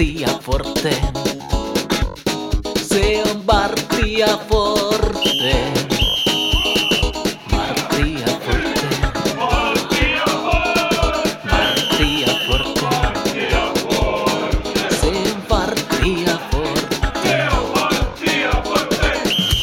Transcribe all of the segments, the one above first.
Martti ja Forte. Se on Martti ja Forte. Martti ja Forte. Martti ja Forte. Se on Martti ja Forte.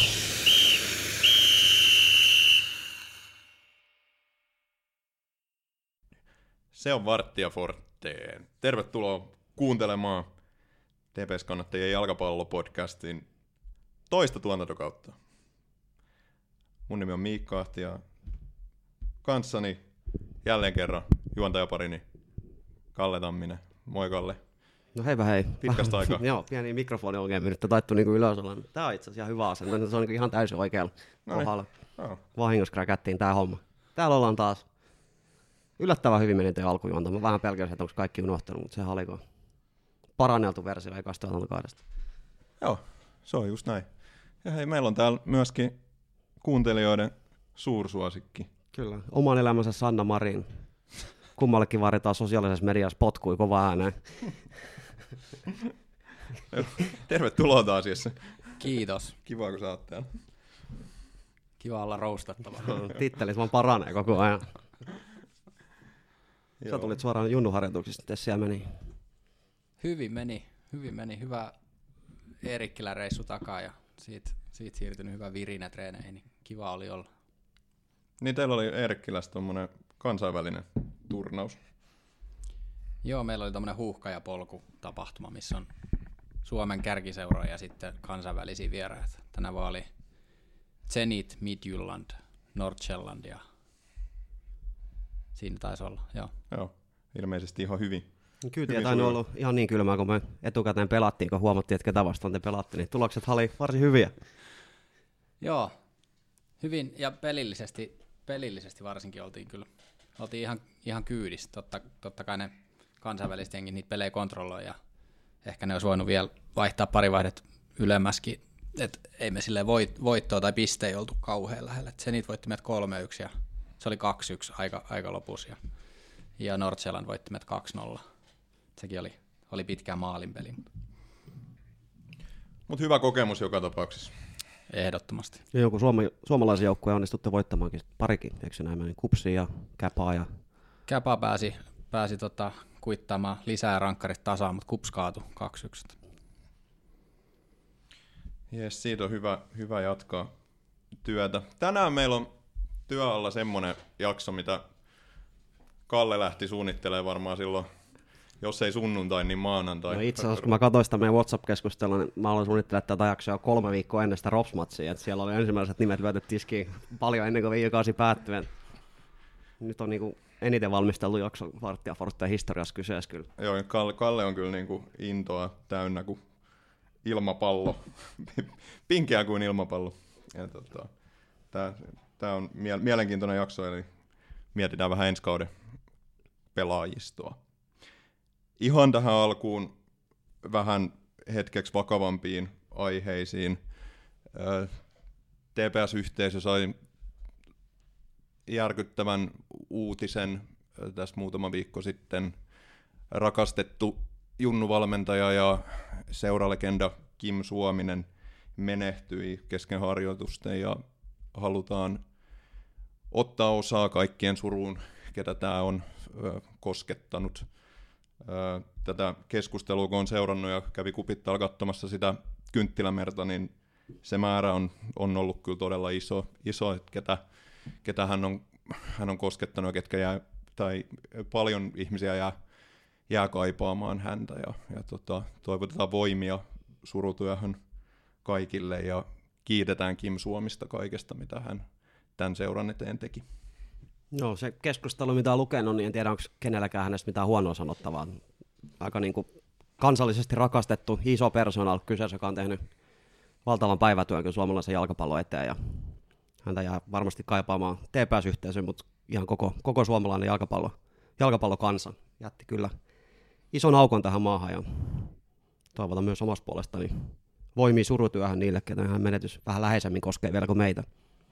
Se on Martti ja Forte. Tervetuloa kuuntelemaan TPS-kannattajien jalkapallopodcastin toista tuotantokautta. Mun nimi on Miikka Ahti ja kanssani jälleen kerran juontajaparini Kalle Tamminen. Moi Kalle. No heipä hei. Pitkästä aikaa. Joo, pieni mikrofoniongelmi nyt taittu niinku ylös olla. Tää on itse asiassa ihan hyvä asento. Se on niinku ihan täysin oikealla kohdalla. Vahingossa kräkättiin tää homma. Täällä ollaan taas. Yllättävän hyvin meni toi alkujuonta. Mä vähän pelkäsin, että onko kaikki unohtanut, mutta sehän oliko paranneltu versio ekasta tuotantokaudesta. Joo, se on just näin. Ja hei, meillä on täällä myöskin kuuntelijoiden suursuosikki. Kyllä. Oman elämänsä Sanna Marin. Kummallekin vaaditaan sosiaalisessa mediassa potkui kova ääneen. Tervetuloa taas Jesse. Kiitos. Kiva, kun sä oot täällä. Kiva olla roustattava. Tittelit vaan paranee koko ajan. Sä tulit suoraan junnuharjoituksista, miten siellä meni? Hyvin meni. Hyvä Eerikkilä-reissu takaa ja siitä siirtynyt hyvä virinä treeneihin. Niin kiva oli olla. Niin teillä oli Eerikkilässä tommonen kansainvälinen turnaus. Joo, meillä oli tommonen huuhka- ja polkutapahtuma, missä on Suomen kärkiseuroja ja sitten kansainvälisiä vieraita. Tänä vuonna oli Zenit, Midtjylland, Nordsjælland ja siinä taisi olla, joo. Joo, ilmeisesti ihan hyvin. Kyllä ei tainnut ollut ihan niin kylmää, kun me etukäteen pelattiin, kun huomattiin, että ketä vastaan te pelaatte, niin tulokset oli varsin hyviä. Joo, hyvin ja pelillisesti varsinkin oltiin ihan kyydissä. Totta kai ne kansainväliset jengit niitä pelejä kontrolloi ja ehkä ne olisi voinut vielä vaihtaa pari vaihdet ylemmäskin, että ei me silleen voittoa tai pistejä oltu kauhean lähellä. Se niitä voitti meidät 3-1 ja se oli 2-1 aika lopussa ja Nordsjælland voitti meidät 2-0. Sekin oli pitkä maalinpeli. Mutta hyvä kokemus joka tapauksessa. Ehdottomasti. Ja joku suomalaisen joukkueen onnistutte voittamaankin parikin, eikö se näin meni? Kupsia ja Käpaa ja... Käpä pääsi kuittaamaan lisää rankkarit tasaan, mutta Kups kaatui 2-1. Jes, siitä on hyvä jatkaa työtä. Tänään meillä on työalla semmoinen jakso, mitä Kalle lähti suunnittelemaan varmaan silloin, jos ei sunnuntai, niin maanantai. No itse asiassa, kun mä katsoin sitä meidän WhatsApp-keskustelua, niin mä aloin suunnittelemaan tätä jaksoa 3 viikkoa ennen sitä Rops-matsia, että siellä oli ensimmäiset nimet lyöty tiskiin paljon ennen kuin viikokausi päättyi. Nyt on niinku eniten valmisteltu jakso Martti ja Forten historiassa kyseessä kyllä. Joo, Kalle on kyllä niinku intoa täynnä kuin ilmapallo, pinkeä kuin ilmapallo. Tämä on mielenkiintoinen jakso, eli mietitään vähän ensi kauden pelaajistoa. Ihan tähän alkuun vähän hetkeksi vakavampiin aiheisiin. TPS-yhteisö sai järkyttävän uutisen tässä muutama viikko sitten. Rakastettu junnuvalmentaja ja seuralegenda Kim Suominen menehtyi kesken harjoitusten ja halutaan ottaa osaa kaikkien suruun, ketä tämä on koskettanut. Tätä keskustelua, kun on seurannut ja kävi Kupittaalla katsomassa sitä Kynttilämerta, niin se määrä on ollut kyllä todella iso että ketä hän on koskettanut ja ketkä tai paljon ihmisiä jää kaipaamaan häntä ja toivotetaan voimia surutyöhön kaikille ja kiitetään Kim Suomista kaikesta, mitä hän tämän seuran eteen teki. No se keskustelu, mitä on lukenut, niin en tiedä, onko kenelläkään hänestä mitään huonoa sanottavaa. Aika niin kuin kansallisesti rakastettu iso persoonal kyseessä, joka on tehnyt valtavan päivätyön suomalaisen jalkapallon eteen. Ja häntä jää varmasti kaipaamaan TPS-yhteisön, mutta ihan koko suomalainen jalkapallokansa jätti kyllä ison aukon tähän maahan. Ja toivotan myös omasta puolestani voimia surutyöhön niille, ketä hän menetys vähän läheisemmin koskee vielä kuin meitä.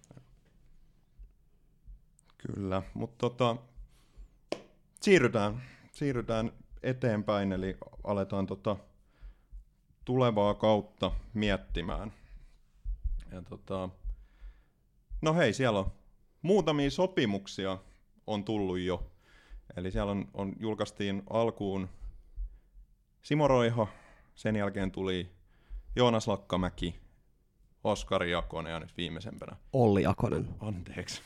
Kyllä, mutta siirrytään eteenpäin, eli aletaan tulevaa kautta miettimään. Ja no hei, siellä on muutamia sopimuksia on tullut jo. Eli siellä julkaistiin alkuun Simo Roiho, sen jälkeen tuli Joonas Lakkamäki, Oskari Jakonen ja nyt viimeisempänä Olli Jakonen. Anteeksi.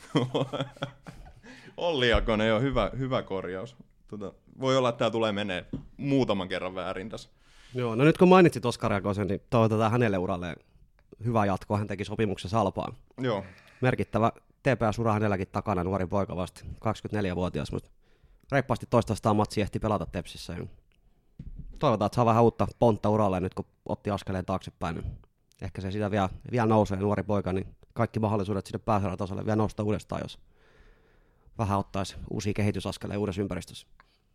Olli Jakonen, joo, hyvä korjaus. Voi olla, että tämä tulee menee muutaman kerran väärin tässä. Joo, no nyt kun mainitsit Oskari Jakosen, niin toivotetaan hänelle uralleen hyvää jatkoa. Hän teki sopimuksen Salpaan. Joo. Merkittävä TPS-ura hänelläkin takana, nuori poika vasta, 24-vuotias, mutta reippaasti 200 matsia ehti pelata Tepsissä. Toivotaan, että saa vähän uutta pontta uralle nyt, kun otti askeleen taaksepäin. Niin ehkä se sitä vielä nousee, nuori poika, niin kaikki mahdollisuudet sinne pääsarjatasolle vielä nousta uudestaan, jos vähän ottaisi uusia kehitysaskeleja uudessa ympäristössä.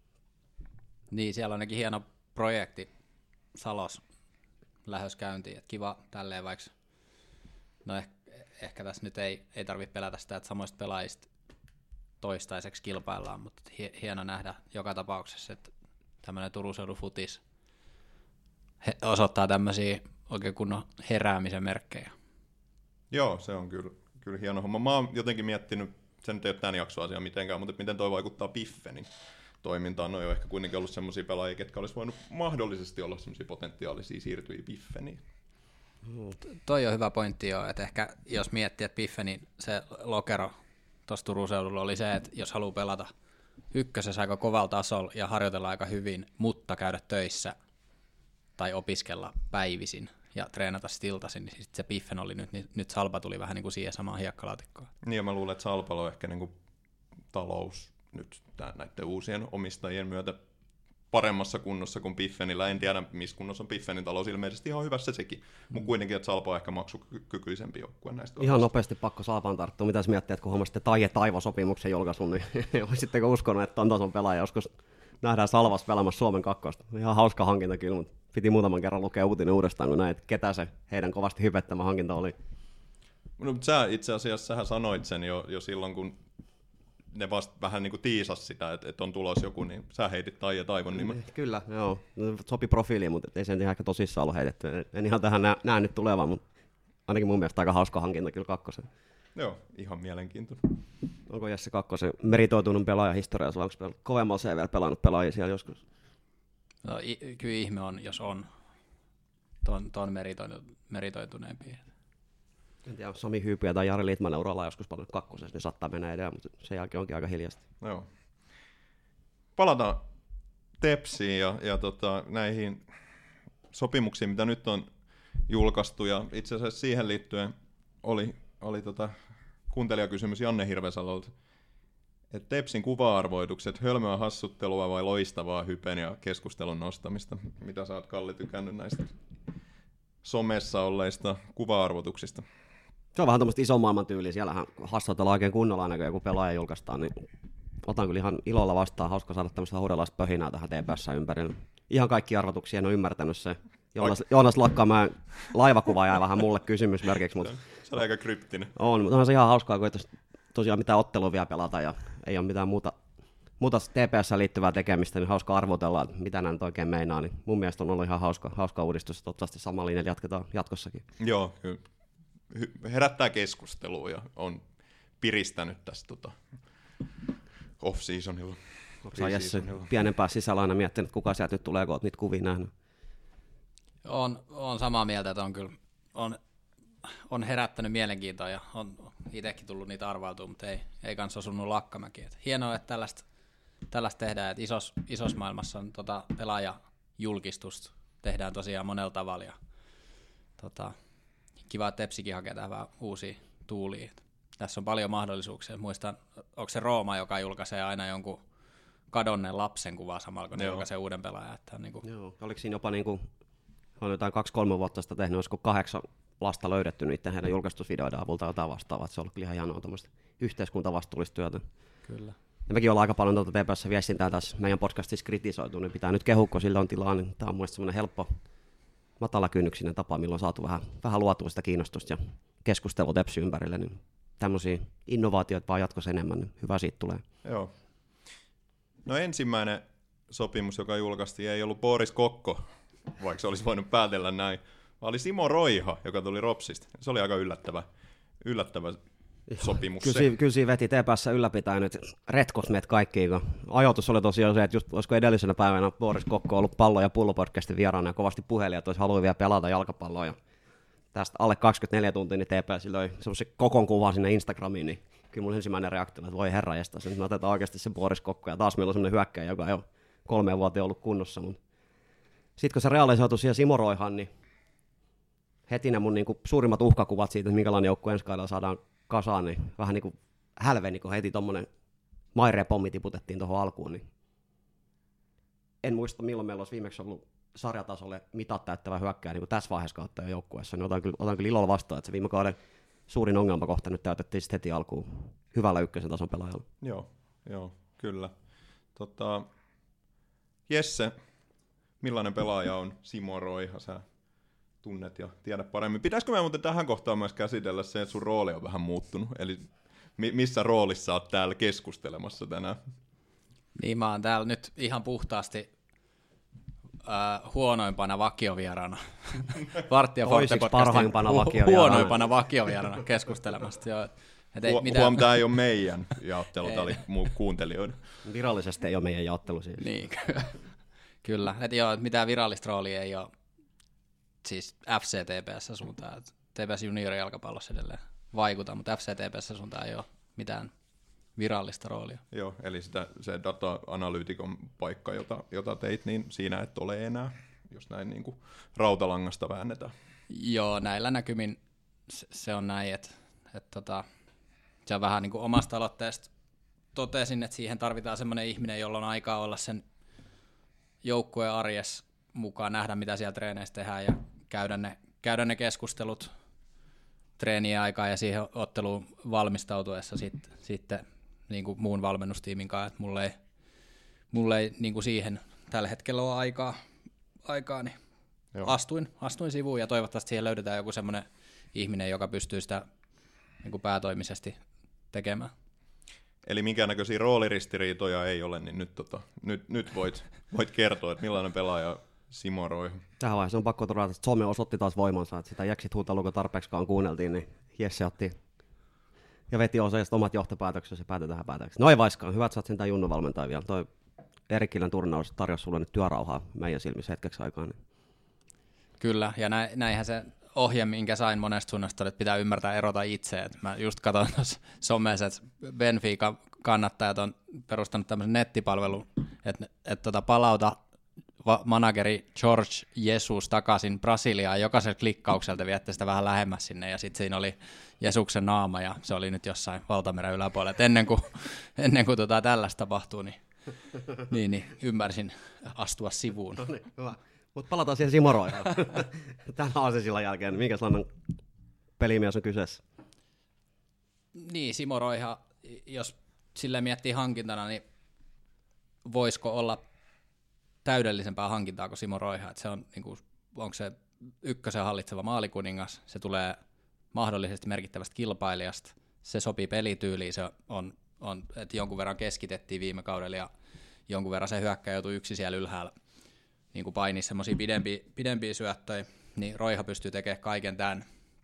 Niin, siellä on ainakin hieno projekti Salos lähdös käyntiin, että kiva tälleen, vaikka no ehkä tässä nyt ei tarvitse pelätä sitä, että samoista pelaajista toistaiseksi kilpaillaan, mutta hieno nähdä joka tapauksessa, että tämmöinen Turun seudun futis osoittaa tämmöisiä oikein kunnon heräämisen merkkejä. Joo, se on kyllä hieno homma. Mä oon jotenkin miettinyt, se nyt ei ole tämän jaksoasia mitenkään, mutta miten toi vaikuttaa Piffenin toimintaan. No ei ole ehkä kuitenkin ollut semmoisia pelaajia, ketkä olisi voinut mahdollisesti olla semmoisia potentiaalisia siirtyjiä Piffeniin. Toi on hyvä pointti jo, että ehkä jos miettii, että Piffenin se lokero tuossa Turun seudulla oli se, että jos haluaa pelata ykkösessä aika kovalla tasolla ja harjoitella aika hyvin, mutta käydä töissä tai opiskella päivisin ja treenata iltaisin, niin sitten se Piffen oli nyt Salpa tuli vähän niin kuin siihen samaan hiekkalaatikkoon. Niin ja mä luulen, että Salpalla on ehkä niin kuin talous nyt näiden uusien omistajien myötä paremmassa kunnossa kuin Piffenillä. En tiedä, missä kunnossa on Piffenin talous, ilmeisesti ihan hyvässä sekin, mutta kuitenkin, että Salpa on ehkä maksukykyisempi joukkue näistä. Ihan nopeasti pakko Salpaan tarttua. Mitäs miettii, että kun huomasitte Taije Taivo-sopimuksen julkaisun, niin olisitteko uskonut, että on tason pelaaja joskus nähdään Salvassa pelaamassa Suomen kakkosta. Ihan hauska hankinta kyllä, mutta piti muutaman kerran lukea uutinen uudestaan, kun näin, että ketä se heidän kovasti hypettämä hankinta oli. No, mutta sä itse asiassa sähän sanoit sen jo silloin, kun ne vasta vähän niin kuin tiisas sitä, että on tulos joku, niin sä heitit Taije Taivon nimen. Kyllä, joo. Sopi profiiliin, mutta ei sen ihan ehkä tosissaan ollut heitetty. En ihan tähän näe nyt tulevaan, mutta ainakin mun mielestä aika hauska hankinta kyllä kakkosen. Joo, ihan mielenkiintoinen. Onko Jesse Kakkosen meritoitunut pelaaja historiassa, vai onko kovemmalla CV:llä pelannut pelaajia siellä joskus? No, kyllä ihme on, jos on ton meritoituneempi. En tiedä, Sami Hyypiä tai Jari Liitmanen uralla joskus paljon kakkosessa, niin saattaa mennä edellä, mutta sen jälkeen onkin aika hiljasta. Joo. Palataan Tepsiin ja näihin sopimuksiin, mitä nyt on julkaistu, ja itse asiassa siihen liittyen oli kuuntelijakysymys Janne Hirvesalolta, että Tepsin kuva-arvoitukset, hölmöä hassuttelua vai loistavaa hypen ja keskustelun nostamista? Mitä sä oot, Kalli, tykännyt näistä somessa olleista kuva-arvoituksista? Se on vähän tämmöistä ison maailman tyyliä, siellähän hassatellaan oikein kunnolla aina, kun joku pelaaja julkaistaan, niin otan kyllä ihan ilolla vastaan, hauska saada tämmöistä hurjalaista pöhinää tähän TPS ympärille. Ihan kaikki arvotuksia en ole ymmärtänyt se. Joonas Lakkamäen laivakuva jäi vähän mulle kysymysmerkiksi, mutta se on aika kryptinen. On, mutta on se ihan hauskaa, kun ei tosiaan mitään ottelua vielä pelata ja ei ole mitään muuta TPS liittyvää tekemistä, niin hauska arvotella, että mitä nämä nyt oikein meinaa. Niin mun mielestä on ollut ihan hauska uudistus, toivottavasti sama linjalla jatketaan jatkossakin. Joo, kyllä. Herättää keskustelua ja on piristänyt tästä off-seasonilla. Onko sä Jesse pienempää sisällä aina miettinyt, kuka sieltä nyt tulee, kun olet niitä kuvia nähnyt? On samaa mieltä, että on kyllä on herättänyt mielenkiintoa ja on itsekin tullut niitä arvailtua, mutta ei kanssa osunut Lakkamäki. Et hienoa, että tällaista tehdään, että isossa maailmassa on pelaajajulkistusta tehdään tosiaan monella tavalla. Ja, kiva, että Tepsikin hakee tähän vähän uusia tuulia. Tässä on paljon mahdollisuuksia. Muistan, onko se Rooma, joka julkaisee aina jonkun kadonneen lapsen kuvaa samalla, kun ne julkaisee uuden pelaajan. Että niin kuin... Joo, oliko siinä jopa on jotain 2-3 vuotta sitä tehnyt, olisiko 8 lasta löydetty niiden heidän julkaistusvideoiden avulta jotain vastaavaa. Se on ollut kyllä ihan hienoa tämmöistä yhteiskuntavastuullista työtä. Kyllä. Ja mekin ollaan aika paljon TPS viestintää tässä meidän podcastissa kritisoitu, niin pitää nyt kehua, kun sillä on tilaa, niin tämä on mielestäni semmoinen helppo, matalakynnyksinen tapa, milloin on saatu vähän luotua sitä kiinnostusta ja keskustelua Tepsi ympärille, niin tämmöisiä innovaatioita vaan jatkossa enemmän, niin hyvä siitä tulee. Joo. No ensimmäinen sopimus, joka julkaistiin, ei ollut Boris Kokko vaikka se olisi voinut päätellä näin. Vaan oli Simo Roiha, joka tuli Ropsista. Se oli aika yllättävä sopimus. Kyllä siinä veti TPS:ssä ylläpitää nyt retkos meitä kaikkiin, kun ajoitus oli tosiaan se, että just olisiko edellisenä päivänä Boris Kokko ollut pallo- ja pullopodcastin vieraana ja kovasti puheli, että olisi halunnut vielä pelata jalkapalloa. Ja tästä alle 24 tuntia niin TPS löi semmoisen kokon kuvan sinne Instagramiin, niin kyllä mun ensimmäinen reaktio, että voi herranjestas, nyt me otetaan oikeasti se Boris Kokko ja taas meillä on semmoinen hyökkäjä, joka ei ole 3 vuotta ollut kunnossa. Sitten kun se realisoitui siihen Simo Roihan, niin heti ne mun niinku suurimmat uhkakuvat siitä, että minkälainen joukku ensi kaudella saadaan kasaan, niin vähän niin kuin hälveni, kun heti tommonen Maire-pommi tiputettiin tuohon alkuun. Niin en muista, milloin meillä olisi viimeksi ollut sarjatasolle mitat täyttävä hyökkääjä niin kuin tässä vaiheessa kautta jo joukkueessa. Niin otan kyllä ilolla vastaan, että se viime kauden suurin ongelmakohta nyt täytettiin sitten heti alkuun hyvällä ykkösen tason pelaajalla. Joo, kyllä. Jesse, millainen pelaaja on Simo Roiha? Sä tunnet ja tiedät paremmin. Pitäisikö me muuten tähän kohtaan myös käsitellä se, että sun rooli on vähän muuttunut? Eli missä roolissa oot täällä keskustelemassa tänään? Niin, mä oon täällä nyt ihan puhtaasti huonoimpana vakiovieraana. Toisiksi parhaimpana vakiovieraana. Huonoimpana vakiovieraana keskustelemassa. Joo. Tämä ei ole meidän jaottelu, tämä oli kuuntelijoiden. Virallisesti ei ole meidän jaottelu siis. Niin, kyllä. Et joo, mitään virallista roolia ei ole siis FC-TPS suuntaan. TPS juniorijalkapallossa edelleen vaikuta, mutta FC-TPS suuntaan ei ole mitään virallista roolia. Joo, eli se data-analyytikon paikka, jota teit, niin siinä et ole enää, jos näin niin kuin rautalangasta väännetään. Joo, näillä näkymin se on näin, että se on vähän niin kuin omasta aloitteesta totesin, että siihen tarvitaan semmoinen ihminen, jolla on aikaa olla sen joukkueen arjessa mukaan, nähdä mitä siellä treeneissä tehdään ja käydä ne keskustelut treenien aikaa ja siihen otteluun valmistautuessa sitten niin kuin muun valmennustiimin kanssa, että mulle ei niin kuin siihen tällä hetkellä ole aikaa niin astuin sivuun ja toivottavasti siihen löydetään joku semmoinen ihminen, joka pystyy sitä niin kuin päätoimisesti tekemään. Eli minkäännäköisiä rooliristiriitoja ei ole, niin nyt voit kertoa, että millainen pelaaja Simo Roiha. Tähän vaiheessa on pakko todeta, että some osoitti taas voimansa, että sitä Jäksit huutelua, kun tarpeeksikaan kuunneltiin, niin Jesse otti ja veti osaajasta omat johtopäätöksensä ja päätyi tähän päätökseen. No ei vaiskaan, hyvät saat sentään junnuvalmentaja vielä. Toi Erikkilän turnaus tarjosi sulle nyt työrauhaa meidän silmissä hetkeksi aikaa. Niin. Kyllä, ja näinhän se ohje, minkä sain monesta suunnasta, että pitää ymmärtää erota itse. Et mä just katsoin tuossa somessa, että Benfica kannattajat on perustanut tämmöisen nettipalvelun, että palauta manageri George Jesus takaisin Brasiliaan, jokaisella klikkaukselta viette sitä vähän lähemmäs sinne, ja sitten siinä oli Jesuksen naama, ja se oli nyt jossain valtameren yläpuolella. Et ennen kuin tällaista tapahtuu, niin ymmärsin astua sivuun. No niin, hyvä. Mutta palataan siihen Simo Roihaan. Tämän aasinsillan jälkeen, minkä sellainen pelimies on kyseessä? Niin, Simo Roiha, jos sillä miettii hankintana, niin voisiko olla täydellisempää hankintaa kuin Simo Roiha? Se on, niin kuin, onko se ykkösen hallitseva maalikuningas, se tulee mahdollisesti merkittävästä kilpailijasta, se sopii pelityyliin, se on että jonkun verran keskitettiin viime kaudella ja jonkun verran se hyökkäjä joutui yksin siellä ylhäällä niin kuin painii semmoisia pidempiä syöttöjä, niin Roiha pystyy tekemään kaiken tämän.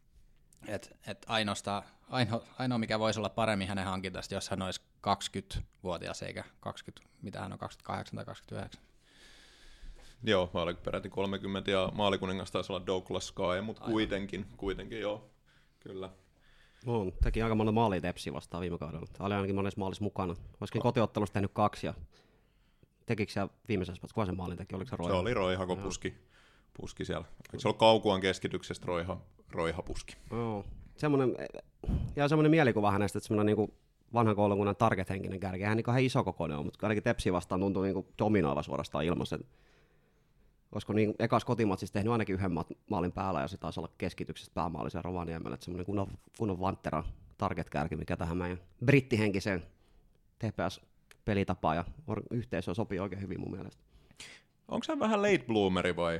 Ainoa mikä voisi olla paremmin hänen hankintaista, jos hän olisi 20-vuotias eikä 20, mitä hän on, 28 tai 29. Joo, mä olin peräti 30 ja maalikuningas taisi olla Douglas Sky, mutta kuitenkin joo, kyllä. No, teki aika monta maalia Tepsiä vastaan viime kaudella. Tämä oli ainakin monessa maalissa mukana. Olisikin kotiottelussa tehnyt 2 ja tekikö se viimeisessä, kuka sen maalin teki, oliko se Roiha? Se oli Roiha, kun puski siellä. Eikö se ollut Kaukuan keskityksestä Roiha puski? Joo, semmoinen mielikuva hänestä, että semmoinen niin vanhan koulukunnan target-henkinen kärki. Hän niin ihan iso kokoinen on, mutta ainakin Tepsiä vastaan tuntuu niin dominoiva suorastaan ilmassa. Olisiko niin ekas kotimatsissa tehnyt ainakin 1 maalin päällä ja se taisi olla keskityksestä päämaalisia Rovaniemellä. Semmoinen kunnon Vanttera target-kärki, mikä tähän meidän brittihenkiseen TPS-pelitapaan ja yhteisöön sopii oikein hyvin mun mielestä. Onko hän vähän late bloomeri vai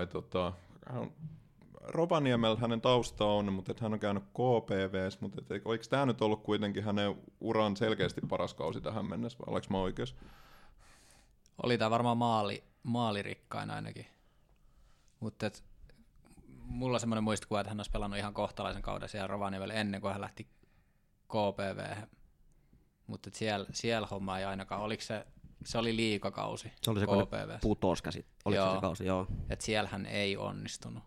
Rovaniemellä hänen tausta on, mutta hän on käynyt KPVs, mutta oliko tämä nyt ollut kuitenkin hänen uran selkeästi paras kausi tähän mennessä, vai oliko mä oikeassa? Oli tämä varmaan maalirikkain ainakin. Mutta mulla on semmoinen muistikuva, että hän olisi pelannut ihan kohtalaisen kauden siellä Rovaniemellä ennen kuin hän lähti KPV:hen. Mutta siellä homma ei ainakaan, oliko se oli liigakausi Se oli se, kun KPV. ne putos käsit. Oliko se kausi? Joo. Että siellä hän ei onnistunut.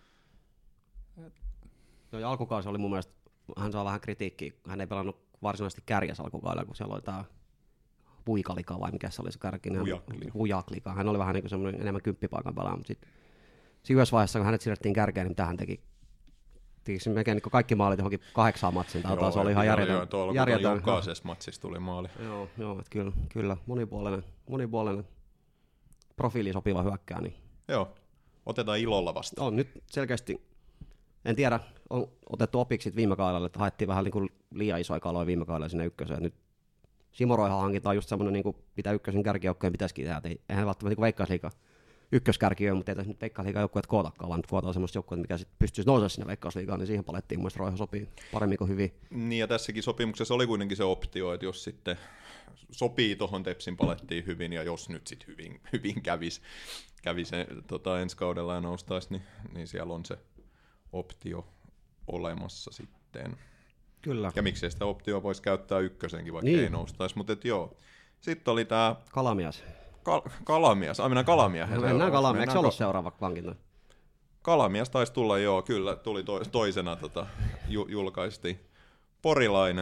Joo, ja alkukausi oli mun mielestä, hän saa vähän kritiikkiä. Hän ei pelannut varsinaisesti kärjäs alkukaudella, kun siellä oli tää Vuikalika vai mikä se oli se kärki. Vujaklika. Hän oli vähän niin kuin semmoinen enemmän kymppipaikan pelaaja, mutta sitten yhdessä vaiheessa, kun hänet siirrettiin kärkeen, niin mitä hän teki? Tekisi melkein niin kaikki maalit johonkin 8 matsiin. Joo, se oli ihan järjetön. Jokaisessa matsissa tuli maali. Joo, että kyllä. Monipuolinen profiili sopiva hyökkää. Niin. Joo, otetaan ilolla vastaan. On nyt selkeästi, en tiedä, on otettu opiksi viime kaudella, että haettiin vähän niin kuin liian isoja kaloja viime kaudella sinne ykköseen. Nyt Simo Roihan hankinta on just semmoinen, niin kuin mitä ykkösen kärkijoukkojen pitäisikin tehdä. Eihän välttämättä niin Veikkausliiga ykköskärkiö, mutta ei tässä nyt Veikkausliigan joukkueet kootakaan, vaan nyt kootaan semmoista joukkueet, mikä sitten pystyisi nousemaan sinne Veikkausliigaan, niin siihen palettiin mun mielestä Roiha sopii paremmin kuin hyvin. Niin ja tässäkin sopimuksessa oli kuitenkin se optio, että jos sitten sopii tuohon Tepsin palettiin hyvin ja jos nyt sitten hyvin kävi se ensi kaudella ja noustaisi, niin siellä on se optio olemassa sitten. Kyllä. Ja miksei sitä optioa voisi käyttää ykkösenkin, vaikka ei noustaisi, mutta joo. Sitten oli tämä Kalamies. Kalamies. Mennään Kalamiehen. Mennään Kalamiehen. Eikö se ollut seuraava hankinta? Kalamies taisi tulla, joo, kyllä. Tuli toisena, julkaistiin. Porilainen,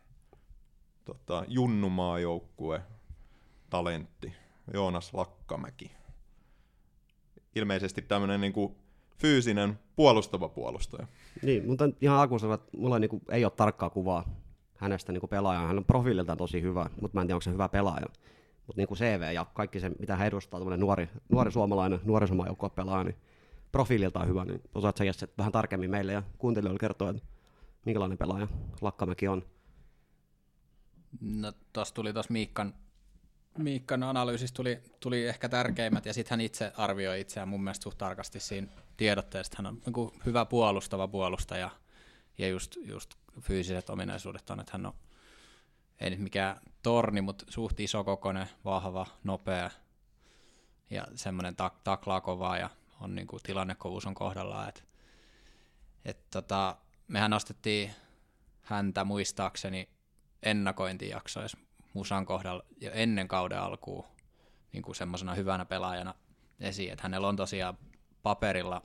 Junnumaajoukkue, talentti, Joonas Lakkamäki. Ilmeisesti tämmöinen niinku fyysinen, puolustava puolustaja. Niin, mutta ihan alkuun sanoa, että mulla niinku ei ole tarkkaa kuvaa hänestä niinku pelaajana. Hän on profiililtaan tosi hyvä, mutta mä en tiedä, onko se hyvä pelaaja. Mutta niin kuin CV ja kaikki se, mitä hän edustaa, nuori suomalainen, nuorisomaajoukkue pelaaja, niin profiililtaan hyvä, niin osaat sä Jesse vähän tarkemmin meille ja kuuntelijoille kertoa, että minkälainen pelaaja Lakkamäki on. No tuossa Miikkan analyysistä tuli ehkä tärkeimmät, ja sitten hän itse arvioi itseään mun mielestä suht tarkasti siinä tiedotteesta. Hän on niin hyvä puolustava puolustaja, ja just fyysiset ominaisuudet on, että hän on ei nyt mikään torni, mutta suht isokokoinen, vahva, nopea ja semmoinen taklaa kovaa ja on niin kuin tilannekovuus on kohdallaan. Mehän nostettiin häntä muistaakseni ennakointijaksoissa Musan kohdalla jo ennen kauden alkuun niin kuin semmoisena hyvänä pelaajana esiin, että hänellä on tosiaan paperilla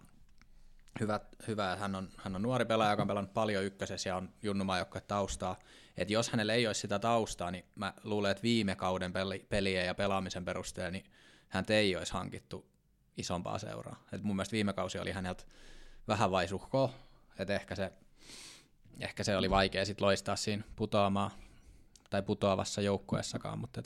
hyvä, että hän on nuori pelaaja, joka on pelannut paljon ykkösessä ja on junnumaajoukkojen taustaa. Että jos hänellä ei olisi sitä taustaa, niin mä luulen, että viime kauden pelien ja pelaamisen perusteella niin häntä ei olisi hankittu isompaa seuraa. Et mun mielestä viime kausi oli häneltä vähän vaisuhkoa, että ehkä se oli vaikea sit loistaa siinä putoavassa joukkueessakaan, mutta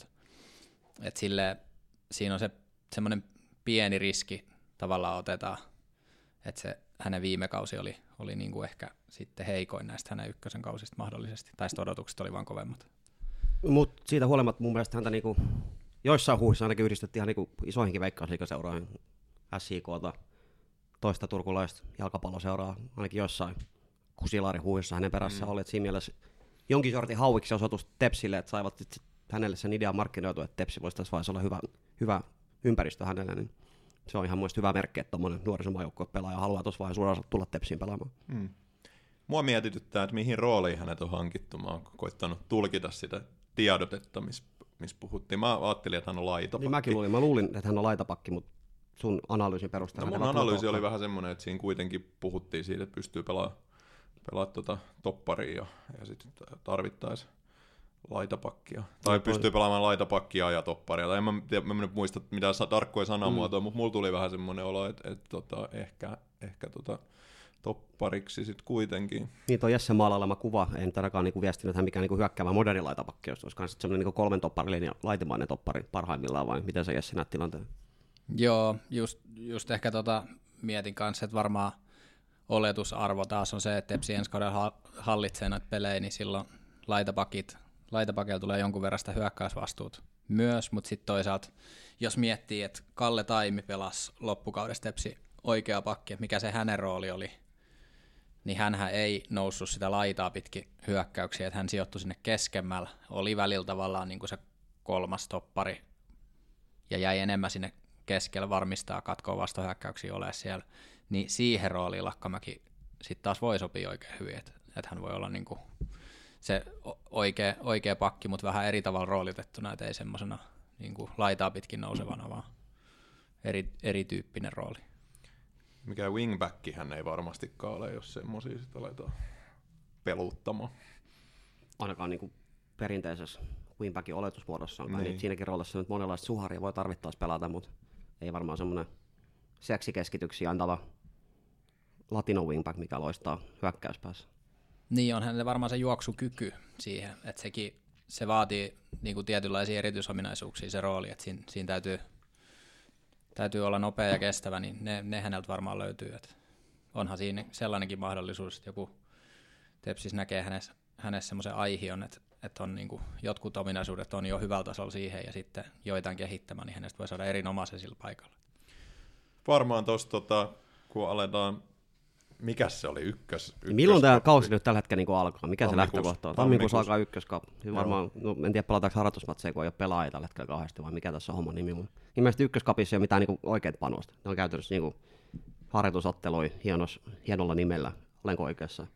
siinä on se semmoinen pieni riski tavallaan otetaan, että se hänen viime kausi oli niin kuin ehkä sitten heikoin näistä hänen ykkösen kausista mahdollisesti, tai sitten odotukset oli vaan kovemmat. Mutta siitä huolimatta mun mielestä häntä niinku, joissain huuhissa ainakin yhdistettiin ihan niinku isoihinkin veikkausliigaseuroihin, SJK:ta, toista turkulaista jalkapalloseuraa, ainakin joissain Kusilaarin huuhissa hänen perässä oli, että siinä mielessä jonkin sortin hauiksi osoitus Tepsille, että saivat hänelle sen idean markkinoitua, että Tepsi voisi tässä vaiheessa olla hyvä ympäristö hänelle, niin se on ihan muista hyvä merkki, että tuommoinen nuorisomaajoukkue pelaaja haluaa tuossa vaiheessa suoraan tulla Tepsiin pelaamaan. Mua mietityttää, että mihin rooliin hänet on hankittu. Mä oon koittanut tulkita sitä tiedotetta, missä puhuttiin. Mä ajattelin, että hän on laitapakki. Niin mä luulin, että hän on laitapakki, mutta sun analyysin perusteella. No mun analyysi oli vähän semmoinen, että siinä kuitenkin puhuttiin siitä, että pystyy pelaamaan topparia ja sitten tarvittaisiin laitapakkia. Tai pystyy pelaamaan laitapakkia ja topparia. Tai mä en muista mitään tarkkoja sanamuotoja, mutta mulla tuli vähän semmoinen olo, että ehkä toppariksi sitten kuitenkin. Niin tuo Jesse maalailema kuva, en ainakaan niinku viestinyt, että hän mikään niinku hyökkäävä moderni laitapakki, jos olisi myös semmoinen niinku 3 topparilinja laitemainen toppari parhaimmillaan, vai miten sä Jesse näet tilanteen? Joo, just ehkä mietin kanssa, että varmaan oletusarvo taas on se, että Tepsi ensi kaudella hallitsee noita pelejä, niin silloin laitapakilla tulee jonkun verran sitä hyökkäysvastuut myös, mutta sitten toisaalta, jos miettii, että Kalle Taimi pelasi loppukaudesta Tepsi oikea pakki, että mikä se hänen rooli oli, niin hänhän ei noussut sitä laitaa pitkin hyökkäyksiä, että hän sijoittui sinne keskemmällä, oli välillä tavallaan niin kuin se 3. toppari ja jäi enemmän sinne keskellä varmistaa, katkoa vastahyökkäyksiä ole siellä, niin siihen rooliin Lakkamäki sitten taas voi sopia oikein hyvin, että hän voi olla niinku se oikea pakki, mutta vähän eri tavalla roolitettuna, että ei semmoisena niinku laitaa pitkin nousevana, vaan erityyppinen rooli. Mikä wingbackihän ei varmastikaan ole, jos semmoisia sitten aletaan peluuttamaan. Ainakaan niin kuin perinteisessä wingbackin oletusmuodossa. Niin. Siinäkin roolissa nyt monenlaista suharia voi tarvittaessa pelata, mutta ei varmaan semmoinen seksikeskityksiä antava latino wingback, mikä loistaa hyökkäyspäässä. Niin, on hänelle varmaan se juoksukyky siihen, että se vaatii niin kuin tietynlaisia erityisominaisuuksia se rooli, että siinä täytyy olla nopea ja kestävä, niin ne häneltä varmaan löytyy. Että onhan siinä sellainenkin mahdollisuus, että joku Tepsis näkee hänessä semmoisen aihion, että on niin kuin, jotkut ominaisuudet on jo hyvällä tasolla siihen ja sitten joitain kehittämään, niin hänestä voi saada erinomaisen sillä paikalla. Varmaan tuossa, kun aletaan, mikäs se oli, ykkös milloin tämä kausi nyt tällä hetkellä niin alkaa? Mikä se lähtökohta on? Tammikuussa alkaa ykköskausi. Varmaan, en tiedä pelataanko harjoitusmatseja, kun ei ole pelaajia tällä hetkellä kauheasti, vai mikä tässä on homman nimi. Ilmeisesti ykköskapissa ei ole mitään niin oikeat panosta. Ne on käytännössä niin harjoitusottelui hienolla nimellä. Olenko oikeassa?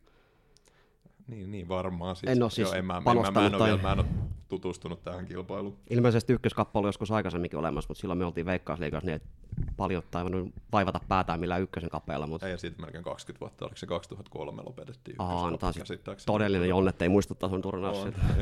Niin varmaan. Siis. En ole siis panostanut. Mä en ole tutustunut tähän kilpailuun. Ilmeisesti ykköskappa oli joskus aikaisemminkin olemassa, mutta silloin me oltiin Veikkausliigassa niin, että paljon tainnut vaivata päätään millään ykkösen kapeella. Mutta... Ei siitä melkein 20 vuotta, oliko se 2003 lopetettiin ykköskappa käsittääkseni. Todellinen jonne, ettei muista tason turnaus.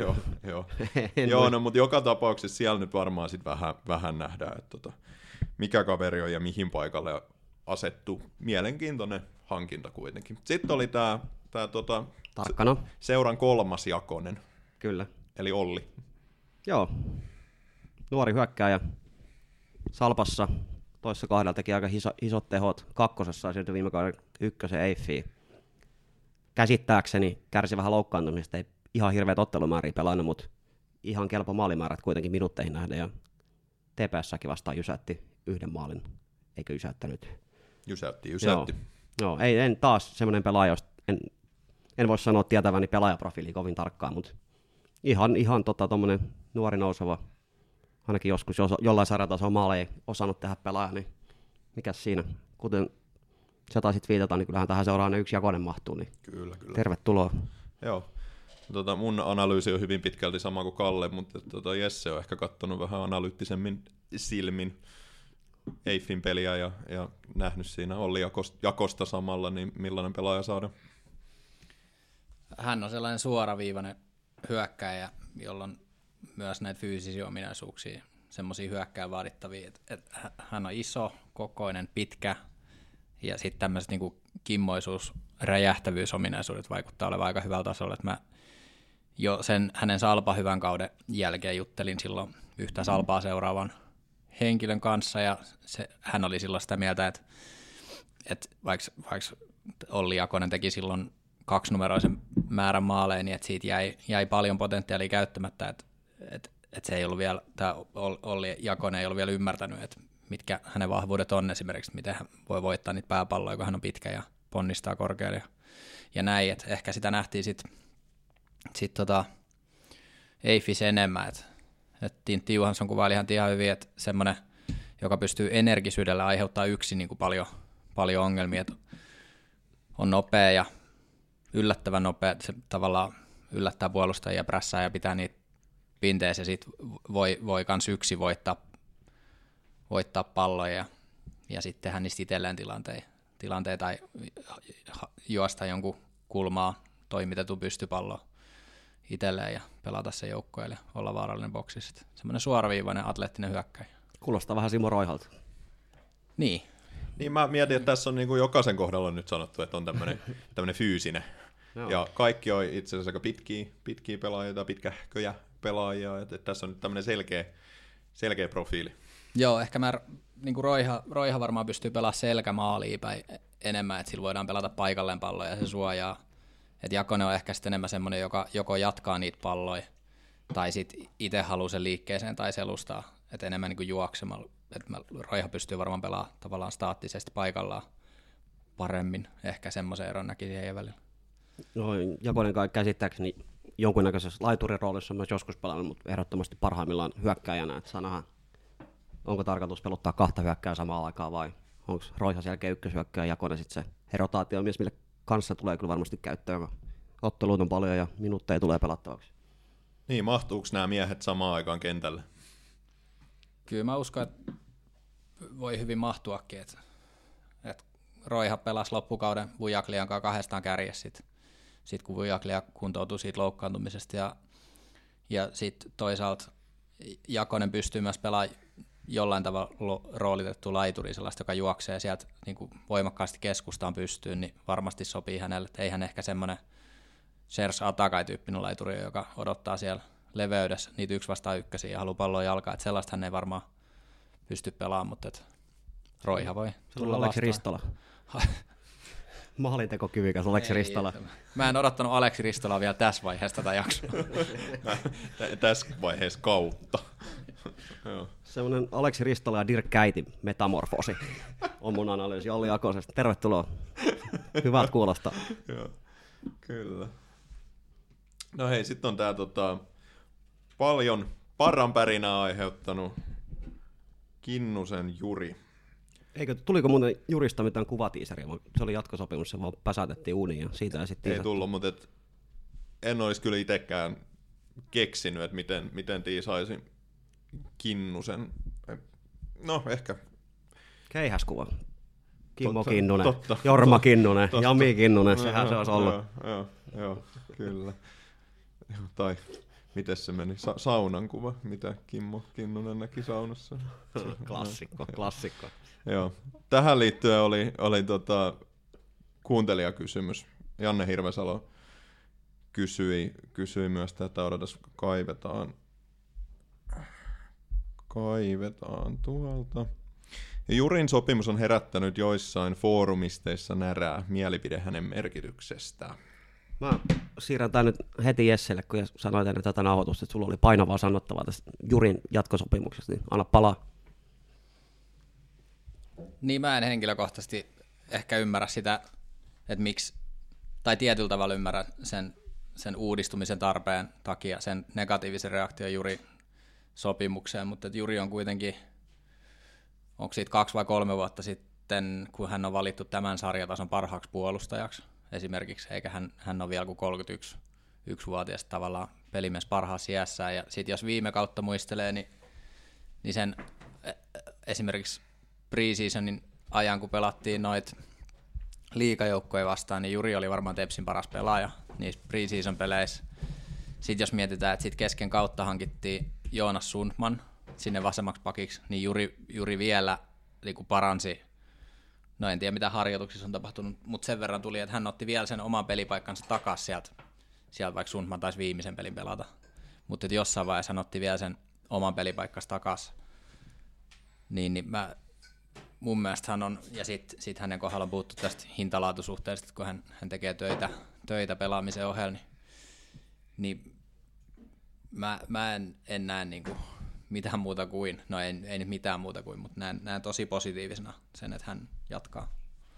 Joo, no, mutta joka tapauksessa siellä nyt varmaan sit vähän nähdään, että mikä kaveri on ja mihin paikalle asettuu. Mielenkiintoinen hankinta kuitenkin. Sitten oli tämä tarkkana seuran 3. jakonen. Kyllä. Eli Olli. Joo. Nuori hyökkääjä Salpassa. Toissa kahdella teki aika isot tehot. Kakkosessa siirtyi viime kauden ykkösen Eiffiin. Käsittääkseni kärsi vähän loukkaantumista. Ei ihan hirveät ottelumääriä pelannut, mutta ihan kelpo maalimäärät kuitenkin minuutteihin nähden. Ja TPS:ssäkin vastaan jysätti yhden maalin. Eikö jysättänyt? Jysätti. Joo, ei taas semmoinen pelaaja, josta en voi sanoa tietäväni pelaajaprofiiliä kovin tarkkaan, mutta ihan tommonen nuori nouseva, ainakin joskus jollain sarjatasolla maaleja osannut tehdä pelaaja, niin mikäs siinä, kuten sä taisit viitata, niin kyllähän tähän seuraan ne 1 jakonen mahtuu, niin kyllä. Tervetuloa. Joo, mun analyysi on hyvin pitkälti sama kuin Kalle, mutta Jesse on ehkä katsonut vähän analyyttisemmin silmin Eiffin peliä ja nähnyt siinä Olli jakosta samalla, niin millainen pelaaja saada? Hän on sellainen suoraviivainen hyökkääjä, jolla on myös näitä fyysisiä ominaisuuksia, semmoisia hyökkääjän vaadittavia, että hän on iso, kokoinen, pitkä ja sitten tämmöiset niinku kimmoisuus, räjähtävyysominaisuudet vaikuttaa olevan aika hyvällä tasolla, että mä jo sen hänen Salpa hyvän kauden jälkeen juttelin silloin yhtä Salpaa seuraavan henkilön kanssa ja hän oli silloin sitä mieltä, että vaikka Olli Jakonen teki silloin 2-numeroisen määrän maaleja, niin että siitä jäi paljon potentiaalia käyttämättä, että se ei ollut vielä, tämä Olli Jakonen ei ollut vielä ymmärtänyt, että mitkä hänen vahvuudet on esimerkiksi, miten hän voi voittaa niitä pääpalloja, kun hän on pitkä ja ponnistaa korkealle ja näin, että ehkä sitä nähtiin sitten Eiffis enemmän, että Tintti Johansson kuvaili ihan hyvin, että semmoinen, joka pystyy energisyydellä aiheuttaa yksin niin kuin paljon ongelmia, että on nopea ja yllättävän nopea, että se tavallaan yllättää puolustajia, prässää ja pitää niitä pinteessä ja sitten voi kans yksin voittaa palloja ja sitten tehdä niistä itselleen tilanteita tai juosta jonkun kulmaa toimitetun pystypalloa itselleen ja pelata se joukkoille ja olla vaarallinen boksissa. Semmoinen suoraviivainen atleettinen hyökkäjä. Kuulostaa vähän Simo Roihalta. Niin. Niin mä mietin, että tässä on niin kuin jokaisen kohdalla nyt sanottu, että on tämmöinen fyysinen. Joo. Ja kaikki on itse asiassa aika pitkiä pelaajia tai pitkähköjä pelaajia, että tässä on nyt tämmöinen selkeä profiili. Joo, ehkä niin Roiha varmaan pystyy pelaamaan selkämaaliin päin enemmän, että sillä voidaan pelata paikalleen palloja ja se suojaa. Et Jakonen on ehkä sitten enemmän semmoinen, joka joko jatkaa niitä palloja tai sitten itse haluaa sen liikkeeseen tai selustaa, että enemmän niin kuin juoksemalla. Roiha pystyy varmaan pelaamaan tavallaan staattisesti paikallaan paremmin. Ehkä semmoisen eron näki siihen välillä. No, Jakonen käsittääkseni jonkunnäköisessä laituriroolissa on myös joskus pelannut, mutta ehdottomasti parhaimmillaan hyökkääjänä. Että saa nähdä, onko tarkoitus peluttaa 2 hyökkää samaan aikaan vai onko Roiha selkeä ykköshyökkää ja Jakonen sitten se rotaatiomies, mille kanssa tulee kyllä varmasti käyttöön, kun otteluita on paljon ja minuutteja tulee pelattavaksi. Niin, mahtuuko nämä miehet samaan aikaan kentälle? Kyllä mä uskon, että voi hyvin mahtuakin, että Roiha pelasi loppukauden Vujaklian kanssa 2 kärjessä sit kun Vujaklia kuntoutui siitä loukkaantumisesta ja sitten toisaalta Jakonen pystyy myös pelaamaan jollain tavalla roolitettu laituri, sellaista, joka juoksee sieltä niin kuin voimakkaasti keskustaan pystyyn, niin varmasti sopii hänelle. Ei hän ehkä semmoinen Serge Atakai-tyyppinen laituri, joka odottaa siellä leveydessä niitä 1-1 ja haluaa palloa jalkaa. Että sellaista hän ei varmaan pysty pelaamaan, mutta Roiha voi tulla Aleksi Ristola. Maalintekokyvykäs Aleksi Ristola. Mä en odottanut Aleksi Ristolaa vielä tässä vaiheessa tätä jaksoa. Tässä vaiheessa kautta. Semmoinen Aleksi Ristola ja Dirk Käitin metamorfosi on mun analyysi Olli Akosesta. Tervetuloa. Hyvältä kuulostaa. Joo, kyllä. No hei, sitten on tää paljon parranpärinää aiheuttanut Kinnusen Juri. Tuliko muuten Jurista mitään kuvatiiseria? Se oli jatkosopimus, se vaan päsätettiin uuniin ja siitä ja sitten ei tullut, mutta en olisi kyllä itsekään keksinyt, että miten tiisaisin Kinnusen. No ehkä. Keihäskuva. Kimmo Kinnunen, Jorma Kinnunen, Jami Kinnunen, sehän se olisi ollut. Joo, kyllä. Tai miten se meni? Saunan kuva, mitä Kimmo Kinnunen näki saunassa. Klassikko. Joo. Tähän liittyen oli kuuntelijakysymys. Janne Hirvesalo kysyi myös tätä, odotas kaivetaan tuolta. Jurin sopimus on herättänyt joissain foorumisteissa närää mielipide hänen merkityksestä. Mä siirrän tämän nyt heti Jesselle, kun sanoit ennen tätä nauhoitusta, että sulla oli painavaa sanottavaa tästä Jurin jatkosopimuksesta, niin anna palaa. Niin mä en henkilökohtaisesti ehkä ymmärrä sitä, että miksi, tai tietyllä tavalla ymmärrä sen uudistumisen tarpeen takia, sen negatiivisen reaktion Juri sopimukseen, mutta Juri on kuitenkin, onko siitä 2 vai 3 vuotta sitten, kun hän on valittu tämän sarjatason parhaaksi puolustajaksi esimerkiksi, eikä hän ole vielä kuin 31-vuotias tavallaan pelimies parhaassa iässään, ja sitten jos viime kautta muistelee, niin sen esimerkiksi pre-seasonin ajan, kun pelattiin noit liigajoukkoja vastaan, niin Juri oli varmaan Tepsin paras pelaaja niissä pre-season peleissä. Sitten jos mietitään, että sitten kesken kautta hankittiin Joonas Sundman sinne vasemmaksi pakiksi, niin Juri vielä niin paransi. No en tiedä, mitä harjoituksissa on tapahtunut, mutta sen verran tuli, että hän otti vielä sen oman pelipaikkansa takaisin sieltä vaikka Sundman taisi viimeisen pelin pelata. Mutta jossain vaiheessa hän otti vielä sen oman pelipaikkansa takaisin. Niin mun mielestä hän on, ja sit hänen kohdalla on puhuttu tästä hintalaatusuhteesta, kun hän tekee töitä pelaamisen ohella, niin mä en näe niinku mitään muuta kuin, no ei nyt mitään muuta kuin, mutta näen tosi positiivisena sen, että hän jatkaa.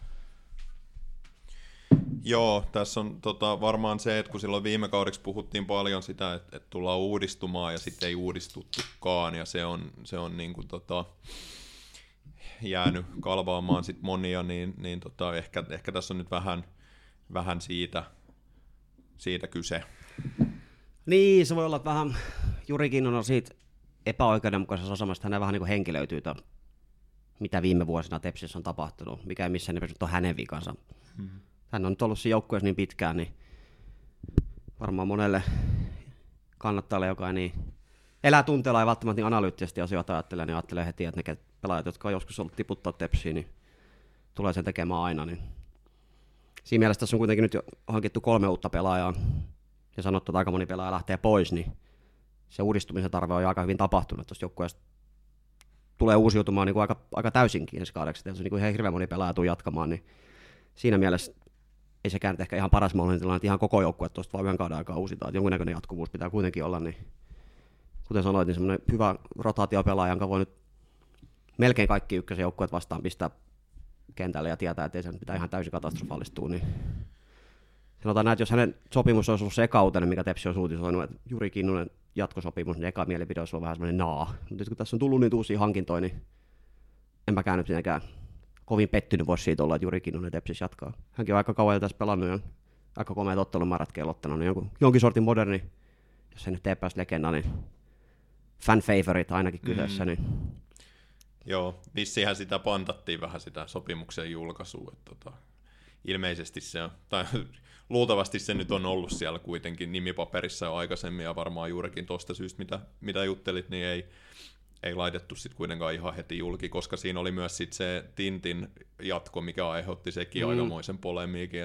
Joo, tässä on varmaan se, että kun silloin viime kaudeksi puhuttiin paljon sitä, että tullaan uudistumaan ja sitten ei uudistuttukaan, ja se on niin kuin jäänyt kalvaamaan sit monia, niin ehkä tässä on nyt vähän siitä kyse. Niin, se voi olla, että vähän Jurikin on siitä epäoikeudenmukaisessa asemassa, hänen vähän niin kuin henkilöityy, mitä viime vuosina Tepsissä on tapahtunut, mikä ei missään nimessä on hänen vikansa. Mm-hmm. Hän on nyt ollut siinä joukkueessa niin pitkään, niin varmaan monelle kannattajalle, joka ei niin elää tunteella ja välttämättä niin analyyttisesti asioita niin ajattelee heti, että ne pelaajat, jotka on joskus ollut tiputtaa Tepsiin, niin tulee sen tekemään aina. Niin. Siinä mielessä tässä on kuitenkin nyt jo hankittu 3 uutta pelaajaa ja sanottu, että aika moni pelaaja lähtee pois, niin se uudistumisen tarve on jo aika hyvin tapahtunut. Tuosta joukkueesta tulee uusiutumaan niin kuin aika täysinkin ensi kaudeksi, että jos niin kuin ihan hirveän moni pelaaja tuu jatkamaan, niin siinä mielessä ei sekään ehkä ihan paras mahdollinen tilanne, että ihan koko joukkue tuosta vaan 1 kauden aikaa uusitaan, että jonkunnäköinen jatkuvuus pitää kuitenkin olla, niin kuten sanoit, niin semmoinen hyvä rotaatiopelaaja, jonka voi nyt melkein kaikki ykkösen joukkueet vastaan pistää kentälle ja tietää, että ei se mitään ihan täysin katastrofalistua, niin sanotaan näin, että jos hänen sopimus olisi ollut se ekautinen, mikä Tepsi olisi uutisoinut, että Juri Kinnunen jatkosopimus, niin eka mielipide olisi ollut vähän semmoinen Mutta kun tässä on tullut niitä uusia hankintoja, niin en mä käynyt siinäkään kovin pettynyt voisi siitä olla, että Juri Kinnunen Tepsissä jatkaa. Hänkin on aika kauan jo tässä pelannut ja aika komeat ottelumäärät kellottanut, niin jonkin sortin moderni, jos se nyt TPS-legenda, niin fan favorite ainakin kyseessä. Niin. Joo, vissiinhän sitä pantattiin vähän sitä sopimuksen julkaisua, että ilmeisesti se on, tai luultavasti se nyt on ollut siellä kuitenkin nimipaperissa jo aikaisemmin, ja varmaan juurikin tuosta syystä, mitä juttelit, niin ei laitettu sitten kuitenkaan ihan heti julki, koska siinä oli myös sit se Tintin jatko, mikä aiheutti sekin aikamoisen polemiikin,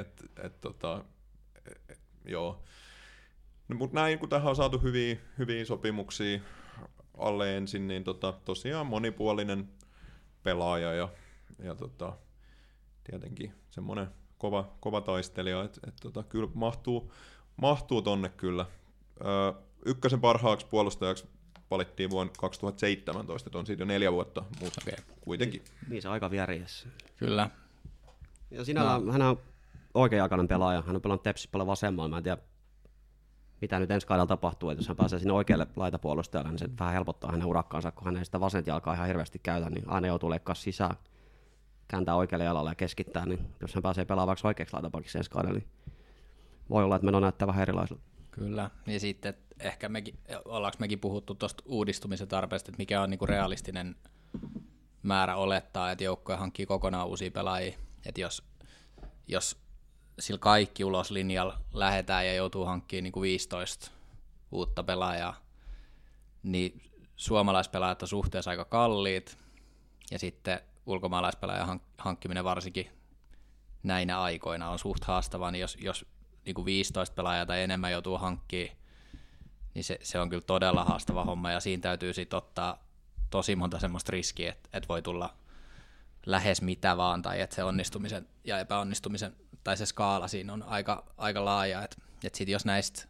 joo. No, mutta näin, kun tähän on saatu hyviä sopimuksia alle ensin, niin tosiaan monipuolinen pelaaja ja tietenkin semmoinen kova taistelija, että kyllä mahtuu tonne kyllä. Ykkösen parhaaksi puolustajaksi valittiin vuonna 2017, että on siitä jo 4 vuotta, mutta kuitenkin. Niin se aika vieressä. Kyllä. Ja sinällään hän on oikea-aikainen pelaaja, hän on pelannut Tepsissä paljon vasemmalla, mä en tiedä mitä nyt ensi kaudella tapahtuu, että jos hän pääsee sinne oikealle laitapuolustajalle, niin se vähän helpottaa hänen urakkaansa, kun hän ei sitä vasenta jalkaa ihan hirveästi käytä, niin aina joutuu leikkaa sisään, kääntää oikealle jalalle ja keskittää, niin jos hän pääsee pelaamaan vaikka oikeaksi laitapakiksi ensi kaudella, niin voi olla, että meno näyttää vähän erilaisella. Kyllä, ja sitten ehkä ollaanko mekin puhuttu tuosta uudistumisen tarpeesta, että mikä on niinku realistinen määrä olettaa, että joukkoja hankkii kokonaan uusia pelaajia, että jos sillä kaikki uloslinjalla lähdetään ja joutuu hankkimaan niin kuin 15 uutta pelaajaa, niin suomalaispelaajat on suhteessa aika kalliit, ja sitten ulkomaalaispelaajan hankkiminen varsinkin näinä aikoina on suht haastavaa, niin jos niin kuin 15 pelaajaa tai enemmän joutuu hankkimaan, niin se on kyllä todella haastava homma, ja siinä täytyy sitten ottaa tosi monta semmoista riskiä, että voi tulla lähes mitä vaan, tai että se onnistumisen ja epäonnistumisen, tai se skaala siinä on aika laaja, että sitten jos näistä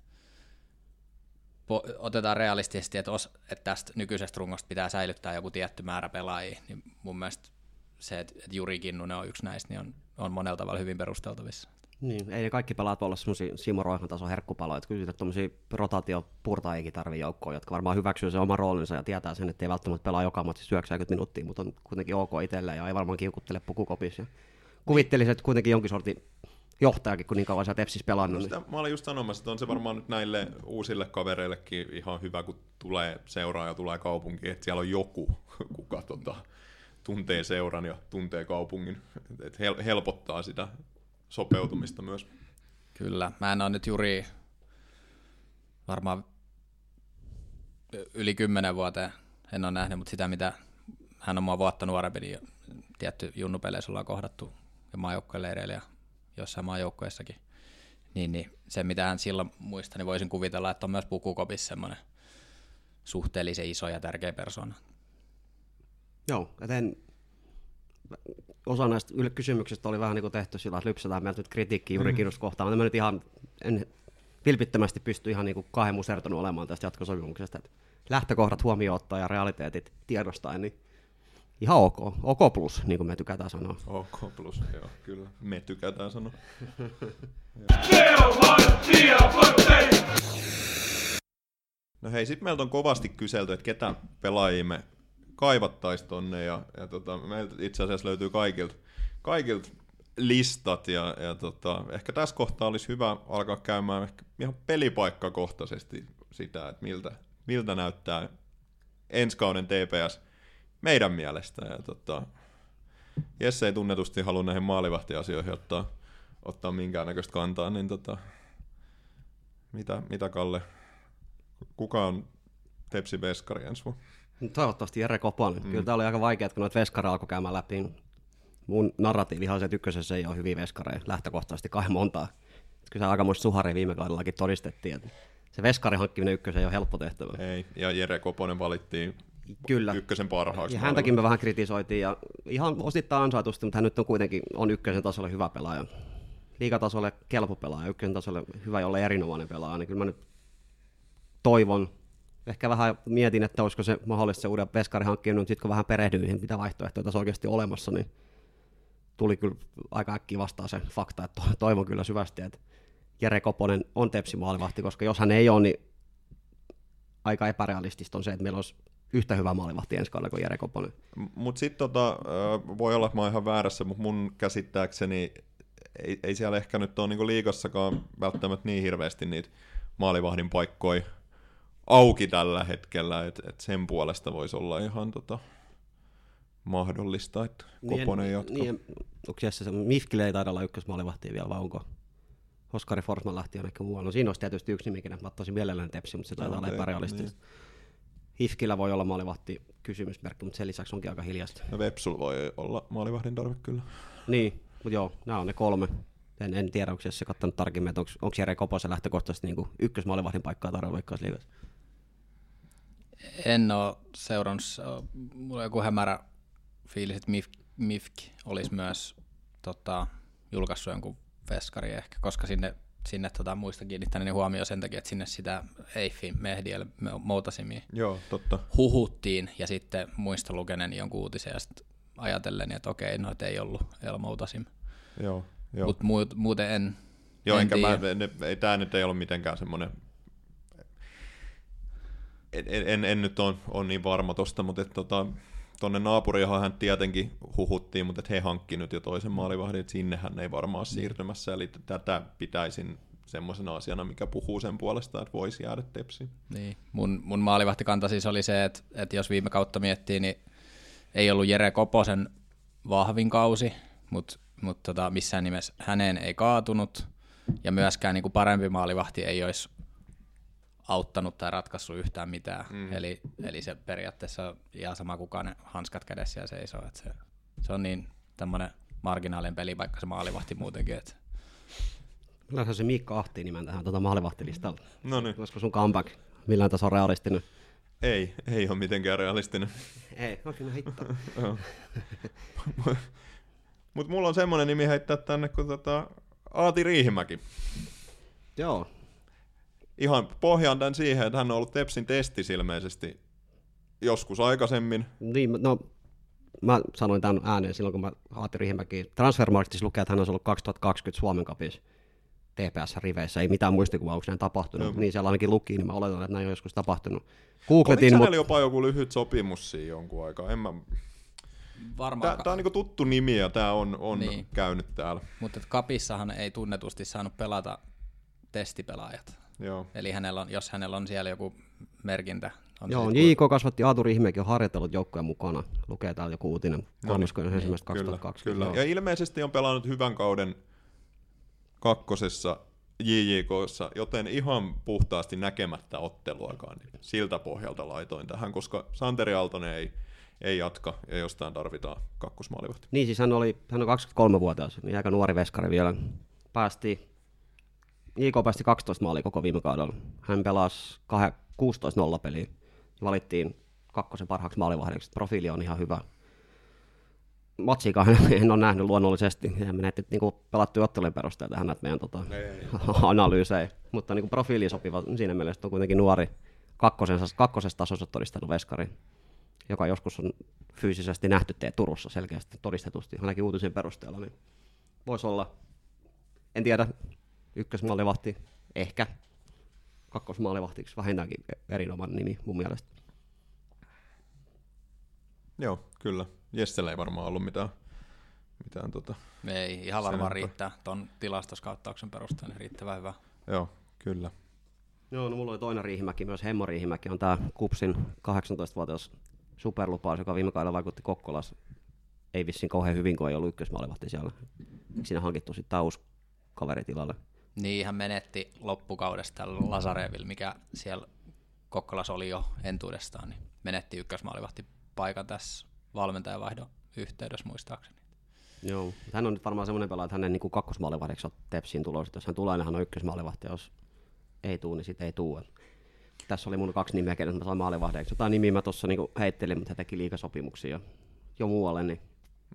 otetaan realistisesti, että tästä nykyisestä rungosta pitää säilyttää joku tietty määrä pelaajia, niin mun mielestä se, että Juri Kinnunen on yksi näistä, niin on monella tavalla hyvin perusteltavissa. Niin, ei ne kaikki pelaat voi olla semmoisia Simo Roihan tason herkkupaloja, että kyllä tuommoisia rotaatiopurtaajikin tarvii joukkoon, jotka varmaan hyväksyy sen oman roolinsa ja tietää sen, että ei välttämättä pelaa joka matsissa 90 minuuttia, mutta on kuitenkin ok itselleen ja ei varmaan kiukuttele pukukopissa. Kuvittelisi, että kuitenkin jonkin sortin johtajakin, kun niin kauan sä Tepsissä pelannut. No mä olin just sanomassa, että on se varmaan nyt näille uusille kavereillekin ihan hyvä, kun tulee seuraa ja tulee kaupunkiin, että siellä on joku, kuka tuntee seuran ja tuntee kaupungin, että helpottaa sitä sopeutumista myös. Kyllä, mä en ole nyt Juri varmaan yli 10 vuoteen en ole nähnyt, mutta sitä mitä hän on mua vuotta nuorempi, niin tietty junnupeleissä ollaan kohdattu ja maajoukkoileireillä ja jossain maajoukkoissakin, niin se mitä hän silloin muistaa, niin voisin kuvitella, että on myös Pukukopissa semmoinen suhteellisen iso ja tärkeä persoona. Joo, joten osa näistä kysymyksistä oli vähän niin kuin tehty sillä, että lypsätään meiltä nyt kritiikkiä Juri Kinnusta kohtaan, mutta mä nyt en vilpittömästi pysty ihan niin kuin kahden musertunut olemaan tästä jatkosopimuksesta. Että lähtökohdat huomioon ottaa ja realiteetit tiedostaen, niin ihan ok plus, niin kuin me tykätään sanoa. Ok plus, joo, kyllä, me tykätään sanoa. No hei, sit meiltä on kovasti kyselty, että ketä pelaajia me kaivattaisiin tonne, ja meiltä itse asiassa löytyy kaikilta listat, ja ehkä tässä kohtaa olisi hyvä alkaa käymään ehkä ihan pelipaikkakohtaisesti sitä, että miltä näyttää ensi kauden TPS meidän mielestä, ja Jesse ei tunnetusti halua näihin maalivahtiasioihin ottaa minkäännäköistä kantaa, niin mitä Kalle, kuka on Tepsi veskari ensi vuonna? Toivottavasti Jere Koponen. Kyllä tämä oli aika vaikeaa, kun noita veskareja alkoi käymään läpi. Mun narratiivihan se, että ykkösessä ei ole hyviä veskareja lähtökohtaisesti kai montaa. Kyllä se aikamoista suharia viime kaudellakin todistettiin, että se veskarin hankkiminen ykkösen ei ole helppo tehtävä. Ei, ja Jere Koponen valittiin kyllä ykkösen parhaaksi. Ja häntäkin me vähän kritisoitiin, ja ihan osittain ansaitusti, mutta hän nyt on kuitenkin ykkösen tasolle hyvä pelaaja. Liigatasolle kelpo pelaaja, ykkösen tasolle hyvä, jolle erinomainen pelaaja, niin kyllä mä nyt toivon, ehkä vähän mietin, että olisiko se mahdollista se uuden veskarin hankkiminen, mutta sitten kun vähän perehdyin, mitä vaihtoehtoja tässä oikeasti olemassa, niin tuli kyllä aika äkkiä vastaan se fakta, että toivon kyllä syvästi, että Jere Koponen on Tepsin maalivahti, koska jos hän ei ole, niin aika epärealistista on se, että meillä olisi yhtä hyvä maalivahti ensi kaudella kuin Jere Koponen. Mutta sitten voi olla, että mä oon ihan väärässä, mutta mun käsittääkseni ei siellä ehkä nyt ole niinku liigassakaan välttämättä niin hirveästi niitä maalivahdin paikkoja auki tällä hetkellä, että sen puolesta voisi olla ihan mahdollista, että Koponen jatkuu. Niin, onko se Mifkille ei taida olla ykkösmaalivahtia vielä, vai onko Oskari Forsman lähti jonnekin muualle? No siinä olisi tietysti yksi nimikin, että mä ottaisin mielellään Tepsi, mutta se taitaa olla epärealistista. Niin. Hifkillä voi olla maalivahti kysymysmerkki, mutta sen lisäksi onkin aika hiljaista. No Vepsul voi olla maalivahdin tarve kyllä. Niin, mutta joo, nämä on ne 3. En tiedä, onko se katsonut tarkemmin, että onko Jere Koposen lähtökohtaisesti niin ykkösmaalivahdin paikkaa tarjolla Veikkausliigassa? En ole seurannut, mulla on joku hämärä fiilis, että Mifk olisi myös julkaissut jonkun veskari ehkä, koska sinne muista kiinnittäneeni huomioon sen takia, että sinne sitä Eiffin Mehdiel Moutasimia huhuttiin, ja sitten muista lukeneen jonkun uutisen, ja sitten ajatellen, että okei, noit ei ollut El Moutasim. Joo. Mutta muuten en ei tämä nyt ei ollut mitenkään semmoinen, en nyt ole niin varma tosta, mutta tuonne naapuriinhan hän tietenkin huhuttiin, mutta he hankki nyt jo toisen maalivahdin, että sinne hän ei varmaan siirtymässä, eli tätä pitäisin semmoisena asiana, mikä puhuu sen puolesta, että voisi jäädä Tepsiin. Niin. Mun maalivahtikanta siis oli se, että jos viime kautta miettii, niin ei ollut Jere Koposen vahvin kausi, mutta missään nimessä häneen ei kaatunut, ja myöskään niin kuin parempi maalivahti ei olisi auttanut tai ratkaissut yhtään mitään. Eli se periaatteessa ihan sama, kuka ne hanskat kädessä ja seisoo. Että se on niin tämmöinen marginaalinen peli, vaikka se maalivahti muutenkin. Että Millähän se Miikka Ahti nimen tähän maalivahtilistalla? No niin. Olisiko sun comeback millään tasolla realistinen? Ei ole mitenkään realistinen. Ei, kyllä hittaa. Mutta mulla on semmoinen nimi heittää tänne kuin Aati Riihimäki. Joo. Ihan pohjaan tämän siihen, että hän on ollut Tepsin testissä ilmeisesti joskus aikaisemmin. Niin, no mä sanoin tämän ääneen silloin, kun mä Aati Riihimäki Transfermarktissa lukee, että hän on ollut 2020 Suomen Cupissa TPS-riveissä. Ei mitään muistikuvaa, onko näin tapahtunut. Niin siellä ainakin luki, niin mä oletan, että näin on joskus tapahtunut. Googletin, oliko hänellä jopa joku lyhyt sopimus siinä jonkun aikaa? Varmaan. Tämä on niinku tuttu nimi ja tämä on niin käynyt täällä. Mutta Cupissahan ei tunnetusti saanut pelata testipelaajat. Joo. Eli jos hänellä on siellä joku merkintä. Joo, JK kasvatti Aatu Riihimäki on harjoitellut joukkueen mukana. Lukee täällä joku uutinen 31.2020. Kyllä. Ja ilmeisesti on pelannut hyvän kauden kakkosessa JJK:ssa, joten ihan puhtaasti näkemättä otteluakaan. Niin siltä pohjalta laitoin tähän, koska Santeri Aaltonen ei jatka ja jostain tarvitaan kakkosmaalivahti. Niin, siis hän on 23-vuotias, niin aika nuori veskari vielä. JK päästi 12 maalia koko viime kaudella. Hän pelasi 16 nollapeliä. Valittiin kakkosen parhaaksi maalivahdiksi. Profiili on ihan hyvä. Matsiikaan en ole nähnyt luonnollisesti. Hän menee niin pelattuja ottelujen perusteella tähän näitä meidän analyysejä. Mutta niin profiili sopiva siinä mielessä on kuitenkin nuori kakkosessa tasossa todistanut veskari, joka joskus on fyysisesti nähty Turussa selkeästi todistetusti, ainakin uutisen perusteella. Niin voisi olla, en tiedä, ykkösmaalivahti, ehkä kakkosmaalivahtiksi, vähintäänkin erinomainen nimi mun mielestä. Joo, kyllä. Jessellä ei varmaan ollut mitään ei, ihan varmaan riittää tuon tilastoskauttauksen perusteella, niin riittävän hyvä. Joo, kyllä. Joo, no mulla oli toinen Riihimäki, myös Hemmo Riihimäki, on tää KuPSin 18-vuotias superlupaus, joka viime kaudella vaikutti Kokkolassa. Ei vissiin kauhean hyvin, kun ei ollut ykkösmaalivahti siellä. Siinä hankittu sitten uusi kaveri tilalle. Niin, hän menetti loppukaudesta tällä Lazareville, mikä siellä Kokkolassa oli jo entuudestaan, niin menetti ykkösmaalivahti paikan tässä valmentajavaihdon yhteydessä muistaakseni. Joo, hän on nyt varmaan semmoinen pelaaja, että hänen niin kakkosmaalivahdiksi on Tepsiin tulossa. Jos hän tulee, niin hän on ykkösmaalivahti, jos ei tule, niin sitten ei tule. Tässä oli mun 2 nimeä, kenet mä sain maalivahdeiksi. Jotain nimiä mä tuossa niin heittelin, mutta he teki liigasopimuksia jo muualle, niin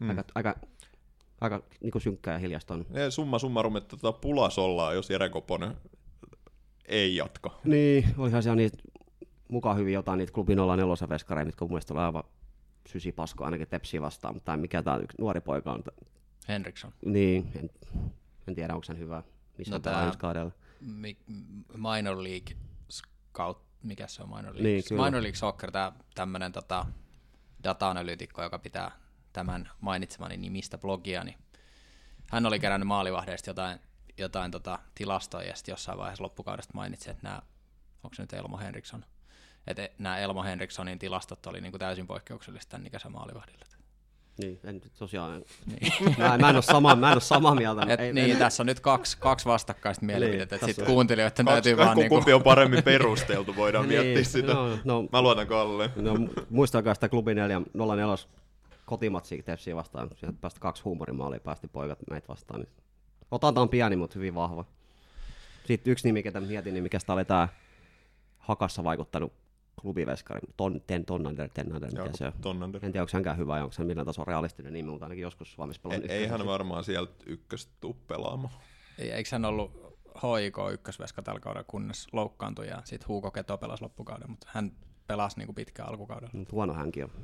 aika niin synkkää ja hiljasta on. Summa summarum, että pulas ollaan, jos Jere Koponen ei jatka. Niin, olihan siellä niitä mukaan hyvin jotain niitä klubin 04 veskareja, mitkä mun mielestä oli aivan sysipasko ainakin Tepsiä vastaan, tai mikä tämä nuori poika on. Henriksson. Niin, en tiedä onko hän hyvä. missä on pelaa ensi kaudella. Minor League Scout, mikä se on Minor League? Niin, Minor League Soccer, tämmöinen data-analyytikko, joka pitää tämän mainitsemani nimistä blogia, niin hän oli kerännyt maalivahdeista jotain tilastoja, ja sitten jossain vaiheessa loppukaudesta mainitsi, että onko se nyt Elmo Henriksson, että nämä Elmo Henrikssonin tilastot oli niinku täysin poikkeuksellista tämän ikäisen maalivahdille. Niin, en tosiaan. Niin. mä en ole samaa mieltä. Tässä on nyt kaksi vastakkaista mielipidettä, että sitten kuuntelijoiden täytyy vaan kumpi on paremmin perusteltu, voidaan miettiä sitä. No, mä luotan Kalle. No, muistakaa sitä klubi 404 kotimatsia Tepsiä vastaan, sieltä päästä 2 huumorimaalia, päästi poikat meitä vastaan. Niin otetaan pieni, mutta hyvin vahva. Sitten yksi nimi, ketä mietin, niin mikä oli tämä Hakassa vaikuttanut klubiveskari, Tonnander, mikä se on. Tonnander. En tiedä, onko hänkään hyvä, onko hän millään tasolla realistinen nimi, mutta ainakin joskus Suomessa pelannut. Ei hän varmaan sieltä ykköstä tuu pelaamaan. Eikö hän ollut HIK ykkösveska tällä kaudella, kunnes loukkaantui, ja sitten Hugo Keto pelasi loppukauden, mutta hän pelasi niinku pitkään alkukaudella. Huono hänkin on.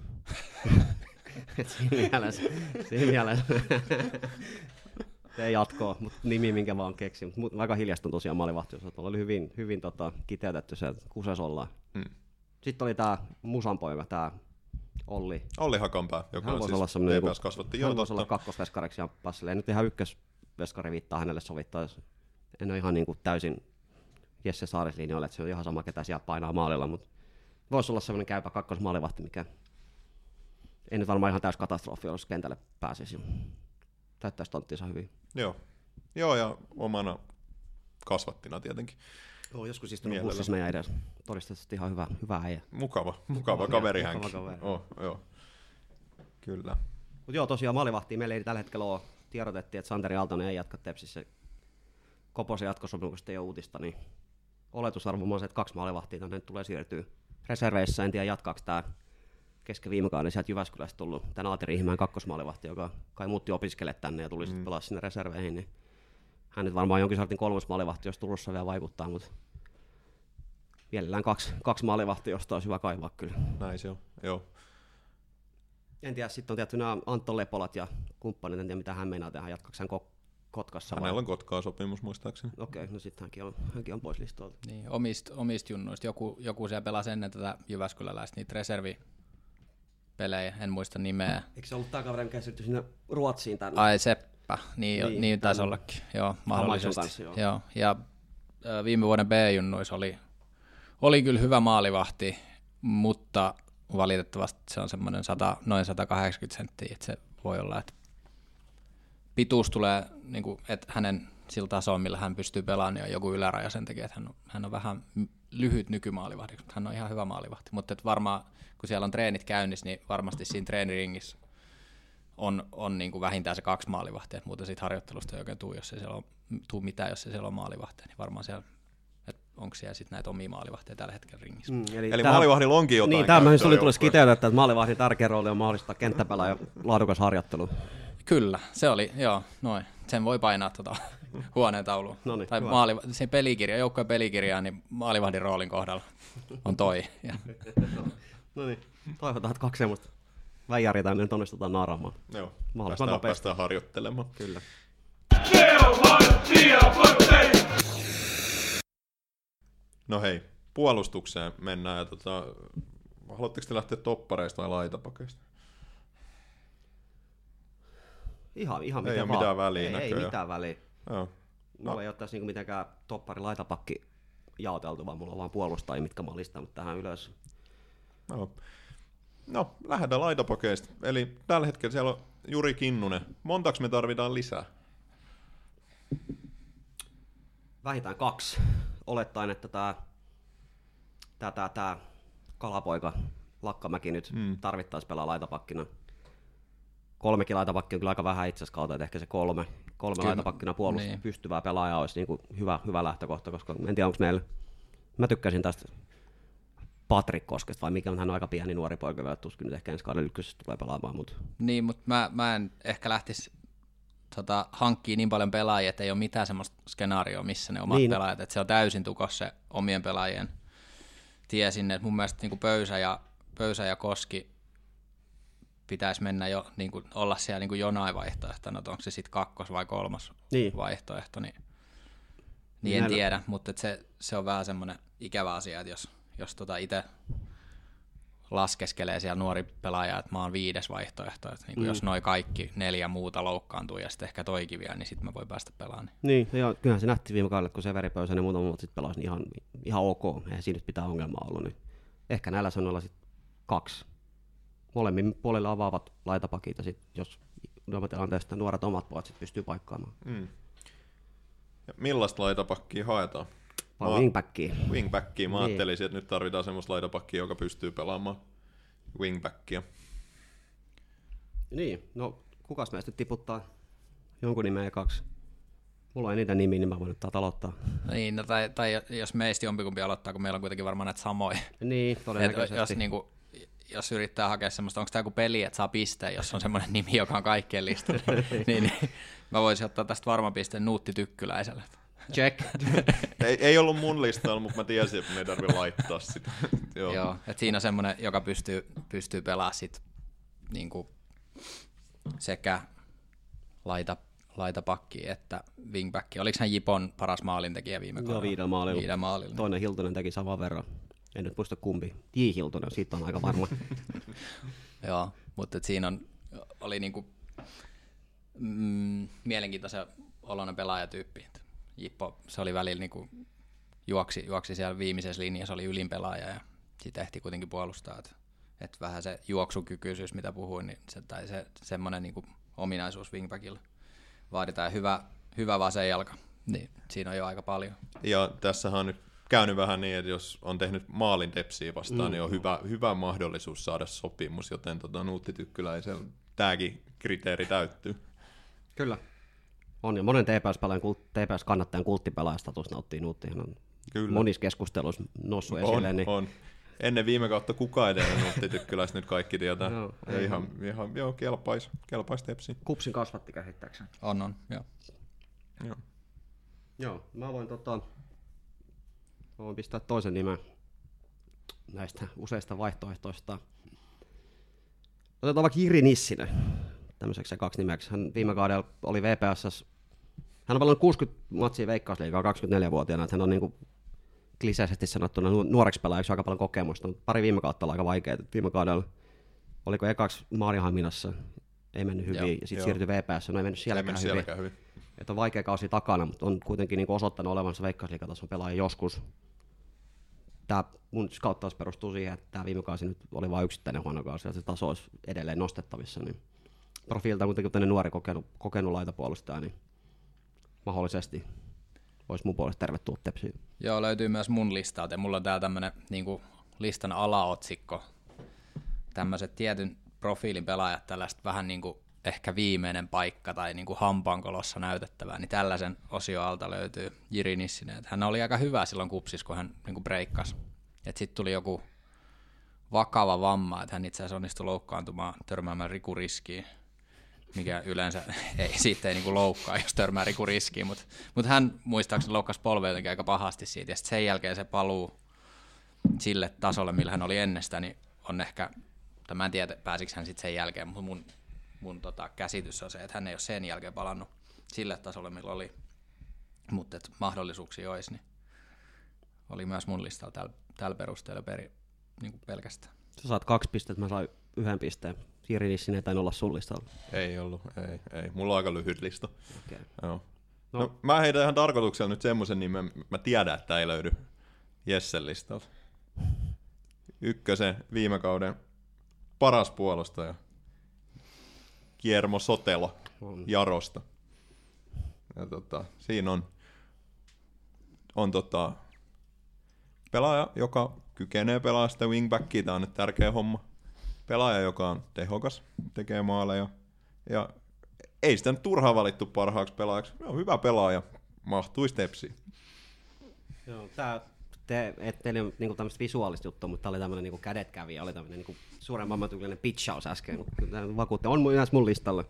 Siinä mielessä. Ei jatkoa, mutta nimi minkä vaan keksin. Mutta aika hiljasta tosiaan maalivahtiosat. Oli hyvin kiteytetty se, että kuses ollaan. Sitten oli tämä Musan poika, tämä Olli Hakanpää, joka hän on siis TPS-kasvatti. Hän voisi olla kakkosveskareksi ja passille. Ei nyt ihan ykkösveskari viittaa hänelle sovittaa. En ole ihan niin kuin täysin Jesse Saaris-linjoille, että se on ihan sama, ketä siellä painaa maalilla, mutta voisi olla sellainen käypä kakkosmaalivahti, mikä ei nyt varmaan ihan täys katastrofi, jos kentälle pääsisi. Täyttäisi tonttinsa hyvin. Joo, ja omana kasvattina tietenkin. Joo, joskus istunut bussissa meidän edessä. Todistettavasti ihan hyvä äijä. Mukava kaveri hänkin. Joo. Kyllä. Mutta joo, tosiaan maalivahtia meillä ei tällä hetkellä ole. Tiedotettiin, että Santeri Aaltonen ei jatka Tepsissä. Koposen jatkosopimuksesta ei ole uutista, niin oletusarvo on se, että 2 maalivahtia tänne tulee siirtyä reserveissä. En tiedä, jatkaako tämä kesken viime kauden sieltä Jyväskylästä tullut tämän Aati Riihimäen kakkosmaalivahti, joka kai muutti opiskelemaan tänne ja tuli sitten pelaa sinne reserveihin. Niin hän nyt varmaan jonkin sortin 3. maalivahti, jos Turussa vielä vaikuttaa, mutta mielellään 2 maalivahtia, josta olisi hyvä kaivaa kyllä. Näin se on, joo. En tiedä, sitten on tietty nämä Antton Lepolat ja kumppanit, en tiedä mitä hän meinaa tehdä, jatkaako hän Kotkassa? Hänellä on Kotkaa sopimus muistaakseni. Okei, no sitten hänkin on pois listolta. Niin, omista junnuista. Joku siellä pelasi ennen tätä Jyväskyläläistä, niitä reservipelejä, en muista nimeä. Eikö se ollut tämä kaveri, mikä siirtyi sinne Ruotsiin tänne? Ai Seppä, niin taisi ollakin, joo, mahdollisesti. Kanssa, joo. Ja viime vuoden B-junnuissa oli kyllä hyvä maalivahti, mutta valitettavasti se on semmoinen noin 180 senttiä, että se voi olla, että pituus tulee, niin kuin, että hänen sillä tasolla, millä hän pystyy pelaamaan, niin on joku yläraja sen takia, että hän on vähän lyhyt nykymaalivahdiksi, mutta hän on ihan hyvä maalivahti. Mutta varmaan, kun siellä on treenit käynnissä, niin varmasti siinä treeniringissä on niin kuin vähintään se 2 maalivahtia, että muuten siitä harjoittelusta ei oikein tule mitään, jos ei siellä ole maalivahtia, niin varmaan siellä, että onko siellä sitten näitä omia maalivahteja tällä hetkellä ringissä. Eli maalivahdilla onkin jotain. Niin, tämä tulisi kiteytettä, että maalivahdin tärkeä rooli on mahdollistaa kenttäpelaa ja laadukas harjoittelu. Kyllä, se oli, joo, noin. Sen voi painaa huoneen tauluun. Noniin, tai se pelikirja, joukkojen pelikirjaa, niin maalivahdin roolin kohdalla on toi. No niin, toivotaan, että 2 semmoista väijäriä tänne onnistutaan naaraamaan. Joo, mahdollisimman päästään harjoittelemaan. Kyllä. No hei, puolustukseen mennään. Ja haluatteko te lähteä toppareista vai laitapakeista? Ihan ei miten ole vaan. Mitään väliä Ei mitään väliä. Joo. Mulla ei ole tässä niinku mitenkään toppari laitapakki jaoteltu, vaan mulla on vaan puolustajia, mitkä mä listaan tähän ylös. No, lähdetään laitapakeista. Eli tällä hetkellä siellä on Juri Kinnunen. Montaks me tarvitaan lisää? Vähintään 2. Olettaen, että tämä Kalapoika Lakkamäki nyt tarvittaisi pelaa laitapakkina. 3 laitapakki on kyllä aika vähän itse asiassa kautta, että ehkä se 3 laitapakkina puolustus pystyvää pelaajaa olisi niin kuin hyvä lähtökohta, koska en tiedä onko meillä, mä tykkäsin tästä Patrik Koskesta vai mikä on, hän on aika pieni nuori poika vielä, tuskin nyt ehkä ensi kaudella ykkösessä tulee pelaamaan. Niin, mutta mä en ehkä lähtisi hankkimaan niin paljon pelaajia, että ei ole mitään semmoista skenaarioa, missä ne omat pelaajat, että se on täysin tukos se omien pelaajien tie sinne, että mun mielestä niin kuin Pöysä ja Koski pitäisi mennä jo niin kuin olla siellä niin kuin jonain vaihtoehtona, että onko se sitten 2. vai 3. vaihtoehto, niin Niin en tiedä, mutta se on vähän semmoinen ikävä asia, että jos itse laskeskelee siellä nuori pelaaja, että mä oon 5. vaihtoehto, että niin jos noi kaikki 4 muuta loukkaantuu ja sitten ehkä toikin vielä, niin sitten mä voin päästä pelaamaan. Niin, ja kyllähän se nähtiin viime kaudella, kun Severi Pöysänen ja muutama muuta sitten pelasi niin ihan ok, eihän siinä nyt pitää ongelmaa ollut, niin ehkä näillä sanoilla sitten 2. Molemmin puolilla avaavat laitapakit, ja sitten jos tilanteesta nuoret omat pojat sitten pystyy paikkaamaan. Ja millaista laitapakkia haetaan? Wingbackia. Wingbackia. Mä ajattelisin, että nyt tarvitaan semmoista laitapakkia, joka pystyy pelaamaan wingbackia. Niin, no kukas meistä nyt tiputtaa jonkun nimeä 2? Mulla on niitä nimiä, niin mä voin nyt aloittaa. Niin, no, tai jos meistä jompikumpi aloittaa, kun meillä on kuitenkin varmaan näitä samoja. Niin, todennäköisesti. Jos yrittää hakea semmoista, onko tämä joku peli, että saa pisteen, jos on semmoinen nimi, joka on kaikkien listalla, niin mä voisin ottaa tästä varman pisteen Nuutti Tykkyläiselle. Check. ei ollut mun listalla, mutta mä tiesin, että me ei tarvitse laittaa sitä. Joo, että siinä on semmoinen, joka pystyy pelaamaan sit, niinku, sekä laitapakki että wingbacki. Oliko hän Jipon paras maalintekijä viime kaudella? 5 maalilla. Toinen Hiltunen teki saman verran. En nyt muista kumpi. J. Hiltunen, siitä on aika varma. Joo, mutta siinä oli niinku, mielenkiintoisen oloinen pelaajatyyppi. Jippo, se oli välillä niinku, juoksi siellä viimeisessä linjassa, oli ylin pelaaja ja sitten ehti kuitenkin puolustaa. Et vähän se juoksukykyisyys, mitä puhuin, niin se semmoinen niinku ominaisuus wingbackilla vaaditaan. Hyvä vasen jalka, niin siinä on jo aika paljon. Ja tässähän on nyt käynyt vähän niin, että jos on tehnyt maalin Tepsiä vastaan, niin on hyvä mahdollisuus saada sopimus, joten Nuutti Tykkyläisellä tämäkin kriteeri täyttyy. Kyllä. On, ja monen TPS-kannattajan kulttipelaajastatus nauttii Nuutti. Hän on monissa keskusteluissa noussut esille. Niin... On. Ennen viime kautta kukaan edelleen Nuutti Tykkyläistä, nyt kaikki tietää. Ihan kelpais Tepsiä. Kupsin kasvatti käsittääkseni. On, joo. Joo, mä voin pistää toisen nimen näistä useista vaihtoehtoista. Otetaan vaikka Jiri Nissinen, tämmöiseksi se 2 nimeksi. Hän viime kaudella oli VPS:ssä. Hän on pelannut 60 matsia Veikkausliigaa 24-vuotiaana, että hän on niinku kliseisesti sanottuna nuoreksi pelaajaksi aika paljon kokemusta. Pari viime kautta oli aika vaikeaa. Viime kaudella oliko ekaksi Maarianhaminassa, ei mennyt hyvin, ja sitten siirtyi VPS, no ei mennyt sielläkään hyvin. Että on vaikea kausi takana, mutta on kuitenkin niin osoittanut olevansa Veikkausliigatason pelaaja joskus. Tämä mun skauttaus perustuu siihen, että tämä viime kausi nyt oli vain yksittäinen huono kausi, ja se taso olisi edelleen nostettavissa. Niin profiilta kuitenkin tämmöinen nuori kokenut laitapuolustaja, niin mahdollisesti olisi mun puolesta tervetullut Tepsiin. Joo, löytyy myös mun listalta, ja mulla on täällä tämmöinen niin listan alaotsikko. Tämmöiset tietyn profiilin pelaajat, tällaista vähän niin kuin ehkä viimeinen paikka tai niin kuin hampaankolossa näytettävää, niin tällaisen osion alta löytyy Jiri Nissinen. Hän oli aika hyvä silloin Kupsissa, kun hän niin kuin breikkasi. Sitten tuli joku vakava vamma, että hän itse asiassa onnistui loukkaantumaan törmäämään Riku Riskiin, mikä yleensä siitä ei niin kuin loukkaa, jos törmää Riku Riskiin, mutta hän muistaakseni loukkasi polvea jotenkin aika pahasti siitä, ja sen jälkeen se paluu sille tasolle, millä hän oli ennestään, niin on ehkä, tai mä en tiedä pääsikö hän sitten sen jälkeen, mutta mun käsitys on se, että hän ei ole sen jälkeen palannut sille tasolle, millä oli, mutta mahdollisuuksia olisi, niin oli myös mun listalla tällä perusteella niin pelkästään. Sä saat 2 pistettä, mä sain 1 pisteen. Jiri Nissinen ei tainnut olla sun listalla. Ei ollut, ei. Mulla on aika lyhyt lista. Okay. Joo. No, mä heitän ihan tarkoituksella nyt semmoisen nimen, mä tiedän, että ei löydy Jessen listalta. Ykkösen viime kauden paras puolustaja. Kiermo Sotelo Jarosta. Ja siinä on pelaaja, joka kykenee pelaamaan sitä wingbackia, tämä on nyt tärkeä homma. Pelaaja, joka on tehokas, tekee maaleja ja ei sitä nyt turhaan valittu parhaaksi pelaajaksi. On hyvä pelaaja, mahtuisi Tepsiin. Joo, teillä on niinku tämmöistä visuaalista juttua, mutta tämä oli tämmöinen niinku kädet kävi ja oli tämmöinen niinku suuremman tyylinen pitchaus äsken. Vakuutti, on myös mun listalla.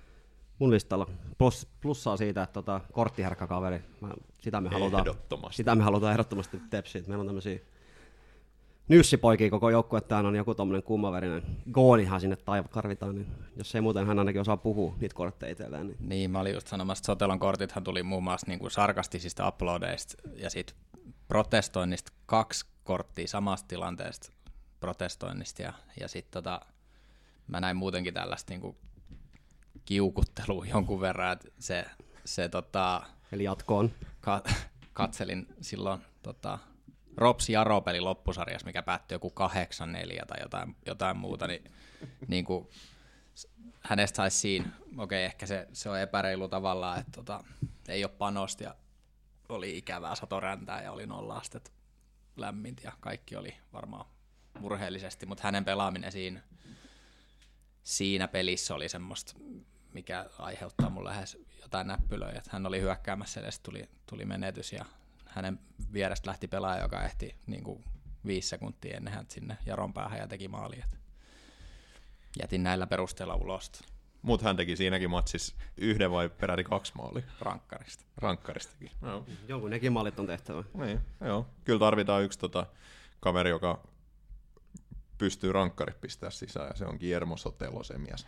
Plussaa siitä, että korttiherkkä kaveri. Sitä me halutaan ehdottomasti Tepsiin. Meillä on tämmöisiä nyssipoikia koko joukkue, että on joku tommonen kummaverinen goonihan sinne tarvitaan, niin jos ei muuten hän ainakin osaa puhua niitä kortteja itselleen. Niin, mä olin just sanomassa, että Sotelon kortithan tuli muun muassa niin kuin sarkastisista uploadeista ja sitten protestoinnista 2 korttia samasta tilanteesta protestoinnista ja sitten mä näin muutenkin tällaista niin kuin kiukuttelua jonkun verran, että Eli jatkoon. Katselin silloin Rops Jaro-peli loppusarjassa, mikä päättyi joku 8-4 tai jotain muuta, niin kuin hänestä saisi siinä, ehkä se on epäreilu tavallaan, että ei ole panosta ja oli ikävää satoräntää ja oli 0 astetta lämmintä ja kaikki oli varmaan murheellisesti, mutta hänen pelaaminen siinä pelissä oli semmoista, mikä aiheuttaa mun lähes jotain näppylöjä, että hän oli hyökkäämässä ja tuli menetys ja hänen vierestä lähti pelaaja, joka ehti niin kuin 5 sekuntia ennen häntä sinne Jaron päähän ja teki maali. Jätin näillä perusteella ulos. Mutta hän teki siinäkin matsissa 1 vai peräti 2 maalia. Rankkaristakin. No. Jonkun nekin maalit on tehtävä. Niin, joo. Kyllä tarvitaan yksi kaveri, joka pystyy rankkarit pistää sisään, ja se on Guillermo Sotelo se mies.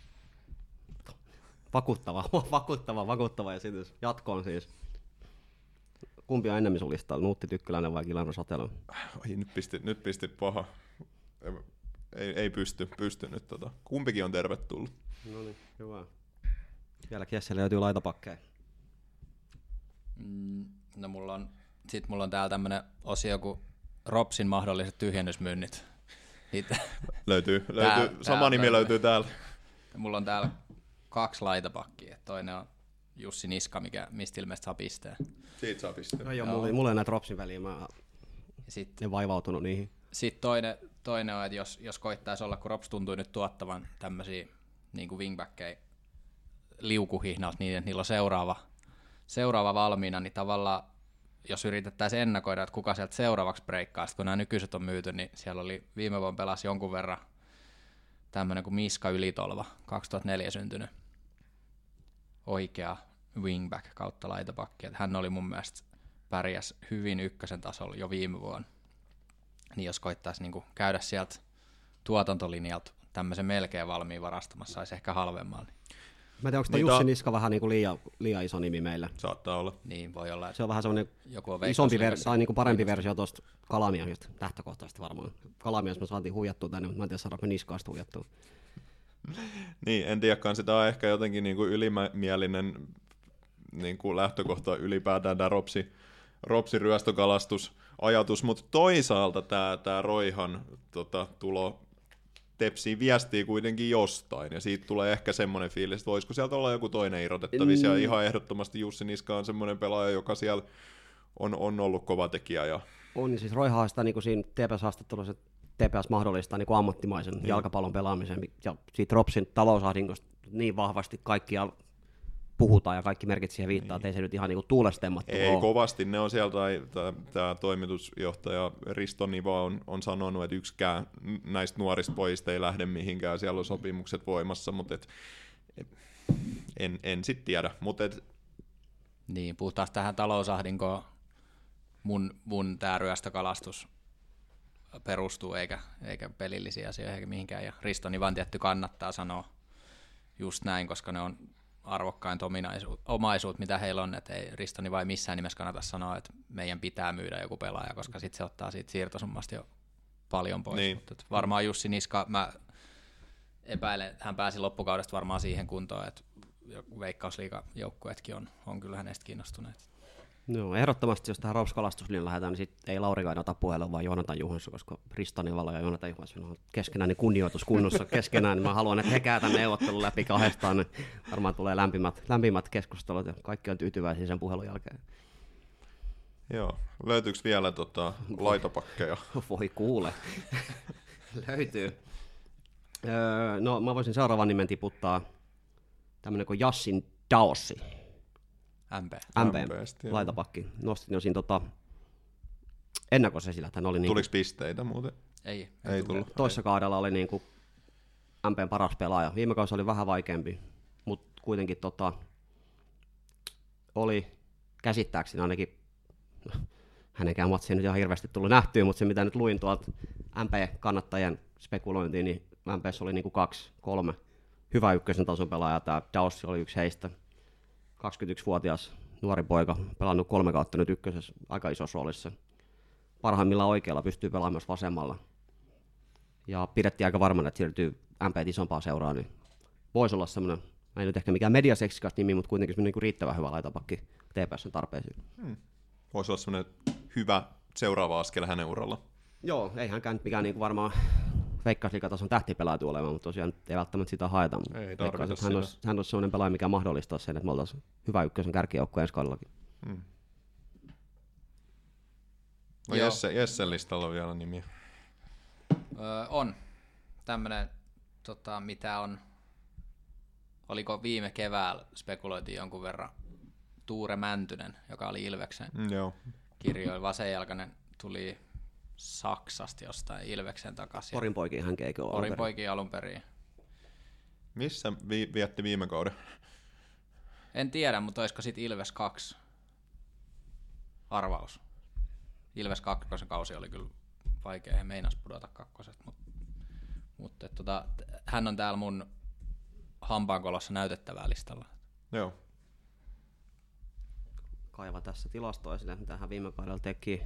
Vakuuttava esitys. Jatkoon siis. Kumpi on enemmän sun listalla, Nuutti Tykkyläinen vai Guillermo Sotelo? Ai, nyt pistit paha. Ei pysty nyt. Kumpikin on tervetullut. No niin, hyvä. Vieläkin Jesselle löytyy laitapakkeja. No mulla on täällä tämmönen osio kuin Ropsin mahdolliset tyhjennysmyynnit. Löytyy. Sama nimi löytyy täällä. Mulla on täällä 2 laitapakkia. Toinen on Jussi Niska, mistä ilmeisesti saa pisteen. Siitä saa pisteen. No joo, mulla ei näitä Ropsin väliä, mä en vaivautunut niihin. Sitten toinen on, että jos koittaisi olla, kun Rops tuntui nyt tuottavan tämmöisiä niin kuin wingbackkejä liukuhihnaus, niin että niillä on seuraava valmiina, niin tavallaan jos yritettäisiin ennakoida, että kuka sieltä seuraavaksi breikkaa, kun nämä nykyiset on myyty, niin siellä oli viime vuonna pelasi jonkun verran tämmöinen kuin Miska Ylitolva, 2004 syntynyt oikea wingback kautta laitapakki. Että hän oli mun mielestä pärjäs hyvin ykkösen tasolla jo viime vuonna. Niin jos koittaisi niin käydä sieltä tuotantolinjalta tämmöisen melkein valmiin varastamassa, saisi ehkä halvemmalla. Mä en tiedä, onko tämä Jussi Niska vähän niin kuin liian iso nimi meillä. Saattaa olla. Niin, voi olla. Se on vähän semmoinen isompi tai niin kuin parempi versio tuosta Kalamiehistä, lähtökohtaisesti varmaan. Kalamiehistä me saatiin huijattua tänne, mutta mä en tiedä, saadaanko Niskaasta huijattua. Niin, en tiedäkään, sitä on ehkä jotenkin niin kuin ylimielinen niin kuin lähtökohta ylipäätään tämä Ropsin ryöstökalastusajatus, mutta toisaalta tämä Roihan tulo Tepsiin viestii kuitenkin jostain, ja siitä tulee ehkä semmoinen fiilis, että voisiko sieltä olla joku toinen irrotettavissa, ja ihan ehdottomasti Jussi Niska on semmoinen pelaaja, joka siellä on ollut kova tekijä. Ja on, niin siis Roihan sitä niin siinä TPS-haastattelussa, TPS mahdollistaa niin ammattimaisen jalkapallon pelaamisen, ja siitä Ropsin talousahdingosta niin vahvasti kaikkia puhutaan, ja kaikki merkit siihen viittaa, että ei se nyt ihan niin tuulestemmattu ei ole. Kovasti, ne on sieltä, tämä toimitusjohtaja Risto Niva on sanonut, että yksikään näistä nuorista pojista ei lähde mihinkään, siellä on sopimukset voimassa, mutta en sitten tiedä. Niin, puhutaan tähän talousahdinkoon, mun tämä ryöstökalastus perustuu, eikä pelillisiä asioihin eikä mihinkään, ja Risto Nivan tietty kannattaa sanoa just näin, koska ne on arvokkain omaisuut, mitä heillä on, että ei Ristoni vai missään nimessä kannata sanoa, että meidän pitää myydä joku pelaaja, koska sitten se ottaa siitä siirtosummasta jo paljon pois. Niin. Mutta varmaan Jussi Niska, mä epäilen, että hän pääsi loppukaudesta varmaan siihen kuntoon, että Veikkausliigajoukkueetkin on kyllä hänestä kiinnostuneet. No, ehdottomasti, jos tähän Rops-kalastuslinjan lähdetään, niin sitten ei Laurikaan ota puheelle, vaan Joonatan Juhansson, koska Ristoni Valo ja Joonatan Juhansson on keskenään niin kunnioitus kunnossa keskenään, niin mä haluan, että he käytän neuvottelun läpi kahdestaan, niin varmaan tulee lämpimät keskustelut ja kaikki on tyytyväisiä sen puhelun jälkeen. Joo, löytyykö vielä laitapakkeja? Voi kuule, löytyy. No, mä voisin seuraavan nimen tiputtaa, tämmöinen kuin Jassin Daossi. MP laitapakki. Nostin jo siinä ennakossa esillä. Tuliko pisteitä muuten? Ei tullut. Toissa kaudella oli niinku MPn paras pelaaja. Viime kausi oli vähän vaikeampi, mutta kuitenkin oli käsittääkseni ainakin, hänenkään matsia nyt ihan hirveästi tullut nähtyä, mutta se mitä nyt luin tuolta MP-kannattajien spekulointiin, niin MP:ssä oli niinku 2-3 hyvä ykkösen tason pelaaja. Tämä Daussi oli yksi heistä, 21-vuotias nuori poika, pelannut 3 kautta nyt ykkösessä aika isossa roolissa. Parhaimmillaan oikealla pystyy pelaamaan myös vasemmalla. Ja pidettiin aika varmana, että siirtyy MP:t isompaa seuraa, niin voisi olla semmoinen, ei nyt ehkä mikään mediaseksikas nimi, mutta kuitenkin semmoinen niin riittävän hyvä laitapakki TPS:n tarpeisiin. Voisi olla semmoinen hyvä seuraava askel hänen uralla. Joo, ei hänkään nyt mikään niin varmaan Veikkausliigatason tähtipelaaja tule olemaan, mutta tosiaan ei välttämättä sitä haeta. Ei tarvita sitä. Hän olisi semmoinen pelaaja, mikä mahdollistaa sen, että me oltaisiin hyvä ykkösen kärkijoukko ensi kaudellakin. No Jessen listalla on vielä nimiä. On. Tämmönen, mitä on, oliko viime keväällä spekuloitiin jonkun verran, Tuure Mäntynen, joka oli Ilveksen Joo. kirjoilla, vasenjalkainen, tuli Saksasta jostain Ilveksen takaisin. Porin poikiin hän keikö on Porin poikiin alun perin. Missä vietti viime kauden? En tiedä, mutta olisiko sitten Ilves 2 arvaus. Ilves 2 kausi oli kyllä vaikea, he meinas pudota kakkosesta, mutta hän on täällä mun hampaankolossa näytettävää listalla. Joo. Kaiva tässä tilastoa sille, mitä hän viime kaudella teki.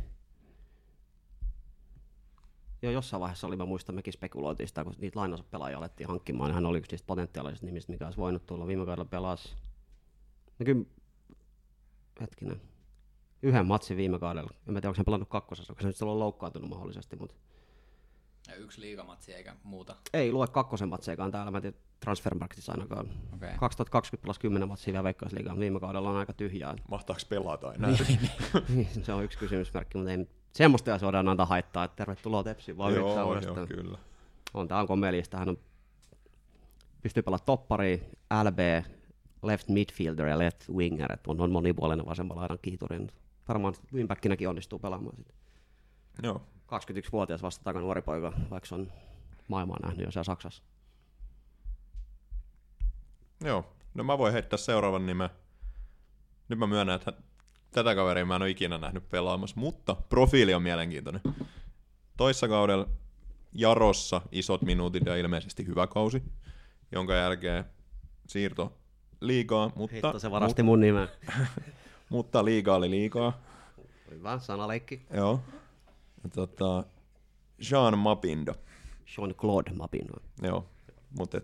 Joo, jossain vaiheessa oli, mä muistan, mekin spekuloitiin sitä, kun niitä lainauspelaajia alettiin hankkimaan, niin hän oli yksi niistä potentiaalisista nimistä, mikä olisi voinut tulla. Viime kaudella pelasi. No kyllä, hetkinen. Yhden matsin viime kaudella. En tiedä, onko hän pelannut kakkosessa, koska se on loukkaantunut mahdollisesti. Mutta ja yksi liigamatsi eikä muuta. ei lue kakkosen matseikaan täällä, mä en tiedä Transfermarktissa ainakaan. Okay. 2020 plus 10 matsia vielä Veikkausliigaan. Viime kaudella on aika tyhjää. Mahtaako pelata aina? Niin, se on yksi kysymysmerkki, mutta ei semmoista ja voidaan antaa haittaa, että tervetuloa Tepsiin vaan yrittää uudestaan. Joo, kyllä. Tämä on komelista. Hän pystyy pelaamaan toppari, LB, left midfielder ja left winger, että on monipuolinen vasemman laidan kiituri. Varmaan wingbackinäkin onnistuu pelaamaan sitten. Joo. 21-vuotias vasta takan nuori poika, vaikka se on maailmaa nähnyt jo siellä Saksassa. Joo, no mä voin heittää seuraavan nimen. Nyt mä myönnän, että tätä kaveria mä en ole ikinä nähnyt pelaamassa, mutta profiili on mielenkiintoinen. Toissa kaudella Jarossa isot minuutit ja ilmeisesti hyvä kausi, jonka jälkeen siirto liigaa, mutta... Hitto, se varasti mun nimeä. Mutta liiga oli liigaa. Hyvä, sanaleikki. Joo. Jean Mapindo. Jean-Claude Mapindo. Joo, mutta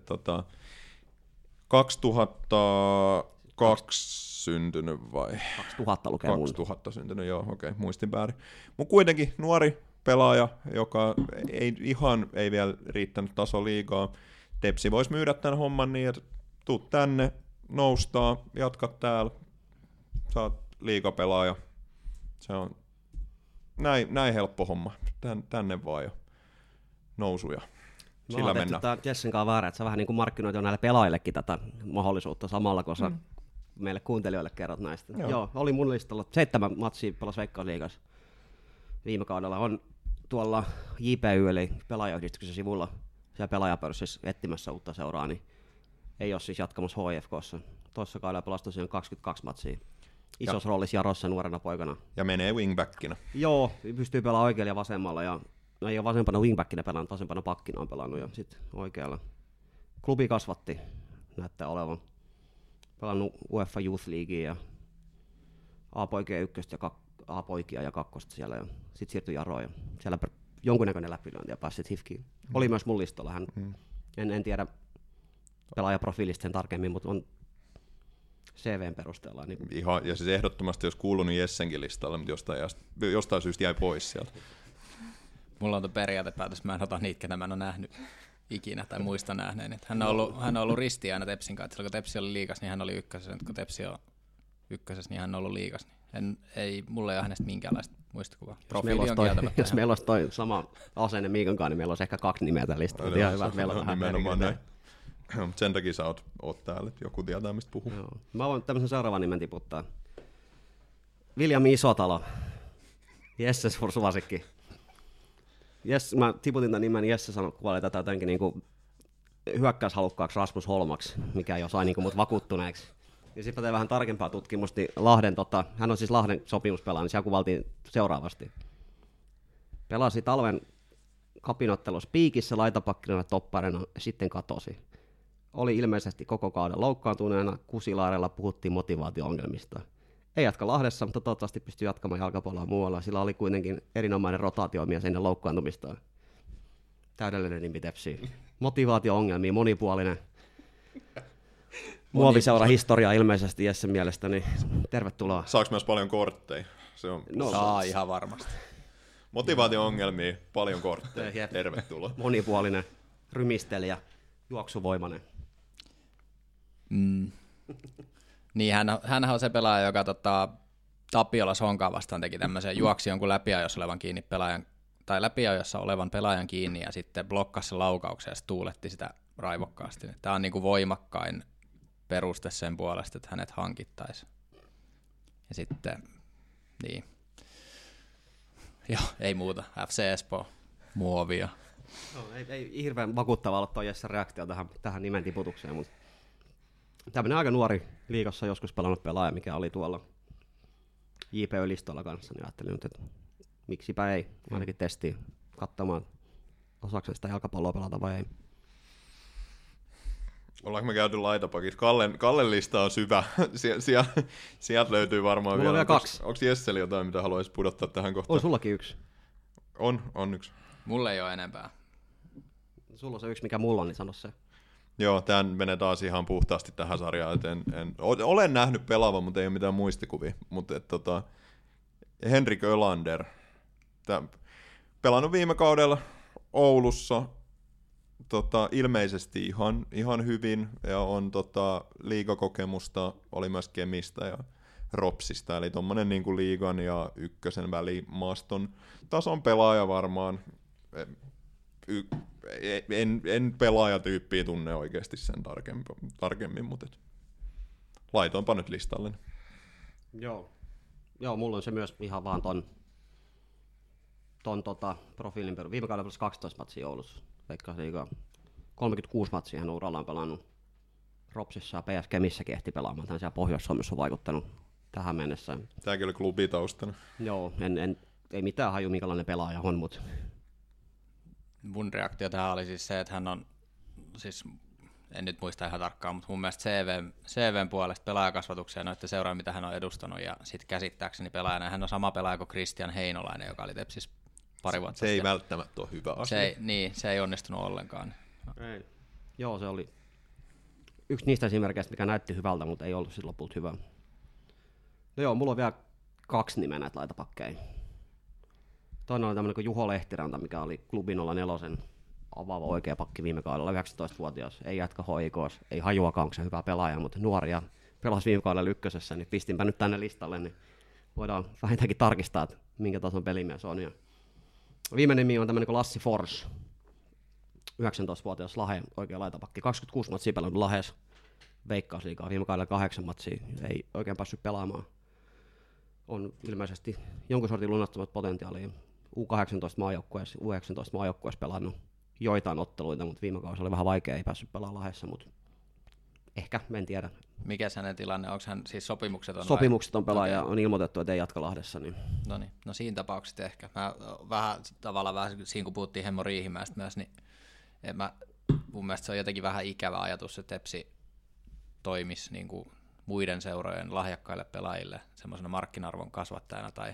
2002 syntynyt vai? 2000 lukee 2000 syntynyt, joo, okei, muistin väärin. Mutta kuitenkin nuori pelaaja, joka ei vielä riittänyt tasoliigaa. Tepsi voisi myydä tämän homman niin, että tuut tänne, noustaa, jatkat täällä, saat liigapelaaja. Se on näin helppo homma. Tänne vaan jo nousuja. Sillä mennään. Jessen kanssa väärä, että sä vähän niin kuin markkinoit jo näille pelaajillekin tätä mahdollisuutta samalla, kun sä meille kuuntelijoille kerrot näistä. Joo, oli mun listalla 7 matsia pelasi Veikkausliigassa viime kaudella. On tuolla JPY eli pelaajayhdistyksen sivulla siellä pelaajapörssissä etsimässä uutta seuraa, niin ei ole siis jatkamassa HIFK:ssa. Toissa kaudella pelasi tosiaan 22 matsia. Isossa roolissa Jarossa nuorena poikana. Ja menee wingbackkina. Joo, pystyy pelaamaan oikealla ja vasemmalla. Ja no ei ole vasempana wingbackkina pelannut, vasempana pakkina on pelannut ja sitten oikealla. Klubi kasvatti, näyttää olevan. Pelannut UEFA Youth Leaguea ja A-poikia ykköstä ja A-poikia ja kakkosta siellä. Ja sitten siirtyi Jaroon ja siellä jonkunnäköinen läpilyönti ja pääsi HIFKiin. Oli myös mun listalla. Hän, en tiedä pelaajaprofiilista sen tarkemmin, mutta on CVn perusteella. Niin... Ihan, ja siis ehdottomasti jos kuulunut Jessenkin listalle, mutta jostain syystä jäi pois sieltä. Mulla on tuo periaatepäätös, mä en ota niitä, ketä mä en ole nähnyt ikinä tai muista nähneen. Hän on ollut ristiä aina Tepsin kanssa. Silloin kun Tepsi oli liigas, niin hän oli ykkösessä. Nyt kun Tepsi on ykkösessä, niin hän on ollut liigas. Mulla ei ole hänestä minkäänlaista muistikuvaa. Profiili on kieltämättä. Jos meillä olisi toi sama asenne Miikan kanssa, niin meillä olisi ehkä 2 nimeä tällä listalla. Ihan hyvä, että meillä on vähän näin. Sen takia sä oot täällä, että joku tietää, mistä puhuu. Joo. Mä voin tämmöisen seuraavan nimen tiputtaa. William Isotalo. Jesse suosikki. Mä tiputin tämän nimen, Jesse kuvaili tätä jotenkin niinku hyökkäyshalukkaaksi Rasmus Holmaksi, mikä jo sai niinku mut vakuuttuneeksi. Ja sitten tein vähän tarkempaa tutkimusta, niin Lahden, hän on siis Lahden sopimuspelaaja, niin siellä kuvaltiin seuraavasti. Pelasi talven kapinottelussa piikissä, laitapakkina, topparina, ja sitten katosi. Oli ilmeisesti koko kauden loukkaantuneena, Kusilaarella puhuttiin motivaatio-ongelmista. Ei jatka Lahdessa, mutta toivottavasti pystyy jatkamaan jalkapalloa muualla. Sillä oli kuitenkin erinomainen rotaatiomies ennen loukkaantumistaan. Täydellinen nimi Tepsi. Motivaatio-ongelmia, monipuolinen. Muoviseura historia ilmeisesti Jessen mielestä, niin tervetuloa. Saaks myös paljon kortteja? Se on Saa ihan varmasti. motivaatio-ongelmia, paljon kortteja. Jep. Tervetuloa. Monipuolinen, rymistelijä, juoksuvoimainen. Niin, hänhän on se pelaaja, joka Tapiola Sonkaa vastaan teki tämmöisen juoksi jonkun läpiajossa olevan kiinni pelaajan, tai läpiajossa olevan pelaajan kiinni, ja sitten blokkasi sen laukauksen ja tuuletti sitä raivokkaasti. Tämä on niinku voimakkain peruste sen puolesta, että hänet hankittaisiin. Ja sitten, niin. Joo, ei muuta. FC Espoo, muovia. No, ei hirveän vakuuttava olla tuo Jessen reaktio tähän nimen tiputukseen, mutta tämmöinen aika nuori liigassa joskus pelannut pelaaja, mikä oli tuolla JP-listolla kanssa, niin ajattelin nyt, että miksipä ei, ainakin testiin katsomaan, osaako sitä jalkapalloa pelata vai ei. Ollaanko me käyty laitapakissa? Kallen lista on syvä. Sieltä löytyy varmaan Mulla on vielä 2. Onko Jesseli jotain, mitä haluaisi pudottaa tähän kohtaan? On sullakin yksi. On yksi. Mulle ei ole enempää. Sulla on se yksi, mikä mulla on, niin sano se. Joo, tämän menee taas ihan puhtaasti tähän sarjaan. Olen nähnyt pelaavan, mutta ei ole mitään muistikuvia. Mutta Henrik Ölander, pelannut viime kaudella Oulussa, ilmeisesti ihan hyvin, ja on liigakokemusta, oli myös Kemistä ja Ropsista, eli tuommoinen niin kuin liigan ja ykkösen välimaston tason pelaaja varmaan. En pelaajatyyppiä tunne oikeasti sen tarkemmin, mutta laitoinpa nyt listalle. Joo, mulla on se myös ihan vaan ton profiilin peru. Viime kaudella pelasi 12 matsia Oulussa. Veikkausliigaa. 36 matsia hän uralla on pelannut Ropsissa ja PS Kemissäkin ehti pelaamaan. Tän siellä Pohjois-Suomessa on vaikuttanut tähän mennessä. Tääkin oli klubitaustana. Joo, ei mitään haju minkälainen pelaaja on, mutta Mun reaktio tähän oli siis se, että hän on, siis en nyt muista ihan tarkkaan, mutta mun mielestä CVn puolesta pelaajakasvatuksia noiden seuraa, mitä hän on edustanut, ja sitten käsittääkseni pelaajana, hän on sama pelaaja kuin Kristian Heinolainen, joka oli Tepsis pari vuotta Se ei välttämättä ole hyvä asia. Se ei onnistunut ollenkaan. ei. Joo, se oli yksi niistä esimerkkeistä, mikä näytti hyvältä, mutta ei ollut sitten lopulta hyvä. No joo, mulla on vielä 2 nimeä näitä laitapakkeja. Toinen oli tämmöinen kuin Juho Lehtiranta, mikä oli klubin 04 avaava oikea pakki viime kaudella, 19-vuotias, ei jatka HIK:ssa, ei hajuakaan, onko se hyvä pelaaja, mutta nuoria pelasi viime kaudella ykkösessä, niin pistinpä nyt tänne listalle, niin voidaan vähintäänkin tarkistaa, että minkä tason pelimies on. Ja viimeinen nimi on tämmöinen kuin Lassi Fors, 19-vuotias Lahden oikea laitapakki, 26 matsia pelannut Lahes, Veikkausliigaa, viime kaudella 8 matsia, ei oikein päässyt pelaamaan. On ilmeisesti jonkun sortin lunastamat potentiaalia. U18-maajoukkueessa, U19-maajoukkueessa pelannut joitain otteluita, mutta viime kausi oli vähän vaikea, ei päässyt pelaamaan Lahdessa, mutta ehkä, en tiedä. Mikä hänen tilanne, onko hän siis sopimukseton? Sopimukset on pelaaja, on ilmoitettu, että ei jatka Lahdessa. Niin. No siinä tapauksessa ehkä. Mä vähän siinä kun puhuttiin Hemmo Riihimäestä myös, niin mun mielestä se on jotenkin vähän ikävä ajatus, että Tepsi toimisi niin kuin muiden seurojen lahjakkaille pelaajille semmoisena markkina-arvon kasvattajana tai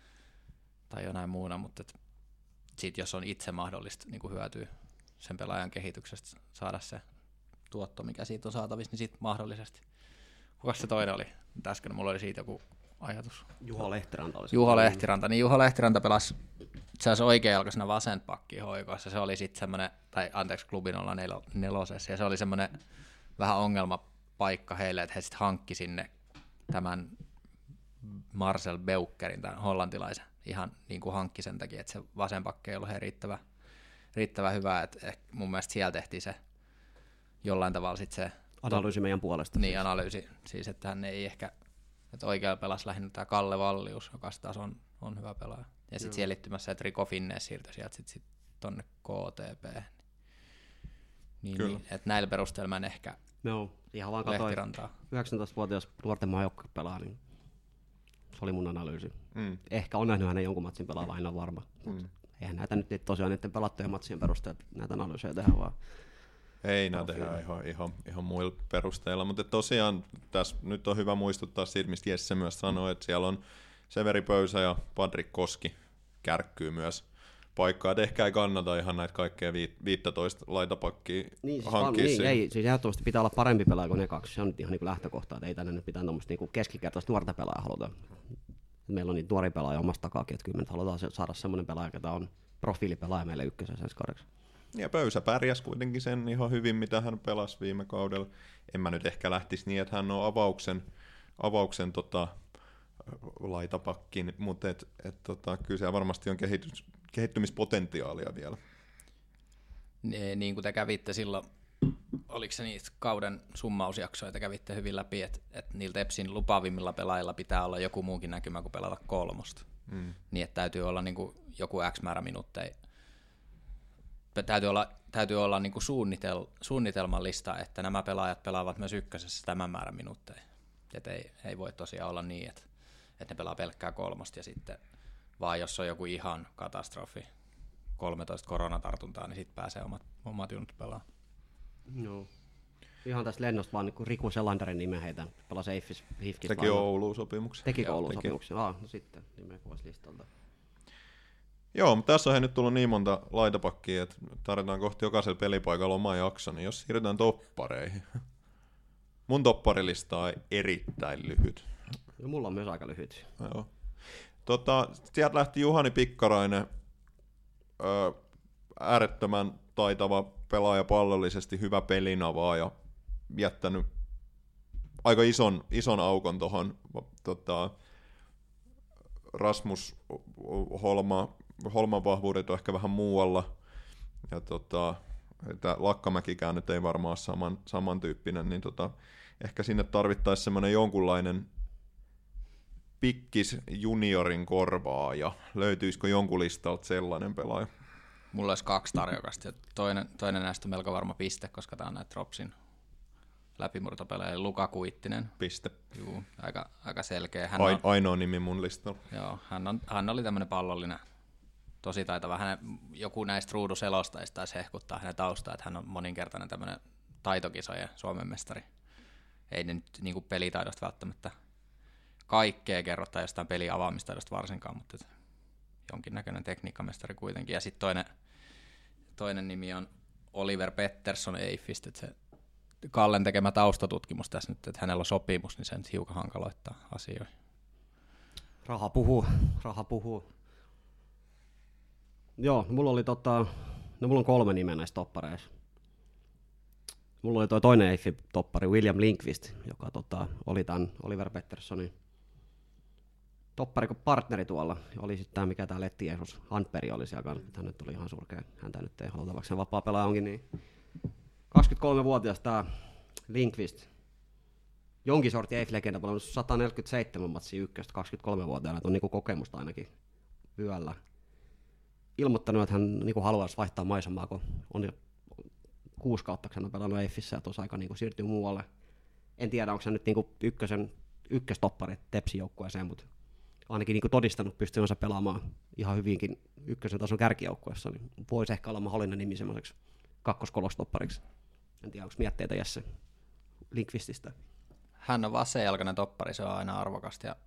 jonain muuna, mutta sitten jos on itse mahdollista niin hyötyä sen pelaajan kehityksestä, saada se tuotto, mikä siitä on saatavissa, niin sitten mahdollisesti. Kukas se toinen oli? Äsken mulla oli siitä joku ajatus. Juho Lehtiranta oli se. Juho Lehtiranta pelasi itse asiassa oikeajalkaisena vasentpakki HIK:ssa. Se oli sitten semmoinen, klubin 04, ja se oli semmoinen vähän ongelmapaikka heille, että he sitten hankki sinne tämän Marcel Beukkerin, tämän hollantilaisen, ihan niin kuin hankki sen takia, että se vasenpakki ei ollut riittävän hyvä, että mun mielestä siellä tehtiin se jollain tavalla sitten se analyysi meidän puolesta. Niin, analyysi, siis että hän ei ehkä, että oikealla pelasi lähinnä tämä Kalle Vallius, joka taas on hyvä pelaaja. Ja sitten siellä liittymässä, että Rico Finnes siirtyi sieltä sitten tonne KTP. Niin, että näillä perusteella mä en Joo, ihan vaan katsoin. Lehtirantaa. 19-vuotias nuorten maajoukkue pelaa, niin se oli mun analyysi. Mm. Ehkä on nähnyt hänen jonkun matsin pelaavan, en ole varma. Eihän näitä nyt tosiaan niiden pelattujen matsien perusteella näitä analyysejä tehdä, vaan Ei näitä tehdä ihan muilla perusteilla, mutta tosiaan tässä nyt on hyvä muistuttaa siitä, mistä Jesse myös sanoi, että siellä on Severi Pöysä ja Patrik Koski kärkkyy myös paikkaa, että ehkä ei kannata ihan näitä kaikkea 15 laitapakkia hankkia. Ei, siis ehdottomasti pitää olla parempi pelaaja kuin ne kaksi, se on nyt ihan niin kuin lähtökohta, että ei tänne nyt pitää tuommoista niin keskikertaista nuorta pelaajaa haluta. Meillä on niitä nuoria pelaajia omasta takaakin, että kyllä me halutaan saada semmoinen pelaaja, joka on profiilipelaaja meille ykkösessä ensi kaudeksi. Ja Pöysä pärjäsi kuitenkin sen ihan hyvin, mitä hän pelasi viime kaudella. En mä nyt ehkä lähtisi niin, että hän on avauksen laitapakkin, mutta kyllä siellä varmasti on kehittymispotentiaalia vielä. Niin kuin te kävitte silloin, oliko se niitä kauden summausjaksoja, te kävitte hyvin läpi, että niillä Tepsin lupaavimmilla pelaajilla pitää olla joku muukin näkymä kuin pelata kolmosta. Niin, että täytyy olla niin kuin joku X määrä minuutteja. Täytyy olla niin kuin suunnitelmallista, että nämä pelaajat pelaavat myös ykkösessä tämän määrän minuutteja. Että ei voi tosiaan olla niin, että ne pelaa pelkkää kolmosta ja sitten vaan jos on joku ihan katastrofi, 13 koronatartuntaa, niin sitten pääsee omat junut pelaamaan. Joo. Ihan tästä lennosta vaan niin Riku Selanderin nimen heitä. Pelasi Hifkis. Teki Ouluun sopimuksen. Teki Ouluun sopimuksen. No sitten nimen kuvasi listalta. Joo, mutta tässä on nyt tullut niin monta laitapakkia, että tarvitaan kohti jokaisella pelipaikalla oma jakso, niin jos siirrytään toppareihin. Mun topparilista on erittäin lyhyt. Ja mulla on myös aika lyhyt. Joo. Sieltä lähti Juhani Pikkarainen, äärettömän taitava pelaaja pallollisesti, hyvä pelinavaaja, jättänyt aika ison aukon tuohon Rasmus Holman vahvuudet on ehkä vähän muualla, ja Lakkamäkikään nyt ei varmaan ole samantyyppinen, niin ehkä sinne tarvittaisiin semmoinen jonkunlainen pikkis juniorin korvaaja. Löytyisikö jonkun listalta sellainen pelaaja? Mulla olisi 2 tarjokasta. Toinen näistä on melko varma piste, koska tämä on näitä Dropsin läpimurtopelejä. Luka Kuittinen. Piste. Juu, aika selkeä. Ainoa nimi mun listalla. Joo, hän oli tämmöinen pallollinen, tosi taitava. Joku näistä ruuduselostajista taisi hehkuttaa hänen taustaa, että hän on moninkertainen tämmöinen taitokisojen Suomen mestari. Ei ne nyt niin kuin pelitaidosta välttämättä kaikkea kerrota jostain pelin avaamistaidosta varsinkaan, mutta jonkinnäköinen tekniikkamestari kuitenkin. Ja sitten toinen nimi on Oliver Pettersson Eiffistä, että se Kallen tekemä taustatutkimus tässä nyt, että hänellä on sopimus, niin se nyt hiukan hankaloittaa asioita. Raha puhuu. Joo, mulla oli mulla on 3 nimeä näissä toppareissa. Mulla oli toinen Eiffi-toppari, William Linkvist, joka oli tämän Oliver Petterssonin toppari partneri tuolla. Oli sitten tämä, mikä tämä Letti Jeesus Handberg oli siellä kanssa. Hän nyt oli ihan surkea. Häntä nyt ei haluta, vaikka sen vapaa pelaaja onkin. Niin 23-vuotias tämä Linkvist. Jonkin sortin Eif-legenda, pelannut 147 matsia ykköstä 23-vuotiaana. On niinku kokemusta ainakin vyöllä. Ilmoittanut, että hän niinku haluaisi vaihtaa maisemaa, kun on jo 6 kautta, kun hän on pelannut Eifissä ja tuossa aika niinku siirtyy muualle. En tiedä, onko se nyt niinku ykköstoppari Tepsin joukkueeseen, mutta ainakin niinku todistanut pystyvänsä pelaamaan ihan hyvinkin ykkösen tason kärkijoukkueessa, niin voisi ehkä olla mahdollinen nimi semmoiseksi kakkos-kolostoppariksi. En tiedä, onko mietteitä Jesse Linkvististä. Hän on vasenjalkainen toppari, se on aina arvokasta ja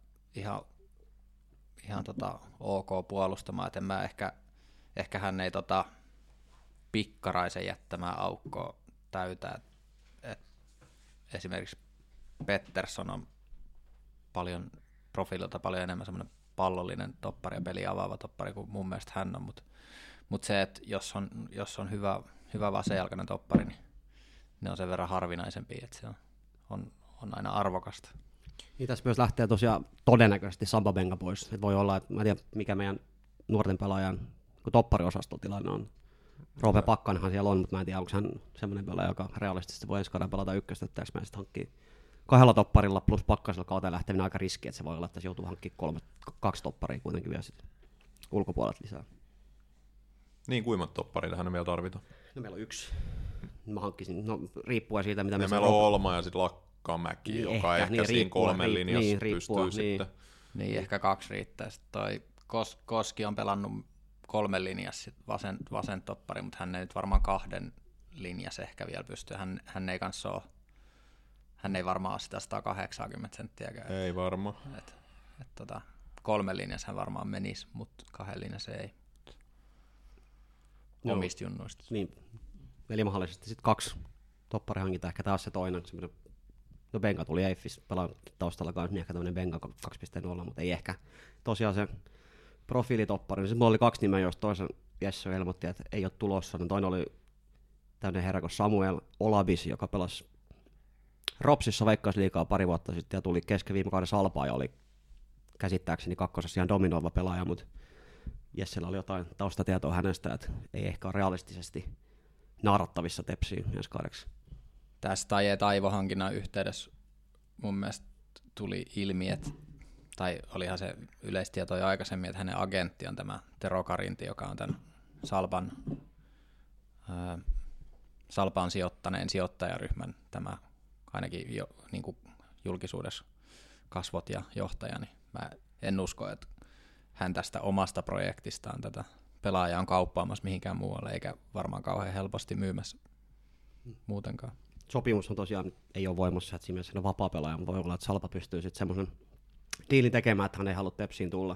ihan ok puolustamaan, että ehkä hän ei Pikkaraisen jättämää aukkoa täytä. Et esimerkiksi Pettersson on profiililta paljon enemmän semmoinen pallollinen toppari ja peli avaava toppari kuin mun mielestä hän on, mutta se, että jos on hyvä vasenjalkainen toppari, niin ne on sen verran harvinaisempi, että se on aina arvokasta. Niin tässä myös lähtee tosiaan todennäköisesti Samba Benga pois. Et voi olla, että mä en tiedä mikä meidän nuorten pelaajan toppariosastotilanne on. Roope Pakkanenhan siellä on, mutta mä en tiedä, onko hän semmoinen pelaaja, joka realistisesti voi ensi kauden pelata ykköstä, että mä sitten hankkii 2 topparilla plus Pakkasella kauteen lähtevinen aika riski, että se voi olla, että se joutuu hankkimaan 2 topparia kuitenkin vielä sitten ulkopuolelta lisää. Niin kuimmat topparit hän vielä tarvitaan. No meillä on 1. mä hankkisin, no riippuen siitä, mitä me meillä on Olma ja sitten Lakkamäki, Niin, joka ehkä siinä riippuen, kolmen linjassa riippuen, pystyy sitten. Niin, ehkä 2 riittää. Sitten toi Koski on pelannut 3 linjassa sit vasen toppari, mutta hän ei nyt varmaan 2 linjassa ehkä vielä pysty. Hän ei kanssa ole, hän ei varmaan ole sitä 180 senttiäkään. Ei varmaan. 3 linjassa hän varmaan menisi, mutta 2 linjassa ei. Omista junnuista. Niin, eli mahdollisesti sitten 2 topparihankintaa, ehkä taas se toinen. No Benga tuli Eiffis, pelaan taustalla kanssa, niin ehkä tämmöinen Benga 2.0, mutta ei ehkä tosiaan se profiilitoppari. Sitten mulla oli 2 nimeä, joista toisen Jesse ilmoitti, että ei ole tulossa. No toinen oli tämmöinen herra kuin Samuel Olabis, joka pelasi Ropsissa Veikkausliigaa pari vuotta sitten ja tuli kesken viime kauden Salpaa ja oli käsittääkseni 2. ihan dominoiva pelaaja, mutta Jessellä oli jotain taustatietoa hänestä, että ei ehkä ole realistisesti naarattavissa Tepsiin ensi kaudeksi. Tästä Aje Taivo-hankinnan yhteydessä mun mielestä tuli ilmi, että, tai olihan se yleistieto jo aikaisemmin, että hänen agentti on tämä Tero Karinti, joka on tämän Salpaan sijoittaneen sijoittajaryhmän tämä ainakin jo, niin kuin julkisuudessa kasvot ja johtaja, niin mä en usko, että hän tästä omasta projektistaan tätä pelaajaa on kauppaamassa mihinkään muualle, eikä varmaan kauhean helposti myymässä muutenkaan. Sopimus on tosiaan, ei ole voimassa, että siinä mielessä on vapaa pelaaja, mutta voi olla, että Salpa pystyy sitten semmoisen diilin tekemään, että hän ei halua Tepsiin tulla.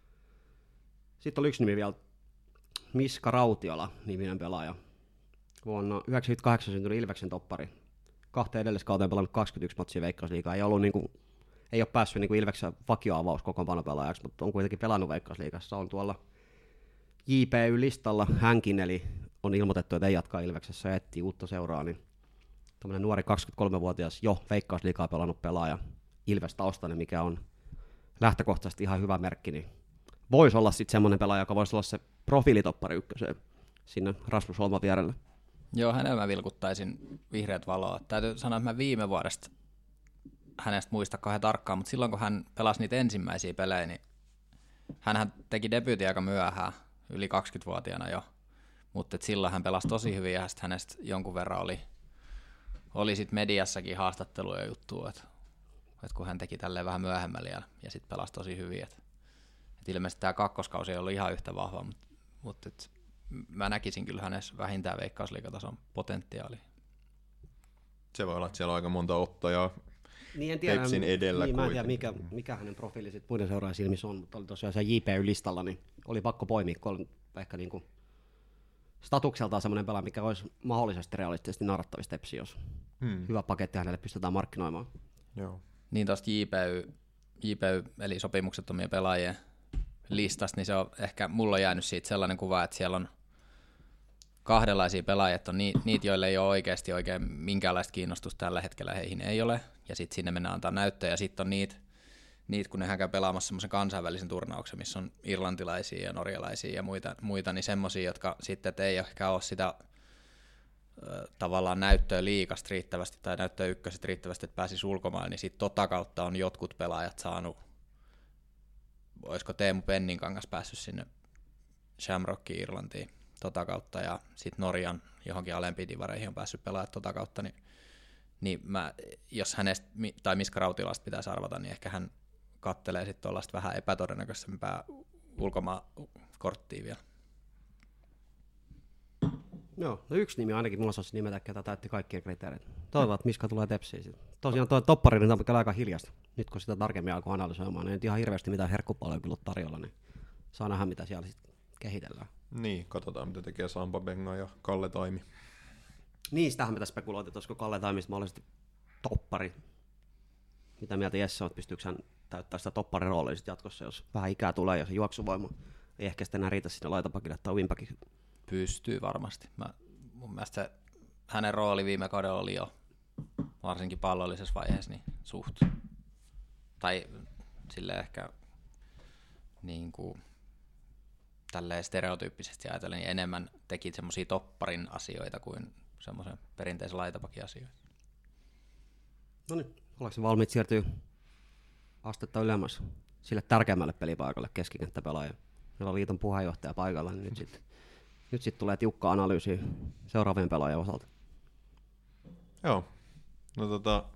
Sitten on yksi nimi vielä, Miska Rautiola, niminen pelaaja. Vuonna 1998 syntyi Ilveksen toppari. 2 edelliskauteen pelannut 21 matsia Veikkausliigaa. Ei ole päässyt niin kuin Ilveksen vakioavaus kokoonpanopelaajaksi, mutta on kuitenkin pelannut Veikkausliigassa. On tuolla JPY-listalla hänkin, eli on ilmoitettu, että ei jatkaa Ilveksessä ja etsii uutta seuraa. Niin tämmöinen nuori 23-vuotias jo Veikkausliigaa pelannut pelaaja Ilves-taustainen, mikä on lähtökohtaisesti ihan hyvä merkki, niin voisi olla sitten semmoinen pelaaja, joka voisi olla se profiilitoppari ykköseen sinne Rasmus Holman vierelle. Joo, hänellä mä vilkuttaisin vihreät valoa. Täytyy sanoa, että mä viime vuodesta hänestä muista kauhean tarkkaan, mutta silloin kun hän pelasi niitä ensimmäisiä pelejä, niin hänhän teki debyytin aika myöhään, yli 20-vuotiaana jo, mutta silloin hän pelasi tosi hyvin ja hänestä jonkun verran oli sit mediassakin haastatteluja ja juttua, että kun hän teki tälleen vähän myöhemmällä ja sitten pelasi tosi hyvin. Et ilmeisesti tämä kakkoskausi ei ollut ihan yhtä vahva, mutta mä näkisin kyllä hänessä vähintään Veikkausliigatason potentiaali. Se voi olla, että siellä on aika monta ottajaa niin en tiedä, Tepsin edellä. Niin, mä en tiedä, mikä hänen profiili sitten muiden seuraajan silmissä on, mutta oli tosiaan se JPY-listalla, niin oli pakko poimia, kun oli ehkä niin kuin statukseltaan semmoinen pelaaja, mikä olisi mahdollisesti realistisesti narrattavissa Tepsiin, jos hyvä paketti hänelle pystytään markkinoimaan. Joo. Niin tuosta JPY, eli sopimuksettomien pelaajien listasta, niin se on ehkä, mulla on jäänyt siitä sellainen kuva, että siellä on kahdenlaisia pelaajia, on niitä, joille ei ole oikeasti oikein minkäänlaista kiinnostusta tällä hetkellä, heihin ei ole, ja sitten sinne mennään antaa näyttöä, ja sitten on niitä, kun ne käy pelaamassa semmoisen kansainvälisen turnauksen, missä on irlantilaisia ja norjalaisia ja muita niin semmoisia, jotka sitten ei ehkä ole sitä tavallaan näyttöä liigasta riittävästi tai näyttöä ykköset riittävästi, että pääsisi ulkomaille, niin sitten tota kautta on jotkut pelaajat saanut, olisiko Teemu Penninkangas päässyt sinne Shamrockiin Irlantiin tota kautta, ja sitten Norjan johonkin alempiin divareihin on päässyt pelaajat tota kautta, niin jos hänestä tai Miska Rautilasta pitäisi arvata, niin ehkä hän kattelee sitten tuollaista vähän epätodennäköisempää ulkomaankorttia vielä. Joo, no yksi nimi ainakin mulla olisi nimetä, ketä täytti kaikkien kriteerit. Toivotaan, että Miska tulee Tepsiin. Tosiaan tuo toppari niin on aika hiljasta. Nyt kun sitä tarkemmin alkoi analysoimaan, niin ei ihan hirveästi mitään herkkupaloja kyllä tarjolla, niin saa nähdä, mitä siellä sitten kehitellään. Niin, katsotaan mitä tekee Sampa Benga ja Kalle Taimi. Niin, sitähän mitä spekuloitiin, että olisiko Kalle Taimista mahdollisesti toppari. Mitä mieltä Jesse on, että pystyykö hän täyttää sitä toppariroolia sitten jatkossa, jos vähän ikää tulee ja se juoksuvoima ei ehkä sitten enää riitä sinne laitapakille tai wingbackille. Pystyy varmasti. Mun mielestä hänen rooli viime kaudella oli jo varsinkin pallollisessa vaiheessa niin suht. Tai silleen ehkä niin kuin tälleen stereotyyppisesti ajatellen, niin enemmän teki semmoisia topparin asioita kuin semmoisen perinteisen laitapakin asioita. No niin, ollaanko valmiit siirtyä astetta ylemmäs sille tärkeämmälle pelipaikalle keskikenttäpelaaja? Meillä on liiton puheenjohtaja paikalla, niin nyt sitten tulee tiukka analyysi seuraavien pelaajien osalta. Joo. No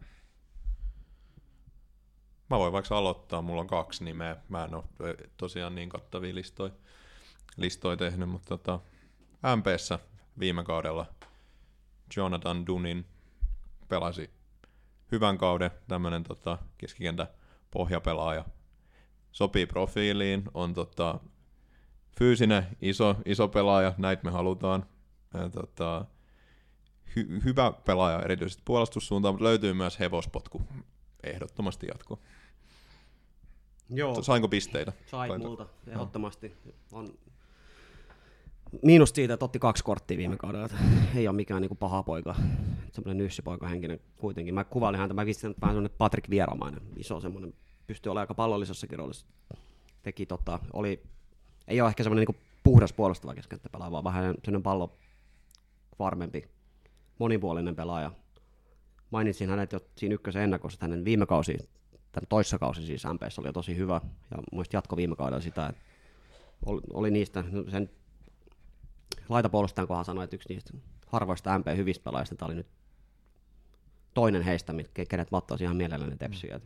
mä voin vaikka aloittaa, mulla on 2 nimeä. Mä en ole tosiaan niin kattavia listoja tehnyt, mutta MP:ssä viime kaudella Jonathan Dunnin pelasi hyvän kauden, tämmönen keskikentän pohjapelaaja. Sopii profiiliin, on fyysinen, iso pelaaja, näitä me halutaan. Ja, hyvä pelaaja erityisesti puolustussuuntaan, mutta löytyy myös hevospotku ehdottomasti jatkoa. Joo. Sainko pisteitä? Sait multa, ehdottomasti. On miinus siitä, että otti 2 korttia viime kaudella. Että ei ole mikään niinku paha poika. Semmoinen nyssipoika henkinen kuitenkin. Mä kuvailin häntä, mä vissin vähän semmoinen Patrick Vieramainen. Iso semmoinen, pystyy olemaan aika pallollisessakin roolissa. Teki ei ole ehkä semmoinen niinku puhdas puolustava keskenttäpelaaja, vaan vähän semmoinen pallo varmempi, monipuolinen pelaaja. Mainitsin hänet jo siinä ykkösen ennakossa, että hänen viime kausi, tämän toissa kausi siis MP:ssä oli tosi hyvä, ja muista jatko viime kaudella sitä, että oli niistä, sen laitapuolustajan kohan sanoi, että yksi niistä harvoista MP-hyvistä pelaajista, tämä oli nyt toinen heistä, kenet mä ottaisin ihan mielelläni tepsiä.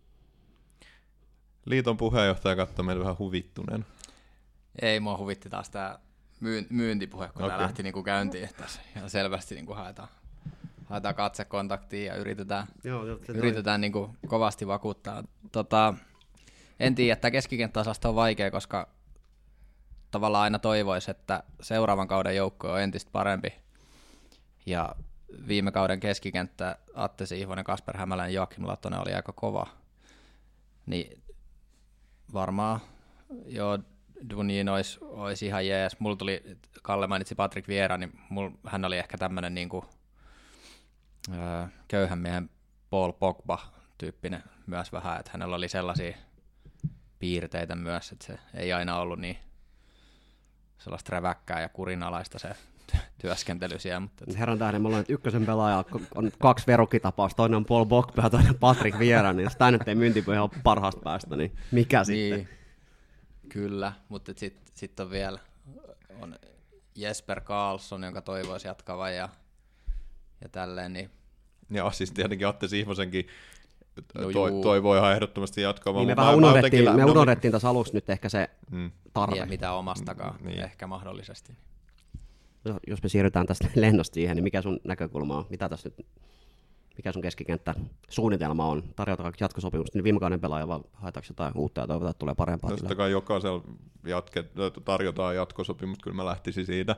Liiton puheenjohtaja katsoi meitä vähän huvittuneen. Ei, mua huvitti taas tämä myyntipuhe, kun tämä lähti niinku käyntiin. Tässä ihan selvästi niinku haetaan katsekontaktia ja yritetään niinku kovasti vakuuttaa. En tiedä, että keskikenttäosasta on vaikea, koska tavallaan aina toivoisi, että seuraavan kauden joukko on entistä parempi. Ja viime kauden keskikenttä Atte Sihvonen, Kasper Hämäläinen, Joakim Lattonen oli aika kova. Niin varmaan joo, Dunin olisi ihan jees. Mulla tuli, Kalle mainitsi Patrick Vieira, niin hän oli ehkä tämmöinen niinku, köyhän miehen Paul Pogba-tyyppinen myös vähän, että hänellä oli sellaisia piirteitä myös, että se ei aina ollut niin sellaista räväkkää ja kurinalaista se työskentely siellä. Mutta herran tähden, mulla on ykkösen pelaaja, on 2 verukkitapausta, toinen on Paul Pogba ja toinen Patrick Vieira, niin jos tämä nyt ei myyntipuhe ole parhaasta päästä, niin mikä niin, sitten? Kyllä, mutta sitten on vielä on Jesper Karlsson, jonka toivoisi jatkavan ja tälleen. Niin. Ja siis tietenkin Atte Sihvosenkin toivoo ihan ehdottomasti jatkaa. Niin me vähän unohdettiin tässä aluksi nyt ehkä se tarve. Ja mitä omastakaan, ehkä mahdollisesti. Jos me siirrytään tästä lennosta siihen, niin mikä sun näkökulma on? Mikä sun keskikenttä suunnitelma on? Tarjotaanko jatkosopimusta niin viime kauden pelaaja, vai haetaanko jotain uutta ja toivotaan, että tulee parempaa? Totta kai jokaisella tarjotaan jatkosopimusta, kyllä mä lähtisin siitä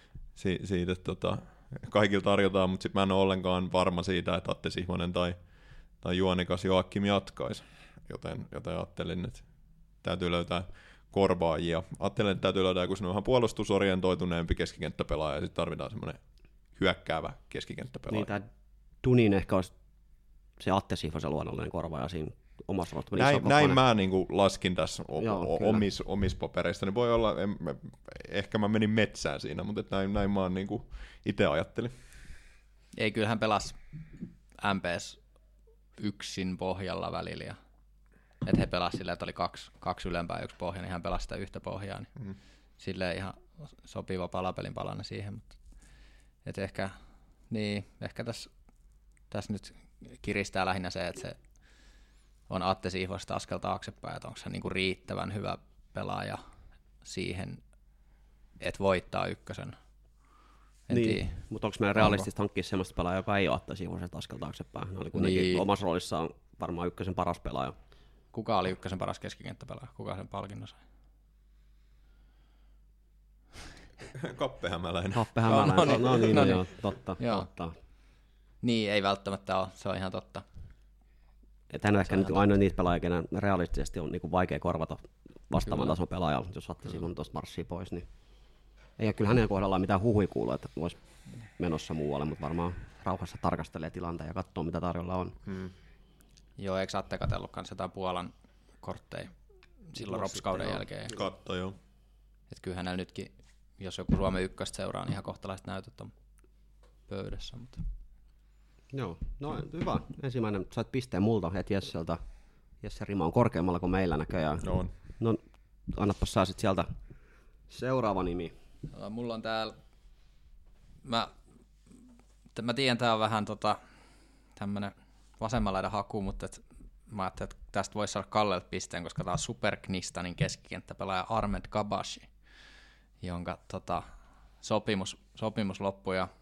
kaikilla tarjotaan, mutta sitten mä en ole ollenkaan varma siitä, että Atte Sihvonen tai Juonikas Joakim jatkaisi, joten ajattelin, että täytyy löytää korvaajia. Ajattelin, että täytyy löytää joku vähän puolustusorientoituneempi keskikenttäpelaaja, ja sitten tarvitaan semmoinen hyökkäävä keskikenttäpelaaja. Niin, tämä Dunin ehkä olisi se Atte Sihvosen luonnollinen korvaaja siinä omassa roolissa. Näin mä niinku laskin tässä omissa papereissa, niin voi olla, ehkä mä menin metsään siinä, mutta näin mä niinku itse ajattelin. Ei, kyllähän pelasi MPS yksin pohjalla välillä. Että he pelasivat silleen, että oli kaksi ylempää ja 1 pohja, niin hän pelasi sitä yhtä pohjaa. Niin silleen ihan sopiva palapelin palanne siihen. Mutta et ehkä tässä nyt kiristää lähinnä se, että se on Atte Sihvosta askel taaksepäin, että onko se niinku riittävän hyvä pelaaja siihen, että voittaa ykkösen. Niin, mutta onko meillä realistista hankkia sellaista pelaajaa, joka ei ole Atte Sihvoselta askel taaksepäin? Hän oli kuitenkin omassa roolissaan varmaan ykkösen paras pelaaja. Kuka oli ykkösen paras keskikenttäpelaaja? Kuka sen palkinnon sai? Kappe Hämäläinen. Joo, totta. Niin, ei välttämättä ole, se on ihan totta. Että hän on ehkä ainoa niitä pelaajia, kenen realistisesti on niinku vaikea korvata vastaavan tason pelaaja, jos Atte Sihvonen tuosta marssii pois. Niin. Ei kyllä hänen kohdallaan mitään huhui kuulu, että olisi menossa muualle, mutta varmaan rauhassa tarkastelee tilanteen ja katsoo, mitä tarjolla on. Joo, eikö Atte katsellutkaan jotain Puolan kortteja silloin Rops-kauden jälkeen? Katso, joo. Että kyllä hänellä nytkin, jos joku Suomen ykköstä seuraa, niin ihan kohtalaiset näytöt on pöydässä. Mutta. Joo, no hyvä. Ensimmäinen sait pisteen multa heti Jesseltä. Jesse Rima on korkeammalla kuin meillä näköjään. No, annapas sä sit sieltä seuraava nimi. Mulla on täällä, mä tiedän, tää on vähän tämmönen vasemman laidan haku, mutta mä ajattelin, että tästä voisi saada Kallelta pisteen, koska tää on Superknistanin keskikenttäpelaaja Ahmed Kabashi, jonka sopimus loppui, ja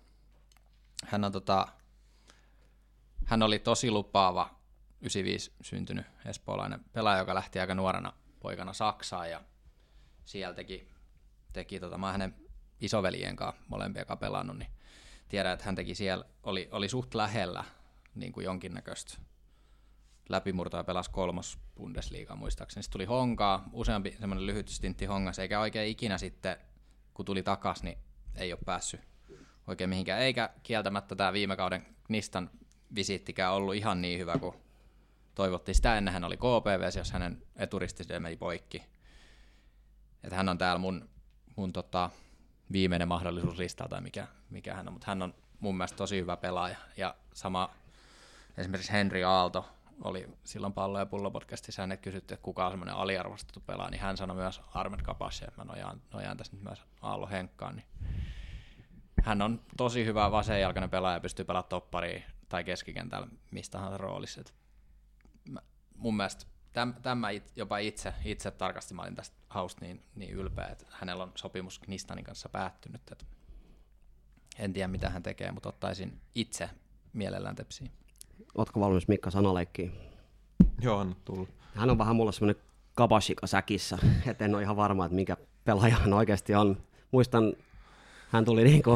hän oli tosi lupaava 95 syntynyt espoolainen pelaaja, joka lähti aika nuorena poikana Saksaan, ja siellä teki mä hänen isoveljen kanssa molempia pelannut, niin tiedän, että hän teki siellä, oli suht lähellä niin kuin jonkinnäköistä läpimurtoa ja pelasi 3. Bundesliigaa muistaakseni. Sitten tuli Honkaa, useampi semmoinen lyhyt stintti Hongassa, eikä oikein ikinä sitten, kun tuli takas, niin ei ole päässyt oikein mihinkään. Eikä kieltämättä tämä viime kauden Knistan visiittikään ollut ihan niin hyvä kuin toivottiin. Sitä ennen hän oli KPV:ssä, jos hänen eturistiseen meni poikki. Että hän on täällä mun viimeinen mahdollisuus listaa tai mikä hän on, mutta hän on mun mielestä tosi hyvä pelaaja. Ja sama esimerkiksi Henri Aalto oli silloin Pallo ja Pullo -podcastissa, hänet kysyttiin, että kuka on semmoinen aliarvostettu pelaaja, niin hän sanoi myös Ahmed Kabashi, että mä nojaan tässä nyt myös Aallo Henkkaan. Niin hän on tosi hyvä vasenjalkainen pelaaja, pystyy pelaamaan topparia tai keskikentällä mistä tahansa roolissa. Mun mielestä tämä jopa itse tarkasti, mä olin tästä hausta niin ylpeä, että hänellä on sopimus Knistanin kanssa päättynyt. Että en tiedä mitä hän tekee, mutta ottaisin itse mielellään Tepsiin. Ootko valmis Mikka sanaleikkiin? Joo, on tullut. Hän on vähän mulla semmoinen Kabashika säkissä, et en ole ihan varma, että mikä pelaaja hän oikeasti on. Muistan, hän tuli niinku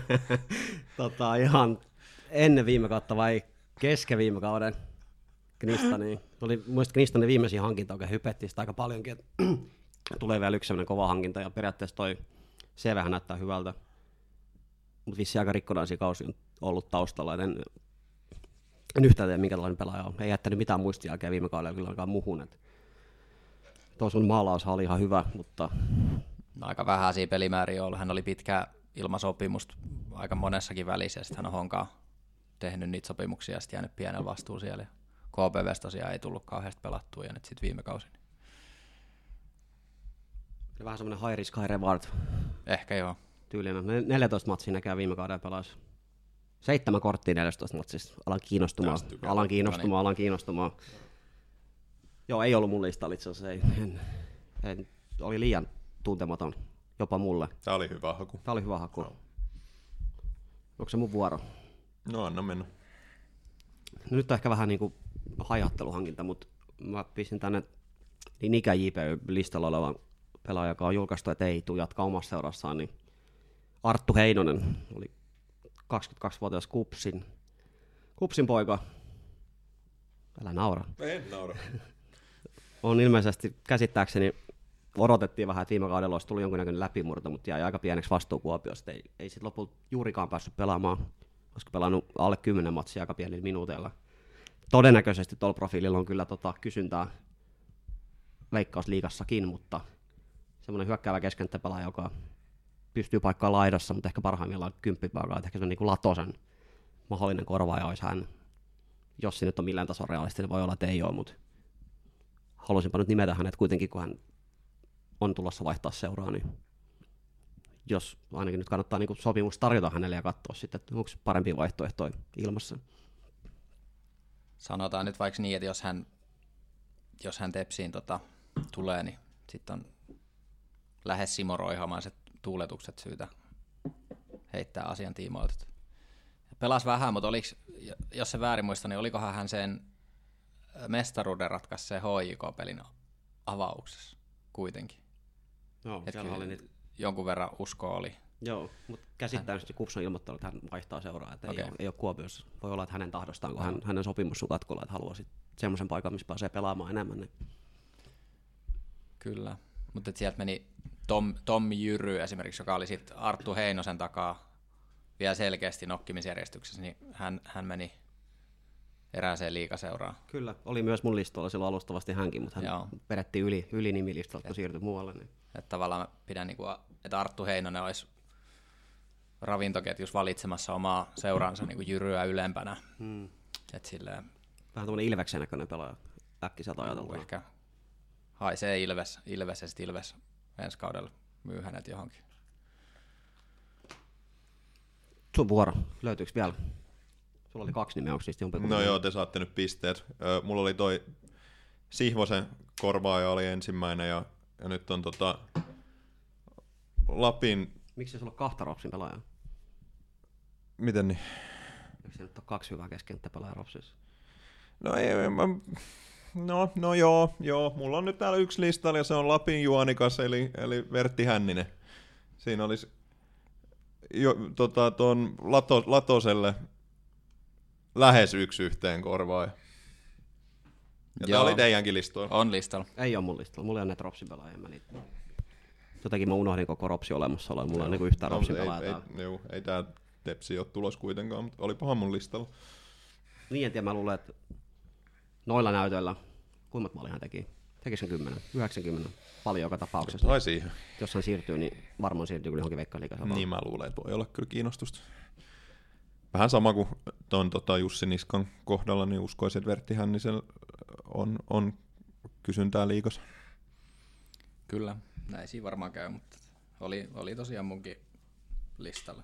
ihan ennen viime kautta vai kesken viime kauden Knistaniin. Muistan Knistanin viimeisiä hankinta oikein hypettiin sitä aika paljonkin, että tulee vielä yksi semmoinen kova hankinta ja periaatteessa toi CVhän näyttää hyvältä. Mutta vissiin aika rikkonaisia kausi on ollut taustalla, en yhtään tiedä minkälainen pelaaja on. Ei jättänyt mitään muistia jälkeen viime kaudella kyllä ainakaan muhun. Tuo sun maalaus oli ihan hyvä, mutta No, aika vähäisiä pelimääriä ollut. Hän oli pitkään ilman sopimusta aika monessakin välissä, ja sitten hän on Honkaa tehnyt niitä sopimuksia ja sitten jäänyt pienen vastuun siellä. KPV:stä tosiaan ei tullut kauheasti pelattua, ja nyt sitten viime kausi. vähän semmoinen high risk, high reward Ehkä joo. tyylinen. 14 matsia näkään viime kauden pelasi. 7 korttia 14 matsista. Alan kiinnostumaan. Joo, ei ollut mun listalla itse asiassa. Oli liian tuntematon, jopa mulle. Tää oli hyvä haku. No. Onko se mun vuoro? No, anna mennä. No, nyt on ehkä vähän niinku hajatteluhankinta, mutta mä pistin tänne niin ikä JP-listalla olevan pelaaja, joka on julkaistu, että ei tule jatkaa omassa seurassaan, niin Arttu Heinonen oli 22-vuotias Kupsin poika. Älä naura. En naura. On ilmeisesti käsittääkseni odotettiin vähän, että viime kaudella olisi tullut jonkinnäköinen läpimurto, mutta jäi aika pieneksi vastuu Kuopiosta. Ei sitten lopulta juurikaan päässyt pelaamaan, koska pelannut alle 10 matsia aika pienillä minuuteilla. Todennäköisesti tuolla profiililla on kyllä kysyntää Veikkausliigassakin, mutta semmoinen hyökkäävä keskenttäpelaaja, joka pystyy paikkaan laidassa, mutta ehkä parhaimmillaan 10 paikaa, että ehkä se on niin kuin Latosen mahdollinen korvaaja olisi hän. Jos se nyt on millään tasolla realistinen, voi olla, että ei ole, mutta haluaisinpa nyt nimetä hänet kuitenkin, kun hän on tulossa vaihtaa seuraa, niin jos ainakin nyt kannattaa niin sopimus tarjota hänelle ja katsoa sitten, että onko parempi vaihtoehtoja ilmassa. Sanotaan nyt vaikka niin, että jos hän Tepsiin tulee, niin sitten on lähes Simo Roihamaiset tuuletukset syytä heittää asian tiimoilta. Pelasi vähän, mutta jos se väärin muista, niin olikohan hän sen mestaruuden ratkaisi se HJK-pelin avauksessa kuitenkin. Joo, siellä oli niitä. Jonkun verran uskoa oli. Joo, mutta käsittääkseni Kups on ilmoittanut, että hän vaihtaa seuraa, että ei ole Kuopiossa. Voi olla, että hänen tahdostaan, kun hänen sopimus on katkolla, että haluaa semmoisen paikan, missä pääsee pelaamaan enemmän. Niin. Kyllä, mutta sieltä meni Tommi Jyry esimerkiksi, joka oli sitten Arttu Heinosen takaa vielä selkeästi nokkimisjärjestyksessä, niin hän meni erääseen liigaseuraan. Kyllä, oli myös mun listoilla silloin alustavasti hänkin, mutta hän vedettiin yli nimilistalta, kun siirtyi muualle. Niin. Että tavallaan mä pidän, että Arttu Heinonen olisi ravintoketjus valitsemassa omaa seuraansa niin kuin Jyryä ylempänä. Et silleen, vähän tuommoinen Ilveksen näköinen pelaaja äkkiseltä ajatellaan. Ehkä haisee Ilves ja sitten Ilves ensi kaudella myy hänet johonkin. Sun vuoro. Löytyykö vielä Sulla oli 2 nimeä, onko niistä jompikumpi? No joo, te saatte nyt pisteet. Mulla oli toi Sihvosen korvaaja oli ensimmäinen ja nyt on Lapin... Miksi sulla on 2 Ropsin pelaajaa? Miten niin? Eikö se nyt ole 2 hyvää keskenttäpelaajaa Ropsissa? No ei, no joo, mulla on nyt täällä yksi listalla ja se on Lapin Juanikas eli Vertti Hänninen. Siinä olisi tuon Latoselle lähes 1-1 korvaaja. Ja tää oli teidänkin listoilla. On listalla. Ei ole mun listalla, mulla ei ole näitä Ropsin pelaajia. Jotenkin mä unohdin koko Ropsi olemassaoloa, mulla on niinku yhtään Ropsin pelaajaa. Ei tää Tepsi ole tulos kuitenkaan, mutta olipahan mun listalla. Niin en tiedä, mä luulen, että noilla näytöillä, kuinka maali hän teki? Tekis 10, 90, paljon joka tapauksessa. Tai siihen. Jos hän siirtyy, niin varmaan siirtyy kyllä johonkin Veikkausliigaan. Niin mä luulen, että voi olla kyllä kiinnostusta. Vähän sama kuin tuon Jussi Niskan kohdalla, niin uskoisin, että Vertti Hännisellä on kysyntää liigassa. Kyllä, näin siinä varmaan käy, mutta oli tosiaan munkin listalla.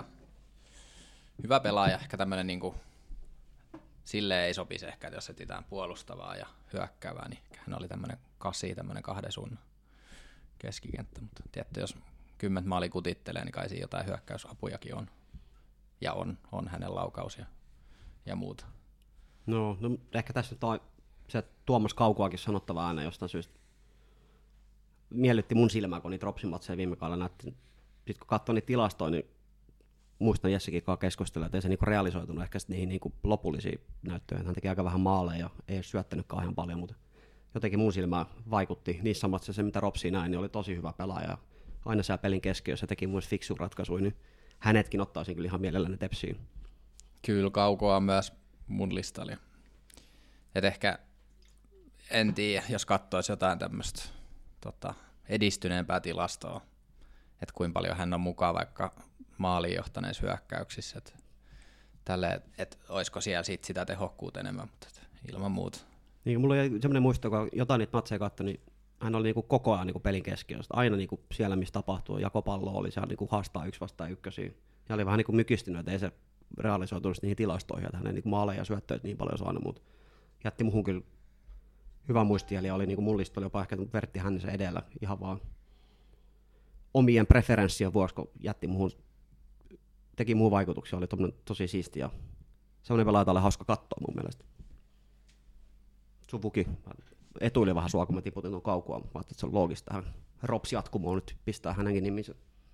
Hyvä pelaaja, ehkä tämmönen niinku, silleen ei sopisi ehkä, että jos etsitään puolustavaa ja hyökkäävää, niin hän oli tämmönen 8, tämmönen 2 suunnan keskikenttä, mutta tiedätte, jos 10 maali kutittelee, niin kai siinä jotain hyökkäysapujakin on. Ja on hänen laukaus ja muuta. No ehkä tässä nyt on se Tuomas Kaukoakin sanottava aina jostain syystä. Miellytti mun silmää, kun niitä Ropsin matseja viime kaudella näytti. Sitten kun katsoi niitä tilastoja, niin muistan Jessekin kanssa keskustella, että ei se niinku realisoitunut ehkä niihin niinku lopullisiin näyttöihin. Hän teki aika vähän maaleja ja ei ole syöttänyt kauhean paljon, mutta jotenkin mun silmään vaikutti niissä matseissa, mitä Ropsi näin, niin oli tosi hyvä pelaaja. Aina siellä pelin keskiössä teki mun fiksu ratkaisuja, niin hänetkin ottaisin kyllä ihan mielelläni Tepsiin. Kyllä Kaukoa on myös mun listalla. Et ehkä en tiedä, jos katsoisi jotain tämmöistä edistyneempää tilastoa, että kuinka paljon hän on mukaan vaikka maaliin johtaneissa hyökkäyksissä. Että olisiko siellä sit sitä tehokkuutta enemmän, mutta ilman muuta. Niin, mulla oli semmoinen muisto, kun jotain niitä matseja katsoi, niin hän oli niinku koko ajan niinku pelin keskiössä. Aina niinku siellä, missä tapahtuu, jakopallo oli siellä niinku haastaa 1-1. Ja oli vähän niinku mykistynyt, että ei se realisoitunut niihin tilastoihin, että hänen niinku maaleja ja syöttöitä niin paljon saanut, mutta jätti muhun kyllä hyvä muisti, eli oli niinku mun listalla jopa ehkä Vertti Hännisen edellä ihan vaan omien preferenssien vuoksi, kun teki muuhun vaikutuksia, oli tosi siisti ja semmoinen pelaaja oli hauska katsoa mun mielestä. Suvuki etuili vähän sua, kun mä tiputin tuon Kaukoa, mä ajattelin, että se on loogista tähän Rops-jatkumoon nyt pistää hänenkin niminsä.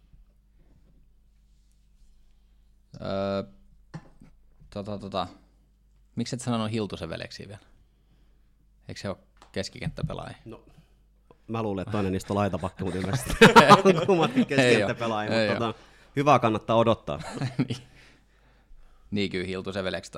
Miksi et sanonut Hiltusen veleksiä vielä? Eikö se ole keskikenttäpelaaja? No, mä luulen, että toinen niistä on laitapakka, mutta ilmeisesti on kummatkin keskikenttäpelaaja, mutta hyvää kannattaa odottaa. Niin kyllä Hiltusen velekset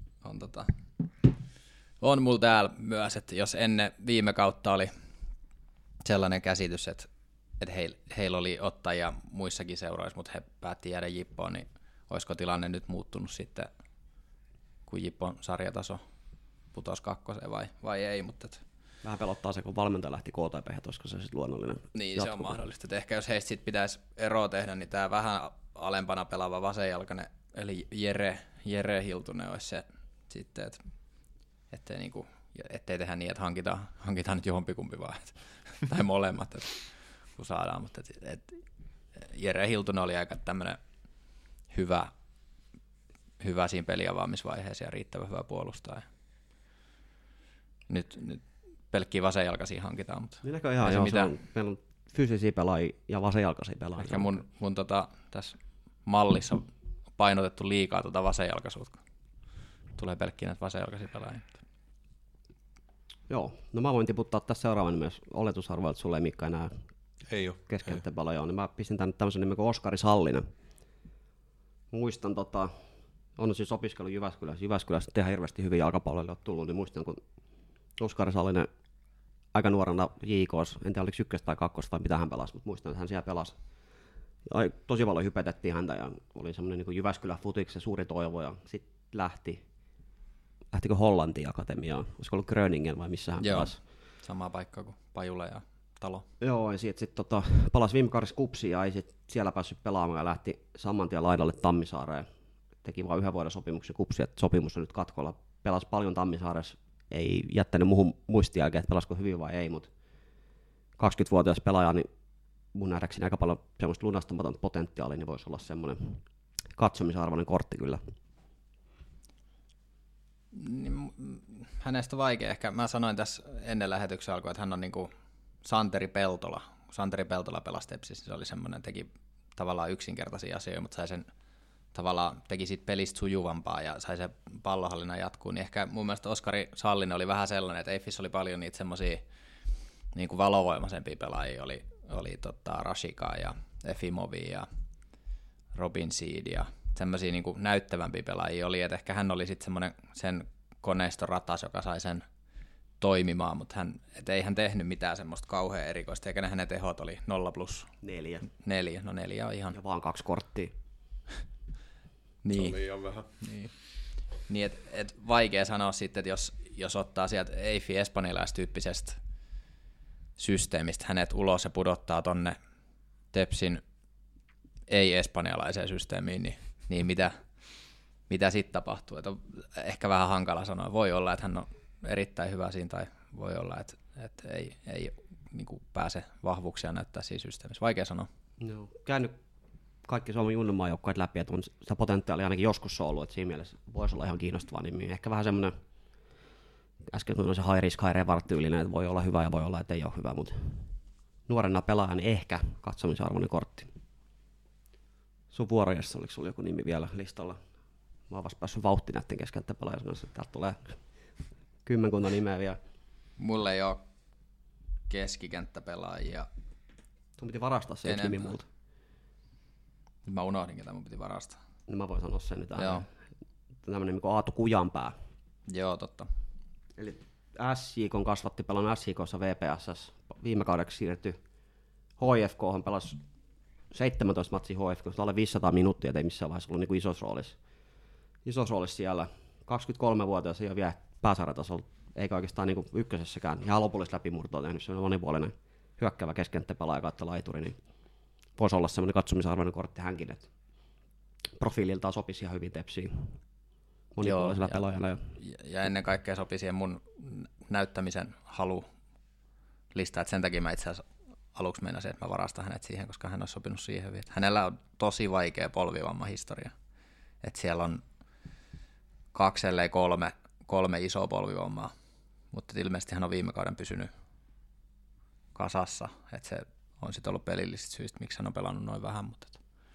on mulla täällä myös, että jos ennen viime kautta oli sellainen käsitys, että heillä oli ottajia muissakin seuroissa, mutta he päätti jäädä Jippoon, niin olisiko tilanne nyt muuttunut sitten, kun Jippon sarjataso putosi 2 vai ei, mutta vähän pelottaa se, kun valmentaja lähti KTP, olisiko se sitten luonnollinen niin, jatkuva. se on mahdollista. Että ehkä jos heistä sit pitäisi eroa tehdä, niin tämä vähän alempana pelaava vasenjalkainen, eli Jere Hiltunen olisi se sitten, ettei tehdä niin, että hankitaan nyt jompikumpi vaan, tai molemmat, kun saadaan. Mutta Jere Hiltunen oli aika tämmöinen hyvä siinä peliavaamisvaiheessa ja riittävän hyvä puolustaja. Nyt pelkkiä vasenjalkaisia hankitaan, mutta niin näkö ihan, meillä on fyysisiä pelaajia ja vasenjalkaisia pelaajia. Ehkä mun tässä mallissa on painotettu liikaa vasenjalkaisuutta. Tulee pelkkiä näitä vasenjalkaisia pelaajia. Joo, no mä voin tiputtaa tässä seuraavan myös oletusarvoa, että sulla ei Mikka enää keskenttäpelaaja, niin mä pistin tänne tämmöisen nimen kuin Oskari Sallinen. Muistan, on siis opiskellut Jyväskylässä tehdään hirveästi hyviä jalkapalloille tullut, niin muistan, kun Oskari Sallinen aika nuorena JK:ssa, en tiedä oliko 1 tai 2 vai mitä hän pelasi, mutta muistan, että hän siellä pelasi. Tosi paljon hypetettiin häntä ja oli semmoinen niin Jyväskylän futiksen suuri toivo ja sitten lähtikö Hollantiin akatemiaan, olisiko ollut Gröningen vai missä hän pelasi. Samaa paikkaa kuin Pajula ja Talo. Joo, ja sitten palasi viime kaudessa KuPSiin ja ei sit siellä päässyt pelaamaan ja lähti saman tien laidalle Tammisaareen. teki vain 1 vuoden sopimuksen kupsi, että sopimus on nyt katkolla. Pelasi paljon Tammisaaressa, ei jättänyt muuhun muistijälkeen, että pelasiko hyvin vai ei, mutta 20-vuotias pelaaja, niin mun nähdäkseni aika paljon semmoista lunastamatonta potentiaalia, niin voisi olla semmoinen katsomisarvoinen kortti kyllä. Hänestä on vaikea ehkä. Mä sanoin tässä ennen lähetyksen alkua, että hän on niinku Santeri Peltola. Santeri Peltola pelasi Tepsissä, se oli semmoinen, teki tavallaan yksinkertaisia asioita, mutta sai sen tavallaan, teki siitä pelistä sujuvampaa ja sai se pallonhallinnan jatkuu. Niin ehkä mun mielestä Oskari Sallinen oli vähän sellainen, että Eifissä oli paljon niitä semmoisia niinku valovoimaisempia pelaajia, oli Rashikaa ja Efimovia ja Robin Seed ja semmoisia niinku näyttävämpiä pelaajia oli, että ehkä hän oli sitten semmoinen sen koneiston ratas, joka sai sen toimimaan, mutta ei hän tehnyt mitään semmoista kauhean erikoista, eikä ne hänen tehot oli 0+4. 4, no 4 on ihan... Ja vaan 2 korttia. Niin. Se on liian vähän. Niin et vaikea sanoa sitten, että jos ottaa sieltä Eifi espanjalaistyyppisestä systeemistä hänet ulos ja pudottaa tonne Tepsin ei-espanjalaiseen systeemiin, niin mitä sitten tapahtuu? Et on ehkä vähän hankala sanoa. Voi olla, että hän on erittäin hyvä siinä, tai voi olla, että ei niin kuin pääse vahvuuksia näyttää siinä systeemissä. Vaikea sanoa. No, käynyt kaikki Suomen junnumaan joukkueet läpi, että on sitä potentiaalia ainakin joskus ollut, että siinä mielessä voisi olla ihan kiinnostava nimi. Ehkä vähän semmoinen, äsken tuli se high risk, high reward tyylinen, että voi olla hyvä ja voi olla, että ei ole hyvä, mutta nuorena pelaajana niin ehkä katsomisarvoinen kortti. Sun vuorojassa, oliko sulla joku nimi vielä listalla? Mä oon vasta päässyt vauhtiin näiden keskenttäpelaajien kanssa, että täältä tulee 10 nimeä vielä. Mulla ei ole keskikenttäpelaajia. Sun piti varastaa se yksi nimi multa. Mä unohdin, ketä mun piti varastaa. No mä voin sanoa sen nyt. Joo. Tämmönen niin kuin Aatu Kujanpää. Joo, totta. Eli SJK kasvatti, pelannut SJK:ssa VPS:ssä. Viime kaudeksi siirtyi HIFK:hon, pelasi 17 matsia HIFK:ssa, alle 500 minuuttia, ei missään vaiheessa ollut niin kuin isossa roolissa siellä. 23-vuotias ei ole vielä pääsarjatasolla, eikä oikeastaan niin kuin ykkösessäkään. Ihan lopullista läpimurtoa tehnyt, se on monipuolinen hyökkäävä keskenttäpelaaja kautta laituri, niin voisi olla semmoinen katsomisarvoinen kortti hänkin, että profiililtaan sopisi ihan hyvin Tepsiin monipuolisella pelaajana. Ja ennen kaikkea sopii siihen mun näyttämisen halu listaa, että sen takia mä itse asiassa aluksi meinasin, että mä varastan hänet siihen, koska hän olisi sopinut siihen hyvin. Hänellä on tosi vaikea polvivamma historia. Että siellä on 2 ellei 3 isoa polvivammaa, mutta ilmeisesti hän on viime kauden pysynyt kasassa, että se on sitten ollut pelillisistä syistä, miksi hän on pelannut noin vähän, mutta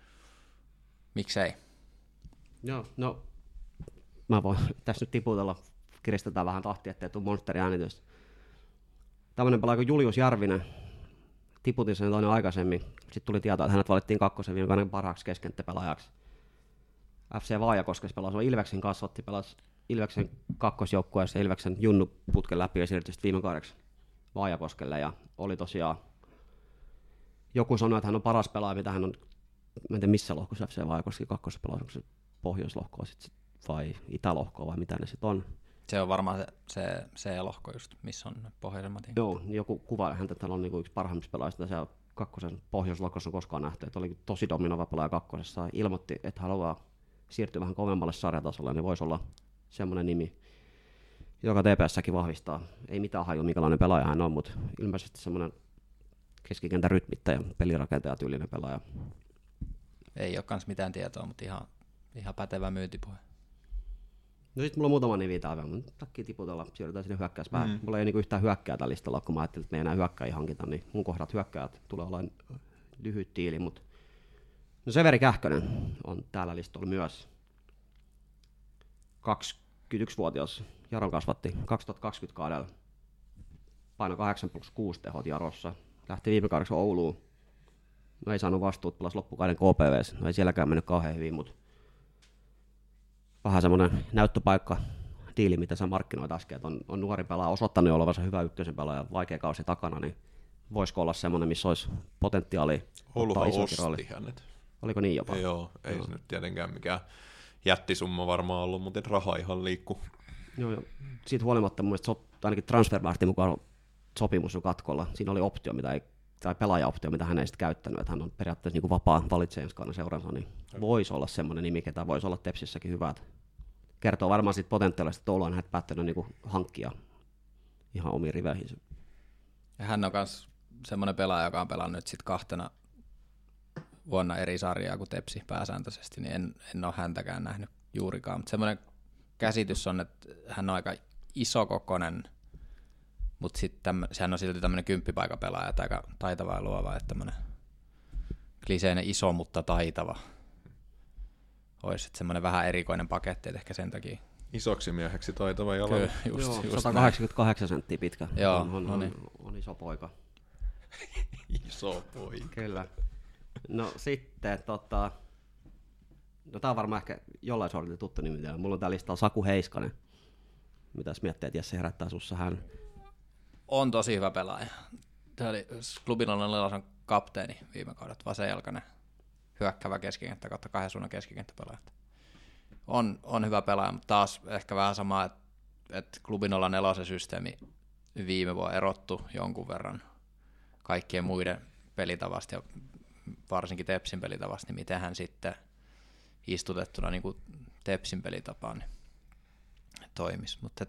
miksei? Joo, no mä voin tässä nyt tiputella, kiristetään vähän tahtia, ettei tule monsteri-äänitystä. Tämmöinen pelaaja kuin Julius Järvinen, tiputin sen toinen aikaisemmin, sitten tuli tietoa, että hänet valittiin 2. viime kauden parhaaksi keskenttäpelaajaksi. FC Vaajakoskessa pelasi Ilveksen kasvatti, pelasi Ilveksen kakkosjoukkueessa ja Ilveksen junnuputken läpi ja siirtyi viime kaudeksi Vaajakoskelle ja oli tosiaan, joku sanoi, että hän on paras pelaaja, mitä hän on, mä en tiedä missä lohkossa FC Vaajakoski kakkosessa pelasi, onko se pohjoislohkoa sit, vai itälohkoa vai mitä ne sitten on. Se on varmaan se lohko just, missä on pohjoisemmat. Joo, joku kuva häntä, että hän on niinku yksi parhaimmista pelaajista, se kakkosen pohjoislohkossa on koskaan nähty, että oli tosi dominoiva pelaaja kakkosessa, ilmoitti, että haluaa siirtyä vähän kovemmalle sarjatasolle, niin voisi olla semmoinen nimi, joka TPS:ssäkin vahvistaa. Ei mitään hajua, minkälainen pelaaja hän on, mutta ilmeisesti semmoinen keskikentän rytmittäjä, pelirakentaja tyylinen pelaaja. Ei ole kans mitään tietoa, mutta ihan pätevä myyntipuhe. No sit mulla on muutama nimi täällä, mutta takia tiputella, siirrytään sinne hyökkäyspäähän. Mulla ei niinku yhtään hyökkää tällä listalla, kun mä ajattelin, että me ei enää hyökkääjiä hankita, niin mun kohdat hyökkäät tulee olemaan lyhyt tiili, mutta no Severi Kähkönen on täällä listalla myös. 21-vuotias, Jaron kasvatti 2020 kaudella. Paino 8+6 tehot Jarossa. Lähti viime kaudeksi Ouluun. No ei saanut vastuut, pelasi loppukauden KPV:ssä. No ei sielläkään mennyt kauhean hyvin, mutta vähän semmoinen näyttöpaikka diili, mitä sä markkinoit äsken, että on nuori pelaaja osoittanut olevansa hyvä ykkösen pelaaja, vaikea kausi takana, niin voisiko olla semmoinen, missä olisi potentiaalia Ouluhan isokin rooli. osti hänet. Oliko niin jopa? Joo, ei se nyt tietenkään mikään jättisumma varmaan ollut, mutta raha ihan liikkuu. Joo. Siitä huolimatta mun mielestä ainakin Transfermarktin mukaan sopimus on katkolla. Siinä oli optio, mitä ei tai pelaajaoptio, mitä hän ei sitten käyttänyt, että hän on periaatteessa niin kuin vapaa valitsee ensi kauden seuransa, niin voisi olla semmoinen nimi, ketä voisi olla Tepsissäkin hyvä. Kertoo varmaan siitä potentiaalista, että Oulu on hänet päättänyt niin kuin hankkia ihan omiin riveihinsä. Ja hän on myös semmoinen pelaaja, joka on pelannut nyt sitten 2 vuonna eri sarjaa kuin Tepsi pääsääntöisesti, niin en ole häntäkään nähnyt juurikaan. Mutta semmoinen käsitys on, että hän on aika isokokoinen, mutta sitten sehän on silti tämmöinen 10-paikapelaaja, että aika taitava ja luova, että tämmöinen kliseinen iso, mutta taitava. Olisi semmoinen vähän erikoinen paketti, että ehkä sen takia. Isoksi mieheksi taitava jalalla. Just 188 senttiä pitkä. Joo, on iso poika. Iso poika. Kyllä. No sitten, no tää on varmaan ehkä jollain sortilla tuttu nimi. Mulla on tää listalla Saku Heiskanen. Mitäs miettii, että Jesse herättää sussa hän? On tosi hyvä pelaaja. Tämä oli Klubinon Lelosan kapteeni viime kaudet, vasenjalkainen hyökkävä keskikenttä kautta 2 suunnan keskikenttäpelaaja. On hyvä pelaaja, mutta taas ehkä vähän sama, että Klubin 04 systeemi viime vuonna erottu jonkun verran kaikkien muiden pelitavasta ja varsinkin Tepsin pelitavasta, niin miten hän sitten istutettuna niin kuin Tepsin pelitapaan niin toimisi. Mutta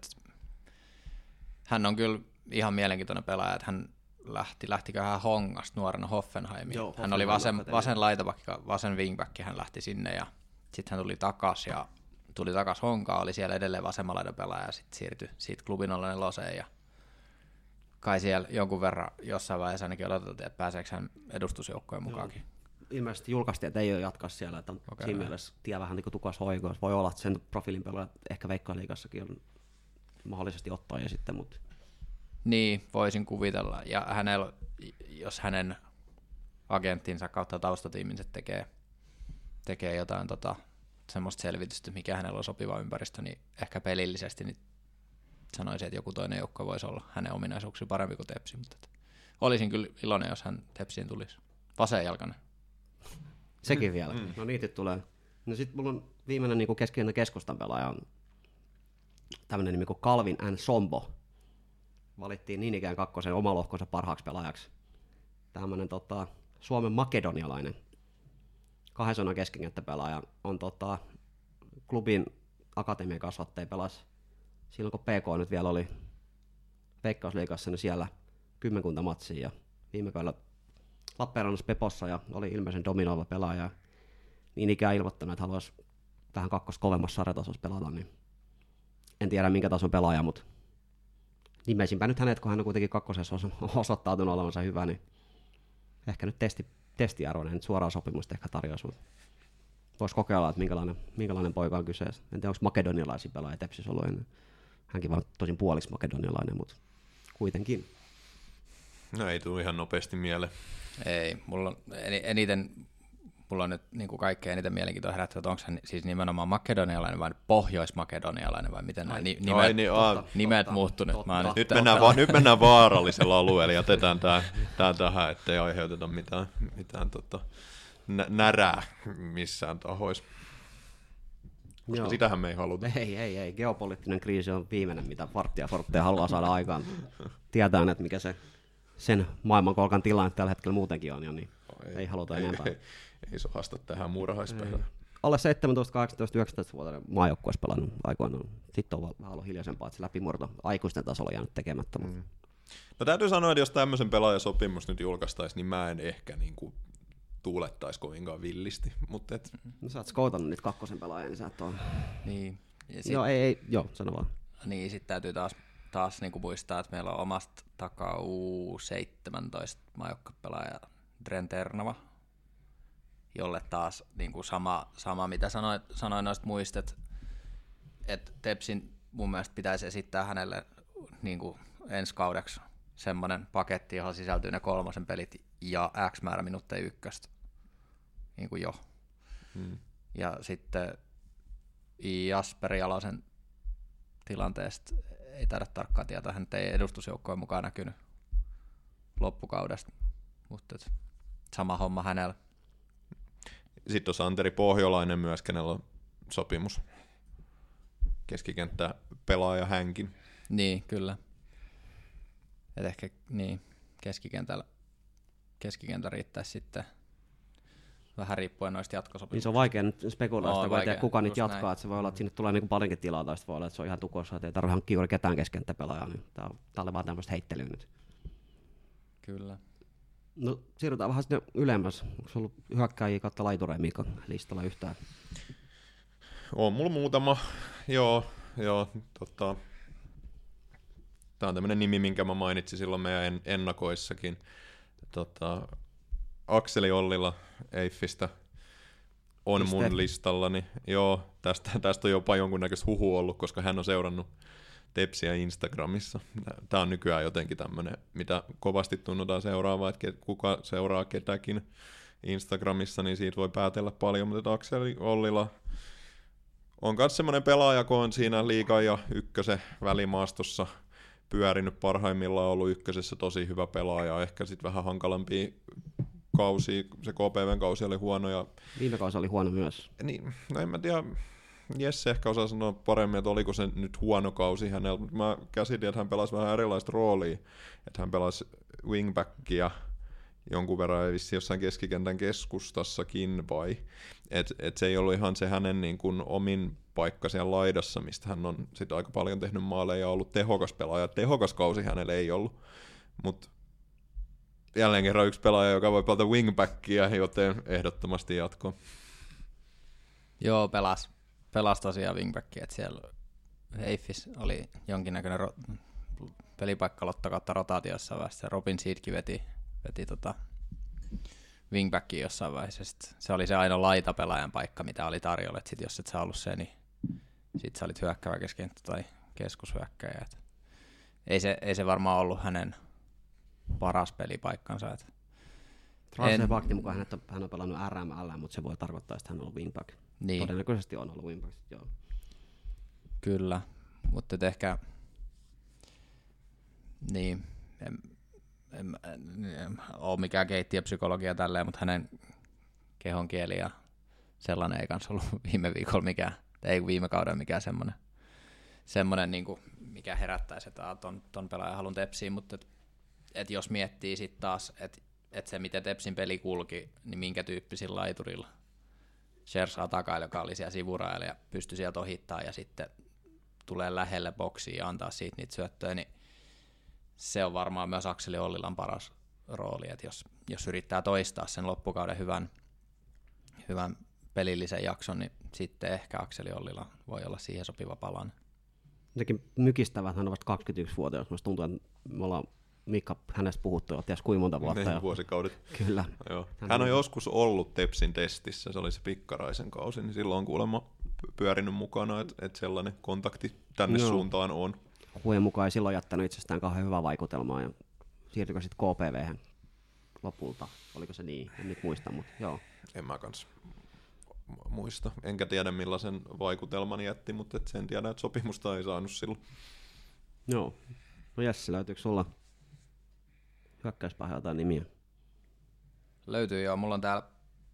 hän on kyllä ihan mielenkiintoinen pelaaja, että hän lähtiköhän Hongasta nuorena Hoffenheimiin. Joo, hän oli vasen laitapakki, vasen wingback, hän lähti sinne ja sitten hän tuli takaisin Honkaan, oli siellä edelleen vasemmalla laidan pelaaja ja sitten siirtyi siitä Klubin 04 ja kai siellä jonkun verran jossain vaiheessa ainakin odotettiin, että pääseekö hän edustusjoukkojen mukaankin. Ilmeisesti julkaistiin, että ei ole jatkaa siellä, että on siinä mielessä tie vähän niin kuin tukas hoikoa. Voi olla, että sen profiilin pelaajat ehkä Veikkausliigassakin on mahdollisesti ottaa ja sitten, mutta niin, voisin kuvitella. Ja hänellä, jos hänen agenttinsa kautta taustatiiminsä tekee jotain semmoista selvitystä, mikä hänellä on sopiva ympäristö, niin ehkä pelillisesti niin sanoisin, että joku toinen joukko voisi olla hänen ominaisuuksia parempi kuin Tepsi. Mutta olisin kyllä iloinen, jos hän Tepsiin tulisi. Vasenjalkainen. Sekin vielä. No niitä tulee. No sitten mulla on viimeinen niin keskeinen keskustan pelaaja on tämmöinen nimi kuin Calvin N. Sombo. Valittiin niin ikään kakkosen omalohkonsa parhaaksi pelaajaksi. Tämmöinen Suomen makedonialainen 2 suunnan keskikenttäpelaaja on klubin akatemian kasvattaja, pelasi silloin kun PK nyt vielä oli Veikkausliigassa, niin siellä 10 matsia ja viime kaudella Lappeenrannassa Pepossa ja oli ilmeisen dominoiva pelaaja. Niin ikään ilmoittanut, että haluaisi vähän kovemmassa sarjatasossa pelata, niin en tiedä minkä tason pelaaja, mutta nimeisinpä nyt hänet, kun hän on kuitenkin kakkosessa osoittautunut olevansa hyvä, niin ehkä nyt testiarvoinen, nyt suoraan sopimusta ehkä tarjoaisi. Voisi kokeilla, että minkälainen poika on kyseessä. En tiedä, onko makedonialaisia pelaajia Tepsissä ollut ennen. Hänkin vaan tosin puoliksi makedonialainen, mutta kuitenkin. No ei tule ihan nopeasti mieleen. Ei, mulla on nyt niin kuin kaikkein eniten mielenkiintoa herättävä, että onko hän siis nimenomaan makedonialainen vai pohjois-makedonialainen vai miten nämä nimet muuttuneet. Nyt mennään vaarallisella alueella, jätetään tämä tähän, ettei aiheuteta mitään närää missään tahoissa. Koska sitähän me ei haluta. Ei. Geopoliittinen kriisi on viimeinen, mitä Forttia haluaa saada aikaan. Tietään, että mikä sen maailmankolkan tilanne tällä hetkellä muutenkin on, niin ei haluta enempää. Ei sohasta tähän muurahaispäivään. Alle 17, 18, 19-vuotiaiden maajoukkueessa pelannut aikoinaan. Sitten on vähän ollut hiljaisempaa, että se läpimurto aikuisten tasolla on jäänyt tekemättä. No täytyy sanoa, että jos tämmöisen pelaajasopimus nyt julkaistaisi, niin mä en ehkä tuulettaisi kovinkaan villisti. Mutta no sä oot skoutannut niitä kakkosen pelaajia, niin sä et ole. Niin. Joo, sano vaan. Niin, sitten täytyy taas niin kuin muistaa, että meillä on omasta takaa U17 maajoukkuepelaaja Dren Ternava, jolle taas niin kuin sama mitä sanoin noista muista, että Tepsin mun mielestä pitäisi esittää hänelle niin kuin ensi kaudeksi semmoinen paketti, johon sisältyy ne 3 pelit ja X määrä minuutteja ykköstä. Niin kuin jo. Ja sitten Jasper Jalosen tilanteesta ei taida tarkkaan tietää, hän ei edustusjoukkojen mukaan näkynyt loppukaudesta, mutta sama homma hänellä. Sitten on Santeri Pohjolainen myös, kenellä on sopimus. Keskikenttä pelaaja hänkin. Niin, kyllä. Et ehkä niin, keskikentällä keskikenttä riittäisi sitten vähän riippuen noista jatkosopimuksista. Niin se on vaikea nyt spekuloida, kun ei tiedä kuka niitä jatkaa, näin. että se voi olla, että sinne tulee niin paljonkin tilaa, tai voi olla, että se on ihan tukossa, että ei tarvitse hankkia juuri ketään keskenttäpelaajaa, niin tää on vaan tämmöistä heittelyä nyt. Kyllä. No siirrytään vähän sinne ylemmäs. Onko ollut hyökkääjiä kautta laitureja Mika listalla yhtään? On mulla muutama, joo, tää on tämmönen nimi, minkä mä mainitsin silloin meidän ennakoissakin. Akseli Ollila Eiffistä on mun listallani. Joo, tästä on jopa jonkunnäköistä huhua ollut, koska hän on seurannut Tepsiä Instagramissa. Tää on nykyään jotenkin tämmönen, mitä kovasti tunnutaan seuraavaa, että kuka seuraa ketäkin Instagramissa, niin siitä voi päätellä paljon, mutta Akseli Ollila on myös semmoinen pelaaja, kun on siinä liigan ja ykkösen välimaastossa pyörinyt parhaimmillaan, ollut ykkösessä tosi hyvä pelaaja, ehkä sitten vähän hankalampia kausia, se KPVn kausi oli huono. Ja viime kausi oli huono myös. Niin, no en mä tiedä, Jesse ehkä osaa sanoa paremmin, että oliko se nyt huono kausi hänellä, mutta mä käsitin, että hän pelasi vähän erilaista roolia, että hän pelasi wingbackia jonkun verran ja vissiin jossain keskikentän keskustassakin vai, että se ei ollut ihan se hänen niin kuin omin paikka siellä laidassa, mistä hän on sitten aika paljon tehnyt maaleja ja ollut tehokas pelaaja. Tehokas kausi hänellä ei ollut, mutta jälleen kerran yksi pelaaja, joka voi pelata wingbackia, joten ehdottomasti jatkoa. Joo, pelas tosiaan wingbackia, että siellä Eiffis oli jonkinnäköinen pelipaikkalotto kautta rotaatiossa vaiheessa. Robin Seedkin veti wingbackia jossain vaiheessa. Se oli se aina laitapelaajan paikka, mitä oli tarjolla. Et sit jos et sä ollut se, niin sit sä olit hyökkäävä keskenttä tai keskushyökkäjä. Ei se varmaan ollut hänen paras pelipaikkansa. Transferfaktin mukaan hän on pelannut RML, mutta se voi tarkoittaa, että hän on ollut wingback. Niin. Todennäköisesti on ollut wingback, joo. Kyllä, mutta ehkä niin, en ole mikään keittiöpsykologia tälleen, mutta hänen kehonkieli ja sellainen ei kanssa ollut viime viikolla mikään, ei viime kauden mikään semmoinen niin kuin, mikä herättäisi, että ton pelaajan halun Tepsiin, mutta et jos miettii sitten taas, että se miten Tepsin peli kulki, niin minkä tyyppisillä laiturilla Shersa Takail, joka oli siellä sivurailla ja pystyi sieltä ohittaa ja sitten tulee lähelle boksia ja antaa siitä niitä syöttöjä, niin se on varmaan myös Akseli Ollilan paras rooli, että jos yrittää toistaa sen loppukauden hyvän pelillisen jakson, niin sitten ehkä Akseli Ollila voi olla siihen sopiva palanen. Jotenkin mykistävät, hän on vasta 21-vuotias, musta tuntuu, että me ollaan Mikka hänestä puhuttu jo ties kuinka monta vuotta. Ne vuosikaudet. Kyllä. Joo. Hän on joskus ollut Tepsin testissä, se oli se Pikkaraisen kausi, niin silloin on kuulemma pyörinyt mukana, että sellainen kontakti tänne suuntaan on. Huojen mukaan ei silloin jättänyt itsestään kauhean hyvää vaikutelmaa ja siirtyykö sitten KPV:hen lopulta, oliko se niin, en nyt muista, mutta joo. En mä kans muista, enkä tiedä millaisen vaikutelman jätti, mutta sen tiedä, että sopimusta ei saanut silloin. Joo, no Jesse, löytyykö sulla hyökkäyspäähän jotain nimiä? Löytyy joo, mulla on täällä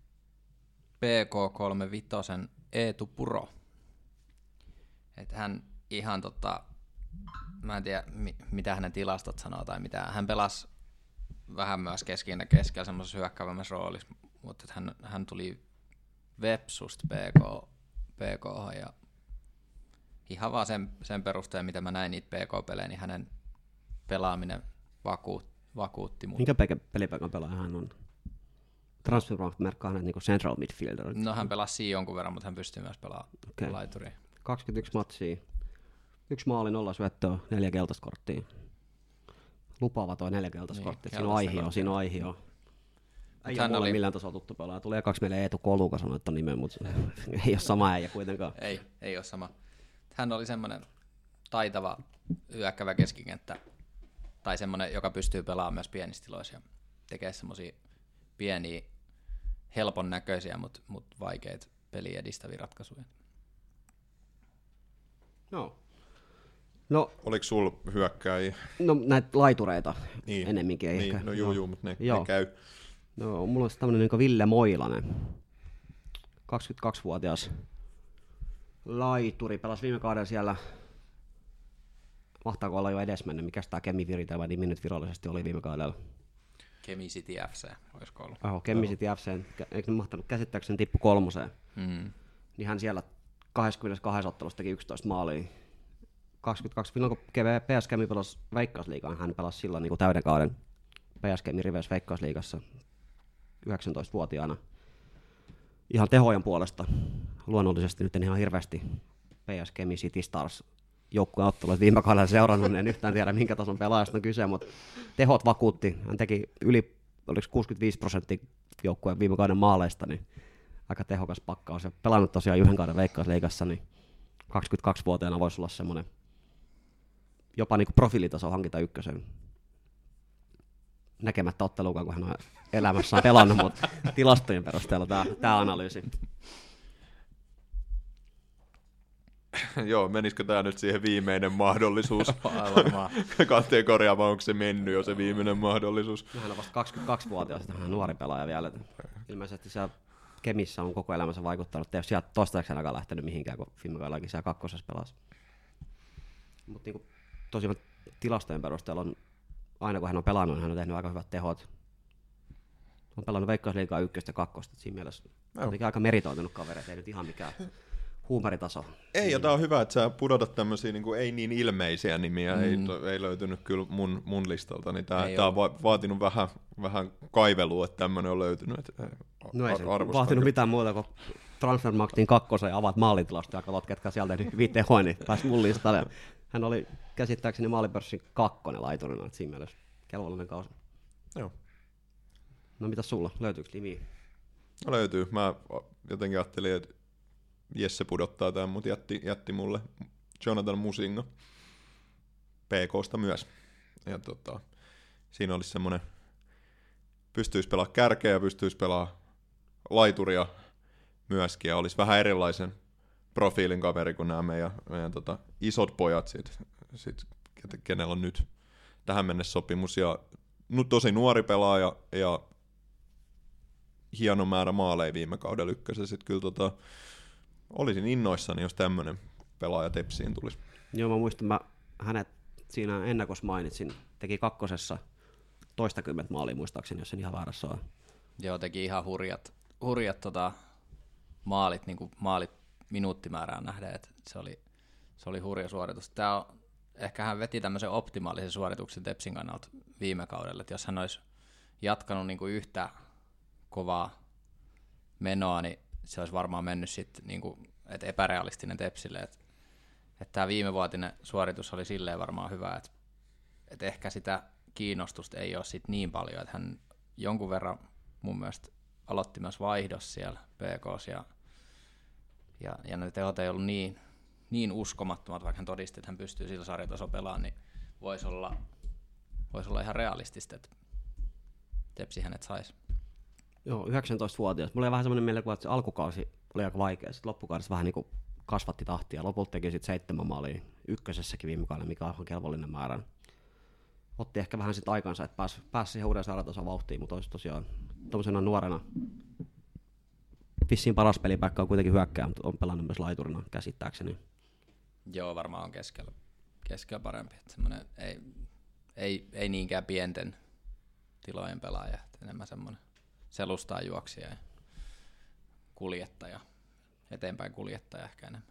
PK35 Eetu Puro. Et hän ihan mä en tiedä mitä hänen tilastot sanoo tai mitä. Hän pelasi vähän myös keskellä semmoisessa hyökkäävämmässä roolissa, mutta hän tuli Vepsusta PK ja ihan vaan sen perusteella, mitä mä näin niitä PK-pelejä, niin hänen pelaaminen vakuutti mut. Minkä pelipaikan pelaaja hän on? Transfermarkt merkkaa hänet niinku central midfielder. No hän pelasi siinä jonkun verran, mutta hän pystyy myös pelaamaan laituria. 21 matsia, 1 maali, 0 syöttöä, 4 keltaista korttia. Lupaava toi 4 keltaista korttia. Siinä on aihio. Ei ole millään tasolla tuttu pelaaja. Tulee 2 meille Eetu Koluka sanoa ton nimen, mutta ei ole sama äijä kuitenkaan. Ei ole sama. Hän oli semmoinen taitava hyökkävä keskikenttä, tai semmoinen, joka pystyy pelaamaan myös pienissä tiloissa ja tekee semmoisia pieniä, helpon näköisiä, mutta vaikeita peliä edistäviä ratkaisuja. No, oliko sulla hyökkääjiä? No näitä laitureita ennemminkin ei ehkä. No juu, mutta ne käy. No, mulla on tämmöinen niin Ville Moilanen, 22-vuotias laituri, pelasi viime kaudella siellä, mahtaako olla jo edesmennyt, mikä tämä Kemi Viritelmä nimi nyt virallisesti oli viime kaudella? Kemi City FC, olisiko ollut? Kemi City FC, eikö ne mahtanut käsittääkseni tippu 3. Niin hän siellä 22 ottelussa teki 11 maalia. 22, silloin kun PS Kemi pelasi Veikkausliigaan, hän pelasi silloin niin kuin täyden kauden PS Kemi riveissä Veikkausliigassa 19-vuotiaana. Ihan tehojen puolesta. Luonnollisesti nyt en ihan hirveästi PS Kemi City Stars joukkueen otteluita viime kaudella seurannut, en yhtään tiedä minkä tason pelaajasta on kyse, mutta tehot vakuutti. Hän teki yli, oliko 65% joukkueen viime kauden maaleista, niin aika tehokas pakkaus. Ja pelannut tosiaan yhden kauden Veikkausliigassa, niin 22-vuotiaana voisi olla semmoinen jopa niin kuin profiilitaso hankita ykkösen. Näkemättä ottelukaan, kun hän on elämässään pelannut, mutta tilastojen perusteella tämä analyysi. Joo, menisikö tämä nyt siihen viimeinen mahdollisuus? Kategoriaan, vai onko se mennyt jo se viimeinen mahdollisuus? Hän on vasta 22-vuotias, hän on nuori pelaaja vielä. Ilmeisesti siellä Kemissä on koko elämänsä vaikuttanut, ei ole sieltä toistaiseksi ainakaan lähtenyt mihinkään, kun viime kaudellakin siellä kakkosessa pelasi. Mutta niin tosiaan tilastojen perusteella on, aina kun hän on pelannut, niin hän on tehnyt aika hyvät tehot. On pelannut Veikkausliigaa 1 ja 2, siinä mielessä on aika meritoitunut kaveri, ei nyt ihan mikään huumaritaso. Ei, ja tää on hyvä, että sä pudotat tämmöisiä niin kuin ei niin ilmeisiä nimiä, ei löytynyt kyllä mun listalta, niin tää on vaatinut vähän kaivelua, että tämmönen on löytynyt. No ei se vaatinut mitään muuta kuin Transfermarktin 2 ja avaat maalitilastoja ja katsot, ketkä sieltä tehnyt hyviä tehoja, niin pääsi mun listalle. Hän oli käsittääkseni maalipörssin 2 laiturina, että siinä mielessä kelvollinen kausi. Joo. No mitäs sulla? Löytyykö nimiä? No löytyy. Mä jotenkin ajattelin, että Jesse pudottaa tämän, mutta jätti mulle Jonathan Musinga PK:sta myös. Ja siinä olisi semmoinen, pystyisi pelaamaan kärkeä ja pystyisi pelaamaan laituria myöskin, ja olisi vähän erilaisen profiilin kaveri kuin nämä meidän isot pojat, kenellä on nyt tähän mennessä sopimus, ja tosi nuori pelaaja, ja hieno määrä maaleja viime kaudella ykkösessä, kyllä olisin innoissani, jos tämmöinen pelaaja Tepsiin tulisi. Joo, mä muistan, hänet siinä ennakossa mainitsin, teki 2. toistakymmentä maalia muistaakseni, jos en ihan väärässä ole. Joo, teki ihan hurjat maalit, niin kuin maalit minuuttimäärään nähden, että se oli hurja suoritus. Ehkä hän veti tämmöisen optimaalisen suorituksen Tepsin kannalta viime kaudella, että jos hän olisi jatkanut niin kuin yhtä kovaa menoa, niin se olisi varmaan mennyt sitten niin kuin, että epärealistinen Tepsille, että tämä viimevuotinen suoritus oli silleen varmaan hyvä, että ehkä sitä kiinnostusta ei ole sit niin paljon, että hän jonkun verran mun mielestä aloitti myös vaihdos siellä PK:ssa ja ne tehot ei ollut niin uskomattomat, vaikka hän todisti, että hän pystyy sillä sarjatasolla pelaamaan, niin voisi olla ihan realistista, että Tepsi hänet saisi. Joo, 19-vuotias. Mulla oli vähän semmoinen mielikuva, että se alkukausi oli aika vaikea, sitten loppukaudessa vähän niin kuin kasvatti tahtia. Lopulta teki sitten 7 maalia ykkösessäkin viime kaudella, mikä on kelvollinen määrä. Otti ehkä vähän sitten aikansa, että pääsi siihen uuden sarjatason vauhtiin, mutta olisi tosiaan tuollaisena nuorena vissiin paras pelipaikka on kuitenkin hyökkää, mutta on pelannut myös laiturina käsittääkseni. Joo, varmaan on keskellä parempi. Että semmoinen ei niinkään pienten tilojen pelaaja, että enemmän semmoinen selustaa juoksija ja kuljettaja, eteenpäin kuljettaja ehkä enemmän.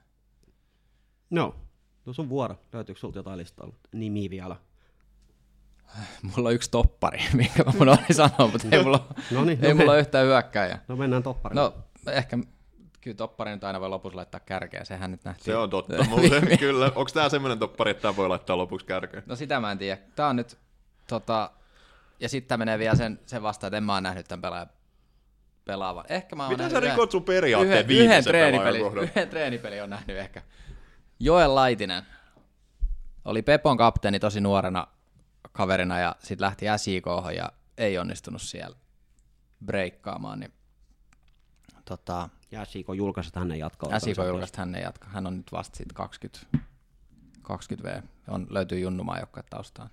No sun vuoro. Löytyykö sulta jotain listaa? Nimi vielä? Mulla on yksi toppari, minkä mä unohdin sanoa, mutta ei mulla ole yhtään hyökkääjää. No mennään toppariin. No ehkä kyllä toppari nyt aina voi lopussa laittaa kärkeä, sehän nyt nähtiin. Se on totta muuten, kyllä. Onko tää semmoinen toppari, että tää voi laittaa lopuksi kärkeä? No sitä mä en tiedä. Tää on nyt, ja sitten tää menee vielä sen vastaan, että en mä oon nähnyt tämän pelaajan pelaavan. Ehkä mä oon miten sä rikot sun periaatteen viimeisen pelaajan kohdalla? Yhden treenipeli on nähnyt ehkä. Joel Laitinen oli Pepon kapteeni tosi nuorena kaverina ja sitten lähti SJK:hon ja ei onnistunut siellä breikkaamaan. Niin, ja SJK julkaisi, että hän ei jatka. Hän on nyt vasta sit 20V. Löytyy junnumaa joukkoja taustaan.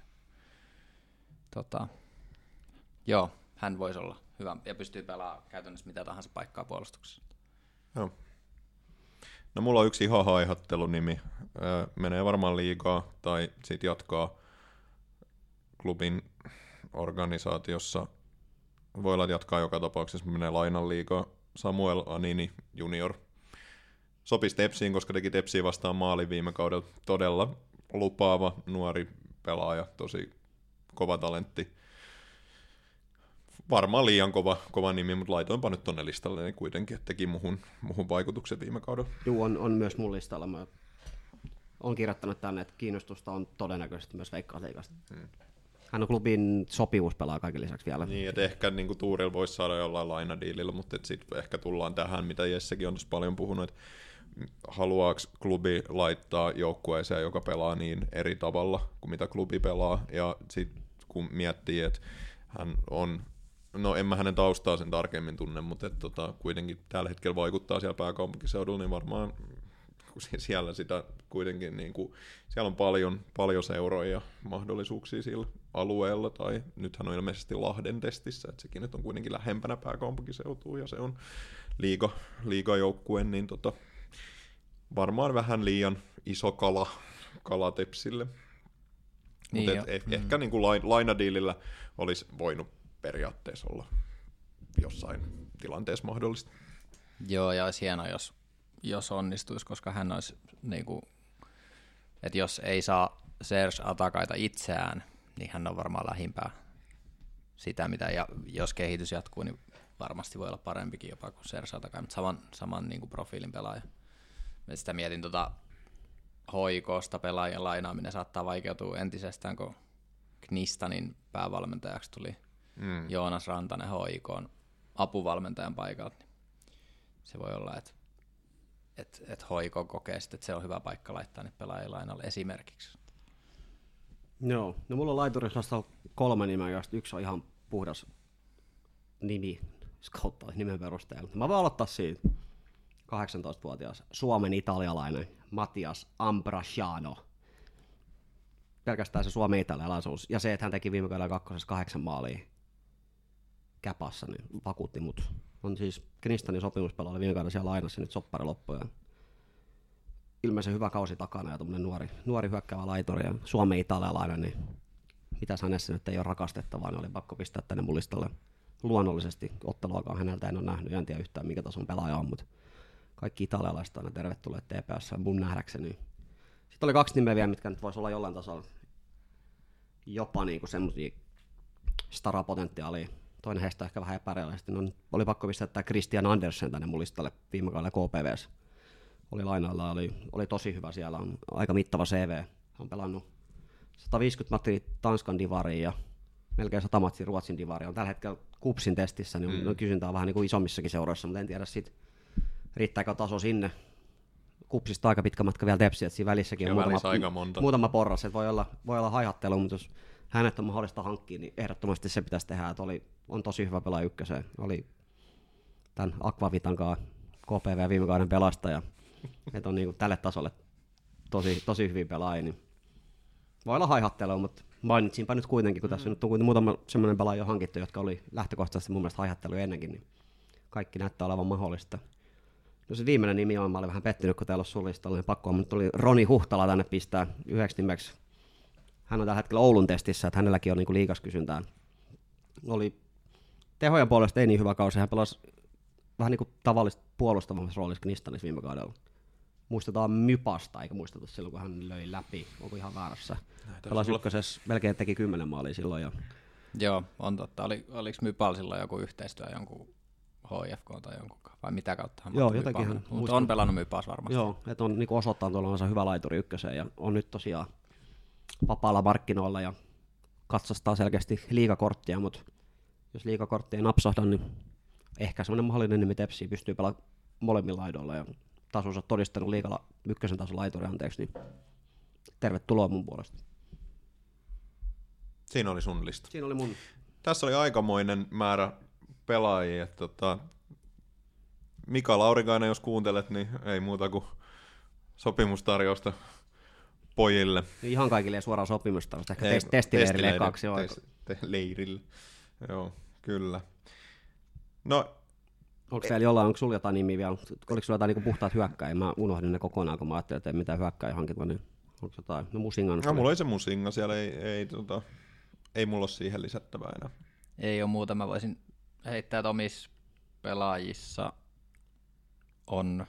Joo, hän voisi olla hyvä ja pystyy pelaamaan käytännössä mitä tahansa paikkaa puolustuksessa. Joo. No mulla on yksi ihan haihattelunimi. Menee varmaan liigaa tai sit jatkaa klubin organisaatiossa voi olla, että jatkaa joka tapauksessa, menee lainan liigaa. Samuel Anini junior sopisi Tepsiin, koska teki Tepsiin vastaan maalin viime kaudella. Todella lupaava nuori pelaaja, tosi kova talentti. Varmaan liian kova nimi, mutta laitoinpa nyt tonne listalle niin kuitenkin, että teki muhun vaikutuksen viime kaudella. Juu, on myös mun listalla. Mä oon kirjoittanut tänne, että kiinnostusta on todennäköisesti myös Veikkausliigasta. Hän on klubin sopivuuspelaaja kaiken lisäksi vielä. Niin, että ehkä niin Tuuril voisi saada jollain lainadiilillä, mutta sitten ehkä tullaan tähän, mitä Jessekin on tässä paljon puhunut, että haluaako klubi laittaa joukkueeseen, joka pelaa niin eri tavalla kuin mitä klubi pelaa, ja sitten kun miettii, että hän on, no en mä hänen taustaa sen tarkemmin tunne, mutta kuitenkin tällä hetkellä vaikuttaa siellä pääkaupunkiseudulla, niin varmaan kun siellä sitä kuitenkin, niin kuin, siellä on paljon seuroja ja mahdollisuuksia sillä alueella, tai nythän on ilmeisesti Lahden testissä, että sekin nyt on kuitenkin lähempänä pääkaupunkiseutua, ja se on liigajoukkue, niin varmaan vähän liian iso kala Tepsille. Niin mutta ehkä niin kuin lainadiilillä olisi voinut periaatteessa olla jossain tilanteessa mahdollista. Joo, ja olisi hienoa, jos onnistuisi, koska hän olisi, niin kuin, että jos ei saa Serge Atakaita itseään, niin hän on varmaan lähimpää sitä, mitä, ja jos kehitys jatkuu, niin varmasti voi olla parempikin jopa kuin Serge Ataka, mutta saman niin kuin profiilin pelaaja. Mä sitä mietin hoikosta pelaajien lainaaminen saattaa vaikeutua entisestään, kun Knistanin päävalmentajaksi tuli Joonas Rantanen hoikoon apuvalmentajan paikalta. Se voi olla, että hoiko kokee sitten, että se on hyvä paikka laittaa niitä pelaajien lainalle esimerkiksi. Joo, no mulla on laiturissa 3 nimeä, joista yksi on ihan puhdas nimi, skauttaa nimen perusteella. Mä voin aloittaa siitä. 18-vuotias Suomen italialainen Mattias Ambrosiano. Pelkästään se Suomen italialaisuus ja se, että hän teki viime kaudella 8 maalia Käpassa, niin vakuutti mut. On siis Knistanin sopimuspelaaja viime kaudella siellä lainassa nyt soppari loppuja. Ilmeisen hyvä kausi takana ja tommonen nuori hyökkäävä laituri ja Suomen italialainen, niin mitäs hänessä nyt ei ole rakastettavaa, niin oli pakko pistää tänne mun listalle. Luonnollisesti otteluakaan häneltä en ole nähnyt, en tiedä yhtään mikä tason pelaaja on, mutta kaikki italialaiset aina tervetulleet TPS mun nähdäkseni. Sitten oli 2 nimeä vielä, mitkä nyt voisi olla jollain tasolla jopa niinku semmosia starapotentiaalia. Toinen heistä ehkä vähän epärealisesti. No, oli pakko pistää tämä Christian Andersen tänne mun listalle viime kaudella KPV:ssä. Oli lainalla, oli tosi hyvä siellä, on aika mittava CV. On pelannut 150 matsia Tanskan divariin ja melkein 100 matsia Ruotsin divariin. On tällä hetkellä KuPSin testissä, niin kysyntää vähän niin kuin isommissakin seuroissa, mutta en tiedä sit riittääkö taso sinne. KuPSista aika pitkä matka vielä Tepsiin, että siinä välissäkin on muutama porras. Että voi olla haihattelu, mutta jos hänet on mahdollista hankkia, niin ehdottomasti se pitäisi tehdä. Että on tosi hyvä pelaaja ykköseen. Oli tämän Aquavitan kanssa KPV viime kauden pelastaja. Että on niin kuin tälle tasolle tosi hyvin pelaajia. Niin voi olla haihattelu, mutta mainitsinpä nyt kuitenkin, kun tässä nyt on kuitenkin muutama semmoinen pelaaja jo hankittu, jotka oli lähtökohtaisesti mun mielestä haihattelu ennenkin, niin kaikki näyttää olevan mahdollista. No se viimeinen nimi on, mä olin vähän pettynyt, kun täällä on sun listalla, niin pakko on, mutta tuli Roni Huhtala tänne pistää 9 nimeksi. Hän on tällä hetkellä Oulun testissä, että hänelläkin on niin liigaskysyntää. Oli tehojen puolesta ei niin hyvä kausi, hän pelasi vähän niin kuin tavallista puolustavammassa roolissa Knistanissa viime kaudella. Muistetaan Mypasta, eikä muisteta silloin, kun hän löi läpi, onko ihan väärässä. Pelasi ykkösessä, melkein teki 10 maalia silloin. Ja joo, on totta. Oliko Mypal silloin joku yhteistyö jonkun HFK tai jonkun, vai mitä kautta hän joo, jotenkin hän on pelannut Mypas varmasti. Joo, että on niin osoittanut olevansa hyvä laituri ykköseen ja on nyt tosiaan vapaalla markkinoilla ja katsastaa selkeästi liigakorttia, mutta jos liigakorttia ei napsahda, niin ehkä semmoinen mahdollinen nimi Tepsiin pystyy pelaamaan molemmilla laidoilla ja tasonsa todistanut liigalla ykkösen tason laituri, niin tervetuloa mun puolesta. Siinä oli sun lista. Siinä oli mun. Tässä oli aikamoinen määrä pelaajia, että Mika Laurikainen, jos kuuntelet, niin ei muuta kuin sopimustarjousta pojille. Ihan kaikille ei suoraan sopimustarjousta, ehkä testileirille ekaksi. Leirille, joo, kyllä. No, onko siellä jollain, onko sulla jotain nimiä vielä? Oliko sulla jotain niin puhtaat hyökkäjä? Mä unohdin ne kokonaan, kun mä ajattelin, että ei mitään hyökkäjä hankita, niin onko jotain? No Musingan. No, mulla oli se Musinga, siellä ei mulla ole siihen lisättävää enää. Ei ole muuta, mä voisin heittäjät omissa pelaajissa on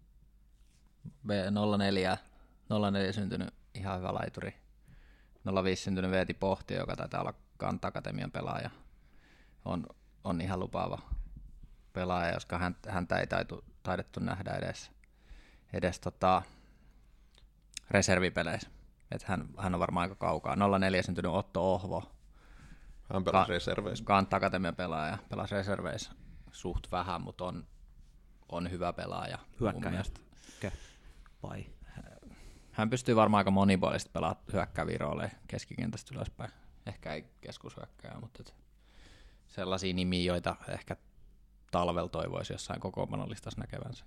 04 syntynyt ihan hyvä laituri. 05 syntynyt Veeti Pohti, joka taitaa olla Kanta-akatemian pelaaja. On ihan lupaava pelaaja, koska häntä ei taidettu nähdä edes reservipeleissä. Et hän on varmaan aika kaukaa. 04 syntynyt Otto Ohvo. Hän pelasi reserveissä. Kanta-akatemian pelaaja. Pelasi reserveissä suht vähän, mutta on hyvä pelaaja. Hyökkäjä. Vai? Hän pystyy varmaan aika monipuolisesti pelaamaan hyökkääviä rooleja keskikentästä ylöspäin. Ehkä ei keskushyökkääjä, mutta sellaisia nimiä, joita ehkä talvella toivoisi jossain kokoonpanolistassa näkevänsä.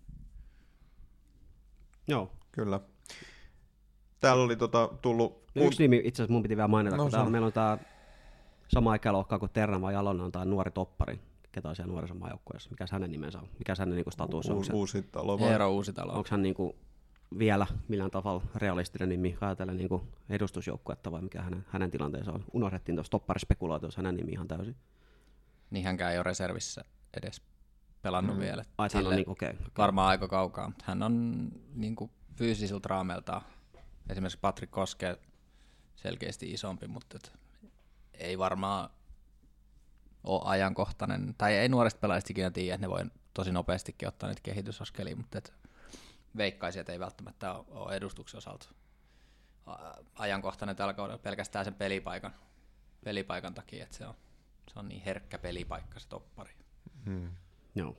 Joo. Kyllä. Täällä oli tullut... Yksi nimi itse asiassa mun piti vielä mainita, No, kun täällä meillä on tämä sama ikäluokka kuin Terranva Jalonen on tämä nuori toppari, ketä on siellä nuorisomaajoukkueessa. Mikäs hänen nimensä on? Mikäs hänen niinku status on? Uusitalo. Eero Uusitalo. Onko hän niinku vielä millään tavalla realistinen nimi ajatellen niinku edustusjoukkuetta vai mikä hänen tilanteensa on? Unohdettiin tuossa topparispekulaatiossa hänen nimi ihan täysin. Niin hänkään ei ole reservissä edes pelannut vielä. Ai, hän on niin, okay. Varmaan aika kaukaa. Hän on niin fyysisiltä raameiltaan. Esimerkiksi Patrik Koske selkeästi isompi, mutta ei varmaan ole ajankohtainen. Tai ei nuorista pelaajista ikinä tiedä, että ne voi tosi nopeastikin ottaa niitä kehitysaskelia, mutta veikkaisin, että ei välttämättä ole edustuksen osalta ajankohtainen tällä kaudella pelkästään sen pelipaikan takia, että se on niin herkkä pelipaikka se toppari. Joo.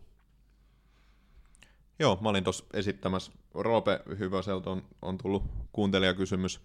Joo, mä olin tuossa esittämässä, Roope Hyvöseltä on tullut kuuntelijakysymys,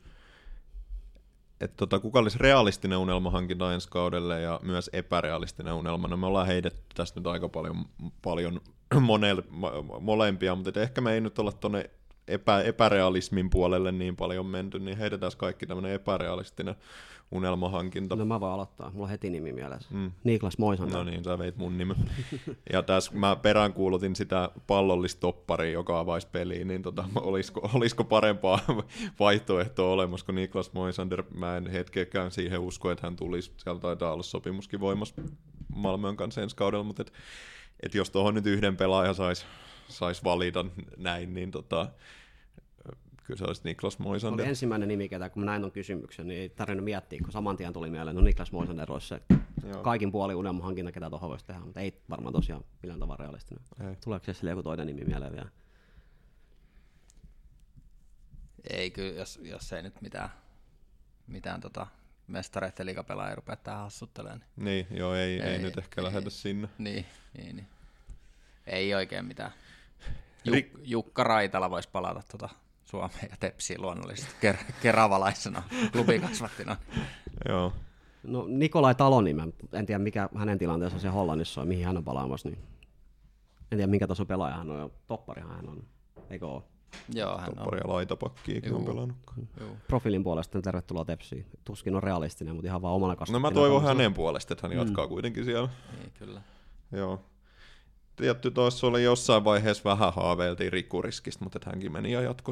että kuka olisi realistinen unelmahankinta ensi kaudelle ja myös epärealistinen unelma. No me ollaan heitetty tästä nyt aika paljon molempia, mutta ehkä me ei nyt olla tuonne epärealismin puolelle niin paljon menty, niin heitetään kaikki tämmöinen epärealistinen unelmahankinta. No mä voin aloittaa, mulla on heti nimi mielessä. Niklas Moisander. No niin, sä veit mun nimen. Ja tässä mä peräänkuulutin sitä pallollistopparia, joka avaisi peliin, niin olisiko parempaa vaihtoehtoa olemassa kuin Niklas Moisander. Mä en hetkeäkään siihen usko, että hän tulisi. Siellä taitaa olla sopimuskin voimassa Malmön kanssa ensi kaudella, mutta et jos tuohon nyt yhden pelaajan sais valita näin, niin kyllä se olisi Niklas Moisander. Oli ensimmäinen nimi, ketä kun mä näin on kysymyksen, niin ei tarvinnut miettiä, kun saman tien tuli mieleen, no Niklas Moisander olisi se kaikin puolin unelmahankinta, ketä tuohon voisi tehdä, mutta ei varmaan tosiaan millään tavalla realistinen. Ei. Tuleeko se sille joku toinen nimi mieleen vielä? Ei kyllä, jos ei nyt mitään mestareiden liigapelaajia rupea tähän hassuttelemaan. Niin, joo, ei nyt ehkä lähdetä sinne. Niin. Ei oikein mitään. Jukka Raitala voisi palata Suomeen ja Tepsiin luonnollisesti keravalaisena klubikasvattina. Joo. No Nikolai Taloni, en tiedä mikä hänen tilanteensa se Hollannissa on, mihin hän on palaamassa. Niin en tiedä minkä tason pelaaja hän on, ja topparihan hän on, eikö ole? Joo, hän toppari ja laitapakkiikin on pelannut. Profiilin puolesta tervetuloa Tepsiin. Tuskin on realistinen, mutta ihan vaan omana kasvattina. No mä toivon hänen puolesta, että hän jatkaa kuitenkin siellä. Niin, kyllä. Joo. Tietty tuossa oli jossain vaiheessa vähän haaveiltiin Rikkuriskista, mutta hänkin meni ja jatkoi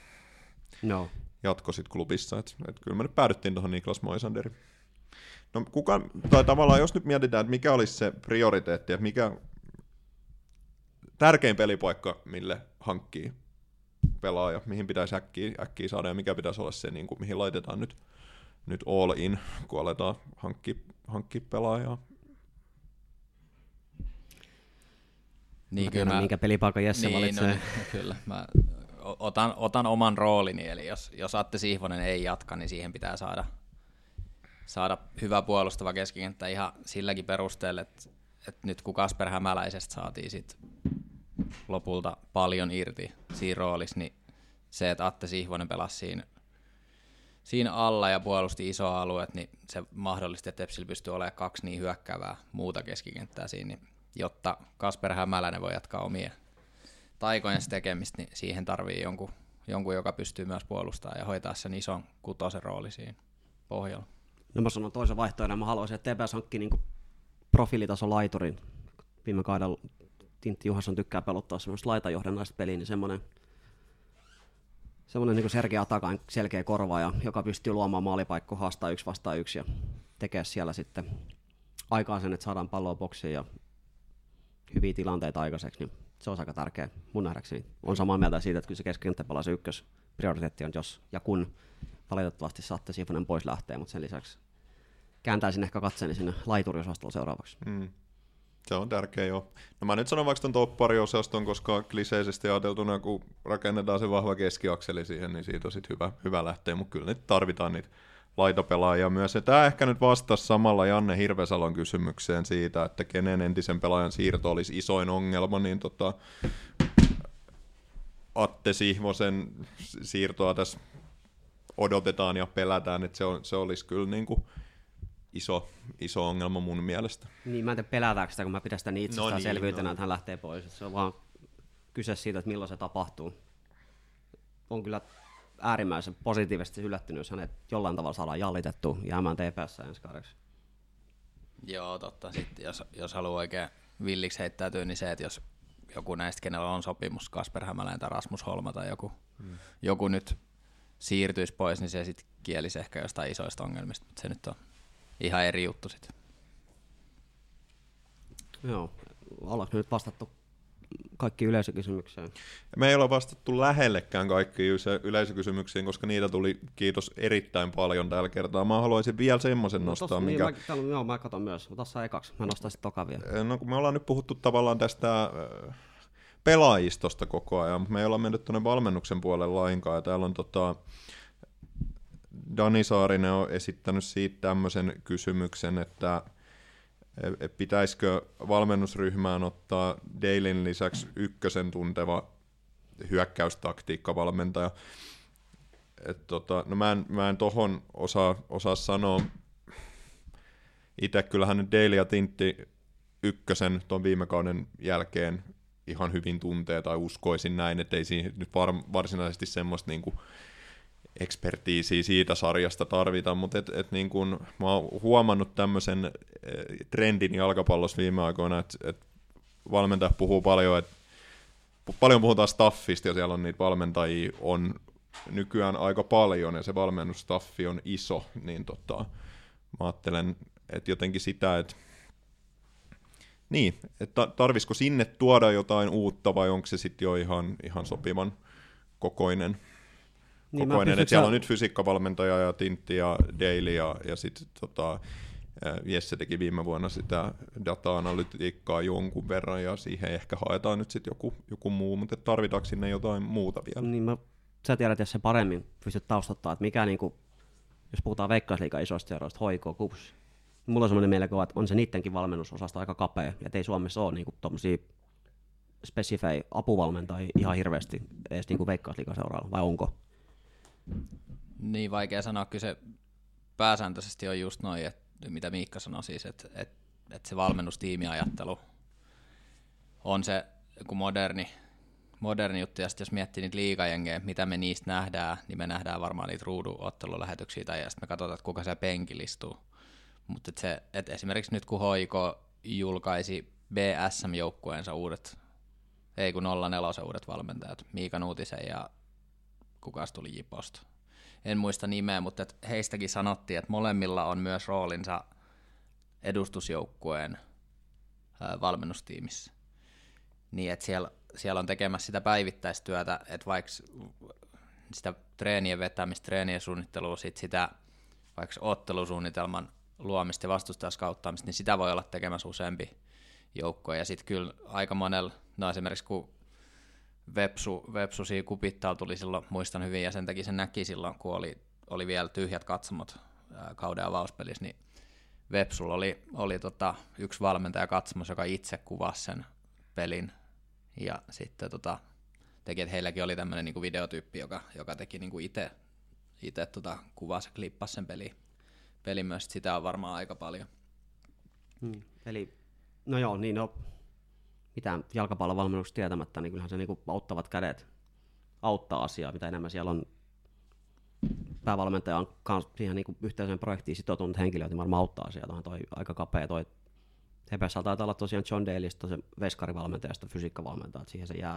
sit klubissa. Et kyllä me nyt päädyttiin tuohon Niklas Moisanderiin. No tai tavallaan jos nyt mietitään, että mikä olisi se prioriteetti, että mikä tärkein pelipaikka, mille hankkii pelaaja, mihin pitäisi äkkiä saada ja mikä pitäisi olla se, niin kuin, mihin laitetaan nyt all in, kun aletaan hankkia pelaajaa. Niin, kyllä minkä pelipaikan Jesse valitsee. No, kyllä. Mä otan oman roolini, eli jos Atte Sihvonen ei jatka, niin siihen pitää saada hyvä puolustava keskikenttä ihan silläkin perusteella, että nyt kun Kasper Hämäläisestä saatiin sit lopulta paljon irti siinä roolissa, niin se, että Atte Sihvonen pelasi siinä alla ja puolusti isoa alueet, niin se mahdollisti, että Tepsillä pystyy olemaan 2 niin hyökkäävää muuta keskikenttää siinä, niin jotta Kasper Hämäläinen voi jatkaa omia taikojensa tekemistä, niin siihen tarvii jonkun, joka pystyy myös puolustamaan ja hoitaa sen ison kutosen rooli siinä pohjalla. No mä sanon toisen vaihtoehdon, mä haluaisin, että TPS hankki niinku profiilitason laiturin. Viime kaudella Tintti Juhansson tykkää pelottaa semmoista laitajohdannaista peliä, niin semmoinen niin Sergei Atakan selkeä korvaaja, joka pystyy luomaan maalipaikkoa, haastaa 1 vastaan 1 ja tekee siellä sitten aikaa sen, että saadaan palloa boksiin ja hyviä tilanteita aikaiseksi, niin se on aika tärkeä mun nähdäkseni. On samaa mieltä siitä, että kyllä se keskikenttäpelaaja ykkösprioriteetti on, jos ja kun valitettavasti Satte Sifonen pois lähtee, mutta sen lisäksi kääntäisin ehkä katseeni sinne laituriosastolla seuraavaksi. Se on tärkeä, joo. No mä nyt sanon vaikka ton toppariosaston, koska kliseisesti ajateltuna, kun rakennetaan se vahva keskiakseli siihen, niin siitä on sitten hyvä lähteä, mutta kyllä nyt tarvitaan niitä laitapelaajia myös. Ja tämä ehkä nyt vastasi samalla Janne Hirvesalon kysymykseen siitä, että kenen entisen pelaajan siirto olisi isoin ongelma, niin Atte Sihvosen siirtoa tässä odotetaan ja pelätään, että se olisi kyllä niin kuin iso ongelma mun mielestä. Niin, mä en tiedä pelätäänkö sitä, kun mä pidän sitä niin itsestäänselvyytenä, että hän lähtee pois. Se on vaan kyse siitä, että milloin se tapahtuu. On kyllä äärimmäisen positiivisesti yllättynyt, jos hänet jollain tavalla saadaan jallitettua jäämään TPS ensi kaudeksi. Joo, totta. Sitten jos haluaa oikein villiksi heittäytyä, niin se, että jos joku näistä, kenellä on sopimus, Kasper Hämäläinen tai Rasmus Holma tai joku nyt siirtyisi pois, niin se sitten kielisi ehkä jostain isoista ongelmista, mutta se nyt on ihan eri juttu sitten. Joo, ollaanko nyt vastattu kaikki yleisökysymykseen? Me ei olla vastattu lähellekään kaikkiin yleisökysymyksiin, koska niitä tuli, kiitos, erittäin paljon tällä kertaa. Mä haluaisin vielä semmoisen nostaa, mikä... Mä katson myös. Tossa ekaksi. Mä nostan sitten toka vielä. No kun me ollaan nyt puhuttu tavallaan tästä pelaajistosta koko ajan, mutta me ei olla mennyt tuonne valmennuksen puolelle lainkaan. Ja täällä on Dani Saarinen on esittänyt siitä tämmöisen kysymyksen, että pitäisikö valmennusryhmään ottaa Dalyn lisäksi ykkösen tunteva hyökkäystaktiikkavalmentaja. No mä en tohon osaa sanoa. Itse kyllähän nyt Daly ja Tintti ykkösen tuon viime kauden jälkeen ihan hyvin tuntee, tai uskoisin näin, että ei siinä nyt varsinaisesti semmoista niinku ekspertiisiä siitä sarjasta tarvita, mutta niin kun, mä oon huomannut tämmöisen trendin jalkapallossa viime aikoina, että valmentajat puhuu paljon, että paljon puhutaan staffista, ja siellä on niitä valmentajia on nykyään aika paljon, ja se valmennusstaffi on iso, niin mä ajattelen, että jotenkin sitä, että tarvisiko sinne tuoda jotain uutta, vai onko se sitten jo ihan sopivan kokoinen, että siellä on nyt fysiikkavalmentaja ja Tintti ja Daly ja sitten Jesse teki viime vuonna sitä data-analytiikkaa jonkun verran ja siihen ehkä haetaan nyt sitten joku muu, mutta tarvitaanko sinne jotain muuta vielä? Niin sä tiedät, jos se paremmin pystyt taustattaa, että mikä niinku, jos puhutaan Veikkausliigan isoista seuroista, HIK, KuPS, mulla on semmoinen mielikuva, että on se niidenkin valmennusosasta aika kapea, että ei Suomessa ole niinku tommosia spesifejä apuvalmentajia ihan hirveästi edes niinku Veikkausliigan seuraalla, vai onko? Niin, vaikea sanoa. Kyllä se pääsääntöisesti on just noin, että mitä Miikka sanoi siis, että se valmennustiimiajattelu on se kun moderni juttu, ja sitten jos miettii niitä liigajengejä, mitä me niistä nähdään, niin me nähdään varmaan niitä ruuduottelulähetyksiä, tai sitten me katsotaan, että kuka siellä penkillä istuu. Mutta esimerkiksi nyt kun HIK julkaisi BSM-joukkueensa uudet 04 uudet valmentajat, Miika Nuutisen ja kukas tuli Jiposta. En muista nimeä, mutta heistäkin sanottiin, että molemmilla on myös roolinsa edustusjoukkueen valmennustiimissä. Niin, että siellä on tekemässä sitä päivittäistyötä, että vaikka sitä treenien vetämistä, treenien suunnittelua, sitä vaikka ottelusuunnitelman luomista ja vastustajaskauttaamista, niin sitä voi olla tekemässä useampi joukkue. Ja sitten kyllä aika monella, no esimerkiksi kun Vepsu siinä Kupittaalla tuli silloin, muistan hyvin, ja sen takia sen näki silloin, kun oli vielä tyhjät katsomot kauden avauspelissä, niin Vepsulla oli yksi valmentaja katsomassa, joka itse kuvasi sen pelin, ja sitten teki, että heilläkin oli tämmöinen niinku videotyyppi, joka teki niinku itse kuvasi ja klippasi sen pelin myös, sitä on varmaan aika paljon. Eli, no joo, niin mitään jalkapallon valmennuksesta tietämättä, niin kyllähän se niinku auttavat kädet auttaa asiaa, mitä enemmän siellä on päävalmentaja on siihen niinku yhteiseen projektiin sitoutunut henkilöitä, niin varmaan auttaa asiaa. Tuohan toi aika kapea toi Hepessä taitaa olla tosiaan John Dalysta se veskarivalmentajasta fysiikkavalmentaja, että siihen se jää.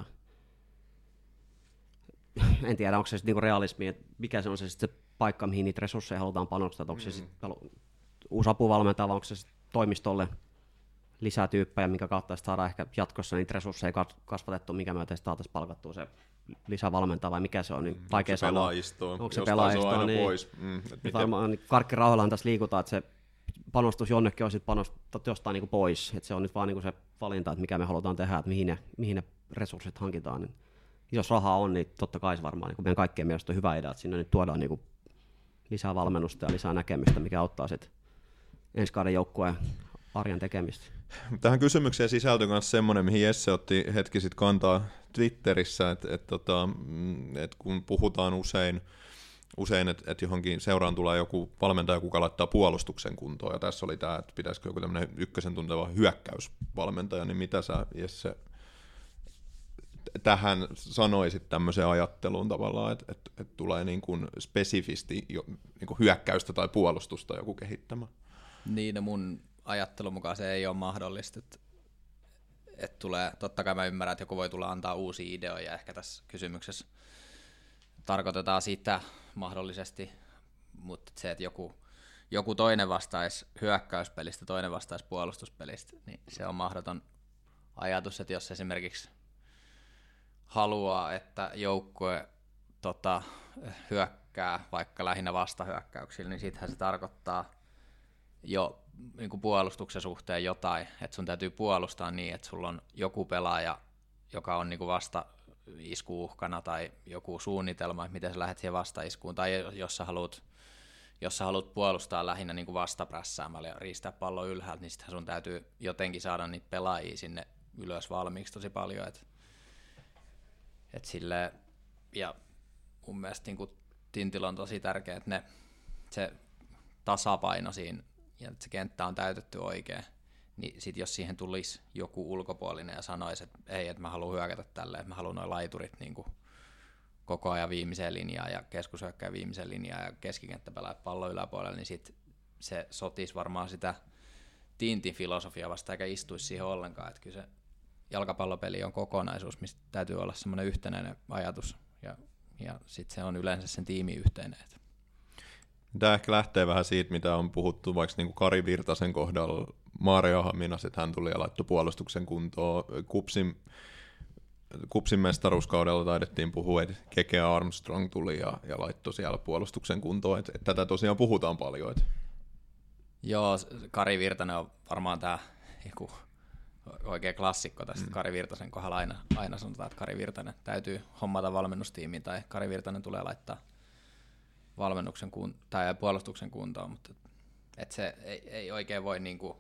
En tiedä, onko se sitten niinku realismi, että mikä se on se paikka, mihin niitä resursseja halutaan panostaa, onko se sitten uusi apuvalmentaja, vai onko se sitten toimistolle lisää tyyppejä, minkä kautta saadaan ehkä jatkossa niitä resursseja kasvatettua, mikä me saataisiin palkattua se lisävalmentaja vai mikä se on, niin vaikea sanoa. Onko se pelaajistoa? Niin, pois. Varmaan niin karkkirauhallaan tässä liikutaan, että se panostus jonnekin on sitten jostain niin kuin pois, että se on nyt vaan niin kuin se valinta, että mikä me halutaan tehdä, että mihin ne resurssit hankitaan. Niin jos rahaa on, niin totta kai se varmaan niin meidän kaikkien mielestä on hyvä idea, että sinne nyt tuodaan niin kuin lisää valmennusta ja lisää näkemystä, mikä auttaa sitten ensi kauden joukkueen arjen tekemistä. Tähän kysymykseen sisältyy myös semmoinen, mihin Jesse otti hetki sitten kantaa Twitterissä, että kun puhutaan usein että johonkin seuraan tulee joku valmentaja, kuka laittaa puolustuksen kuntoon, ja tässä oli tämä, että pitäisikö joku tämmöinen ykkösen tunteva hyökkäysvalmentaja, niin mitä sä, Jesse, tähän sanoisit tämmöiseen ajatteluun tavallaan, että tulee niin kuin spesifisti niin kuin hyökkäystä tai puolustusta joku kehittämään? Niin, no mun ajattelun mukaan se ei ole mahdollista, että tulee, totta kai mä ymmärrän, että joku voi tulla antaa uusia ideoja, ehkä tässä kysymyksessä tarkoitetaan sitä mahdollisesti, mutta se, että joku toinen vastaisi hyökkäyspelistä, toinen vastaisi puolustuspelistä, niin se on mahdoton ajatus, että jos esimerkiksi haluaa, että joukkue hyökkää vaikka lähinnä vastahyökkäyksillä, niin sittenhän se tarkoittaa jo niin kuin puolustuksen suhteen jotain, että sun täytyy puolustaa niin, että sulla on joku pelaaja, joka on niin kuin vastaiskuuhkana tai joku suunnitelma, että miten sä lähdet siihen vastaiskuun, tai jos sä haluat puolustaa lähinnä niin kuin vastaprässäämällä ja riistää pallon ylhäältä, niin sittenhän sun täytyy jotenkin saada niitä pelaajia sinne ylös valmiiksi tosi paljon, että sille, ja mun mielestä niin kuin Tintillä on tosi tärkeää, että se tasapaino siinä, ja että se kenttä on täytetty oikein, niin sit jos siihen tulisi joku ulkopuolinen ja sanoisi, että ei, että mä haluan hyökätä tälleen, että mä haluan nuo laiturit niin kuin koko ajan viimeiseen linjaan ja keskushyökkään viimeiseen linjaan ja keskikenttä pelaa pallon yläpuolella, niin sit se sotisi varmaan sitä Tintin filosofiaa vasta eikä istuisi siihen ollenkaan, että kyllä se jalkapallopeli on kokonaisuus, mistä täytyy olla semmoinen yhtenäinen ajatus ja sitten se on yleensä sen tiimin yhteinen. Tämä ehkä lähtee vähän siitä, mitä on puhuttu vaikka niin kuin Kari Virtasen kohdalla Maariahaminας, että hän tuli ja laittoi puolustuksen kuntoon. Kupsin mestaruuskaudella taidettiin puhua, että Keke Armstrong tuli ja laittoi siellä puolustuksen kuntoon. Että tätä tosiaan puhutaan paljon. Että. Joo, Kari Virtanen on varmaan tämä oikea klassikko tästä. Kari Virtasen kohdalla aina sanotaan, että Kari Virtanen täytyy hommata valmennustiimiin tai Kari Virtanen tulee laittaa valmennuksen tai puolustuksen kuntoon, mutta et se ei oikein voi niinku,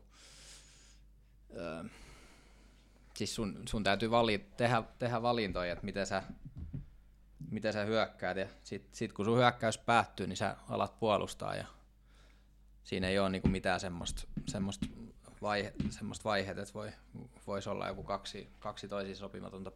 siis sun täytyy tehdä valintoja, että miten sä hyökkäät, ja sit kun sun hyökkäys päättyy, niin sä alat puolustaa, ja siinä ei ole niinku mitään semmoista vaiheet, että voisi olla joku kaksi toisiin sopimatonta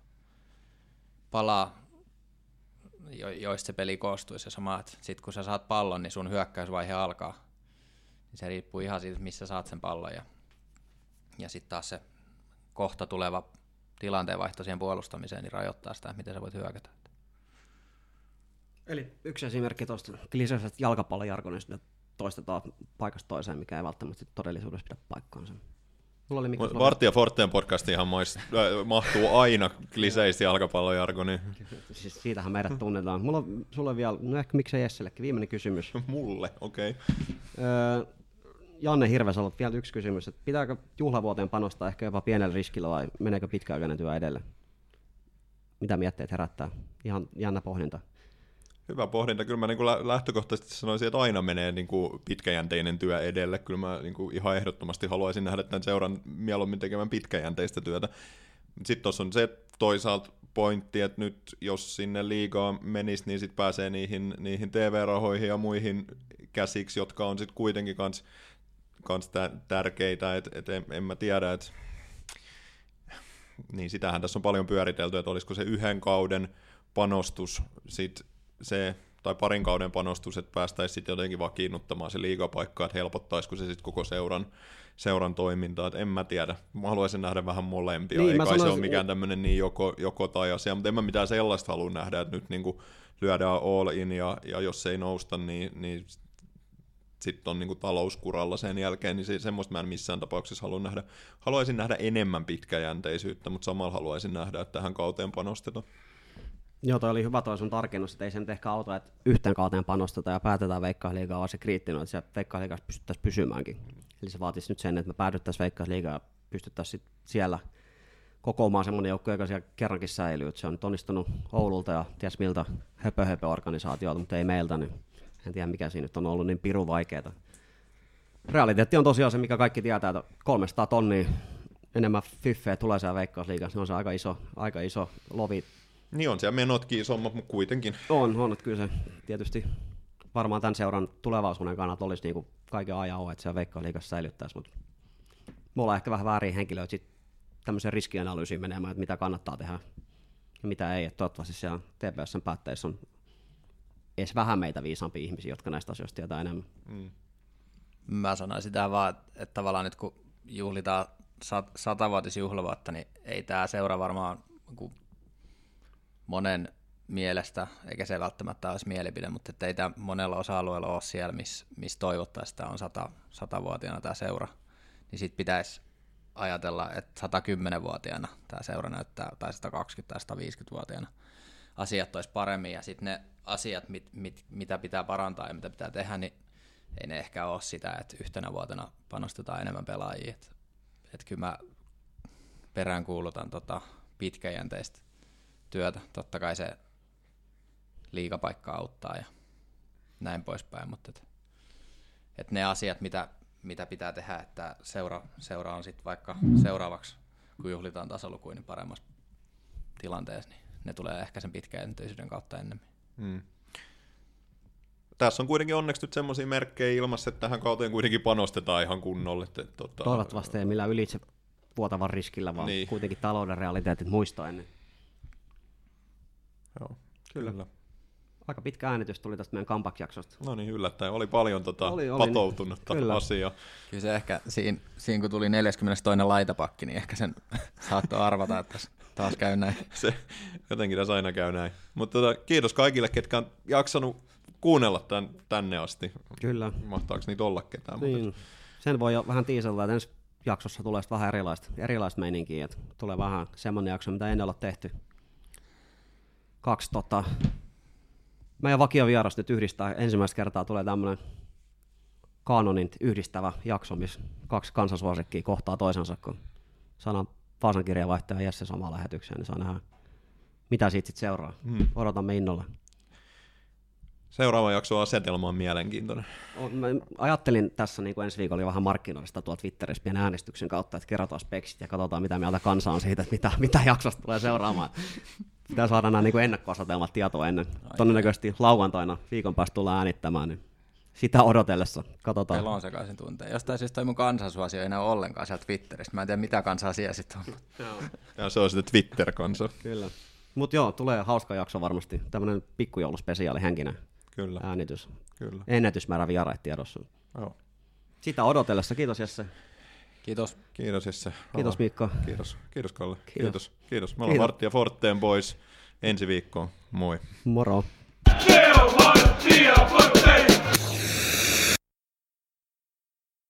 palaa joista se peli koostuisi, ja sama, että sit kun sä saat pallon, niin sun hyökkäysvaihe alkaa. Se riippuu ihan siitä, missä saat sen pallon, ja sitten taas se kohta tuleva tilanteenvaihto siihen puolustamiseen, niin rajoittaa sitä, miten sä voit hyökätä. Eli yksi esimerkki tuosta kliseisestä jalkapallojargonista, että toistetaan paikasta toiseen, mikä ei välttämättä todellisuudessa pidä paikkaansa. Vartti ja Forteen podcastiinhan mahtuu aina kliseistä jalkapallojargoni. Siis siitähän meidät tunnetaan. Sulla on vielä, no ehkä miksei Jessellekin, viimeinen kysymys. Mulle, okei. Okay. Janne Hirvesalo, vielä yksi kysymys. Että pitääkö juhlavuoteen panostaa ehkä jopa pienellä riskillä vai meneekö pitkäaikainen työ edelle? Mitä mietteet herättää? Ihan jännä pohdinta. Hyvä pohdinta. Kyllä mä niin kuin lähtökohtaisesti sanoisin, että aina menee niin kuin pitkäjänteinen työ edelle. Kyllä mä niin kuin ihan ehdottomasti haluaisin nähdä tämän seuran mieluummin tekemään pitkäjänteistä työtä. Sitten tuossa on se toisaalta pointti, että nyt jos sinne liigaan menisi, niin sitten pääsee niihin TV-rahoihin ja muihin käsiksi, jotka on sitten kuitenkin kans tärkeitä. En mä tiedä, että niin sitähän tässä on paljon pyöritelty, että olisiko se yhden kauden panostus sitten se, tai parin kauden panostus, että päästäisiin sitten jotenkin vakiinnuttamaan se liigapaikka, että helpottaisiko se sitten koko seuran toimintaa, että en mä tiedä. Mä haluaisin nähdä vähän molempia, niin, ei kai se ole mikään tämmöinen niin joko tai asia, mutta en mä mitään sellaista halua nähdä, että nyt niinku lyödään all in, ja jos ei nousta, niin sitten on niinku talouskuralla sen jälkeen, niin semmoista mä en missään tapauksessa halua nähdä. Haluaisin nähdä enemmän pitkäjänteisyyttä, mutta samalla haluaisin nähdä, että tähän kauteen panostetaan. Joo, toi oli hyvä toi sun tarkennus, että ei se nyt ehkä auta, että yhteen kauteen panostetaan ja päätetään Veikkausliigaa, vaan se kriittinen, että se Veikkausliigassa pystyttäisiin pysymäänkin. Eli se vaatisi nyt sen, että me päädyttäisiin Veikkausliigaan ja pystyttäisiin siellä kokoamaan semmoinen joukko, joka siellä kerrankin säilyy. Se on nyt onnistunut Oululta ja ties miltä höpö-organisaatiolta, mutta ei meiltä, niin en tiedä mikä siinä nyt on ollut niin pirun vaikeaa. Realiteetti on tosiaan se, mikä kaikki tietää, että 300 tonnia enemmän fyffeä tulee siellä Veikkausliigassa, se on se aika iso lovi. Niin on siellä menotkin isommat, mutta kuitenkin. On, että kyllä se tietysti varmaan tämän seuran tulevaisuuden kannalta olisi niin kuin kaiken ajan, että siellä Veikkausliigassa säilyttäisi, mutta me ollaan ehkä vähän väärin henkilöitä sitten tämmöiseen riskianalyysiin menemään, että mitä kannattaa tehdä ja mitä ei. Että toivottavasti siellä TPS:n päättäjissä on edes vähän meitä viisaampia ihmisiä, jotka näistä asioista tietää enemmän. Mä sanoisin sitä vaan, että tavallaan nyt kun juhlitaan 100-vuotisjuhlavuotta, niin ei tämä seura varmaan monen mielestä, eikä se välttämättä olisi mielipide, mutta ei tämä monella osa-alueella ole siellä, missä toivottaisiin, että on 100-vuotiaana tämä seura, niin sitten pitäisi ajatella, että 110-vuotiaana tämä seura näyttää, tai 120 tai 150-vuotiaana asiat olisi paremmin, ja sitten ne asiat, mitä pitää parantaa ja mitä pitää tehdä, niin ei ne ehkä ole sitä, että yhtenä vuotena panostetaan enemmän pelaajia. Että kyllä mä peräänkuulutan pitkäjänteistä työtä. Totta kai se liigapaikka auttaa ja näin poispäin, mutta et ne asiat, mitä pitää tehdä, että seura on sitten vaikka seuraavaksi, kun juhlitaan tasalukuin, niin paremmassa tilanteessa, niin ne tulee ehkä sen pitkäjänteisyyden kautta ennemmin. Tässä on kuitenkin onneksi nyt semmoisia merkkejä ilmassa, että tähän kauteen kuitenkin panostetaan ihan kunnolle. Toivottavasti ei millään ylitse vuotavan riskillä, vaan niin. Kuitenkin talouden realiteetit muistaen. Joo, kyllä. Aika pitkä äänitys tuli tästä meidän comeback-jaksosta. No niin, yllättäen. Oli paljon patoutunutta asiaa. Kyllä se ehkä, siinä kun tuli 42. laitapakki, niin ehkä sen saattoi arvata, että taas käy näin. Se, jotenkin tässä aina käy näin. Mutta kiitos kaikille, ketkä on jaksanut kuunnella tänne asti. Kyllä. Mahtaako niitä olla ketään? Niin. Mutta Sen voi jo vähän tiisellä, että ensi jaksossa tulee vähän erilaista meininkiä. Että tulee vähän semmoinen jakso, mitä ennen olla tehty. 2 meidän vakiovieras nyt yhdistää, ensimmäistä kertaa tulee tämmöinen kanonin yhdistävä jakso, missä 2 kansansuosikkia kohtaa toisensa, kun saadaan Vaasan kirjeenvaihtaja Jesse samaan lähetykseen, niin saa nähdä, mitä siitä sitten seuraa. Odotamme innolla. Seuraava jakso asetelma on mielenkiintoinen. Mä ajattelin tässä niin kuin ensi viikolla vähän markkinoista tuolla Twitterissä pienen äänestyksen kautta, että kerrotaan speksit ja katsotaan, mitä mieltä kansa on siitä, että mitä jaksosta tulee seuraamaan. Pitää saada nämä niin ennakkoasetelmat tietoa ennen. Todennäköisesti lauantaina viikon päästä tullaan äänittämään, niin sitä odotellessa katsotaan. Pelon sekaisin tunteen. Jostain syystä toi mun kansansuosio ei enää ollenkaan sieltä Twitteristä. Mä en tiedä, mitä kansaa siellä sitten on. Ja se on sitten Twitter-kansa. Kyllä. Mutta joo, tulee hauska jakso varmasti. Tämmöinen pikkujouluspesiaali henkinen Kyllä. äänitys. Kyllä. Ennätysmäärä vieraita tiedossa. Joo. Sitä odotellessa. Kiitos Jesse. Kiitos. Kiitos Jesse. Kiitos Mikko. Kiitos Kalle. Kiitos. Kiitos. Me ollaan Vartti ja Forteen pois ensi viikkoon. Moi. Moro. Se on Vartti ja Forteen!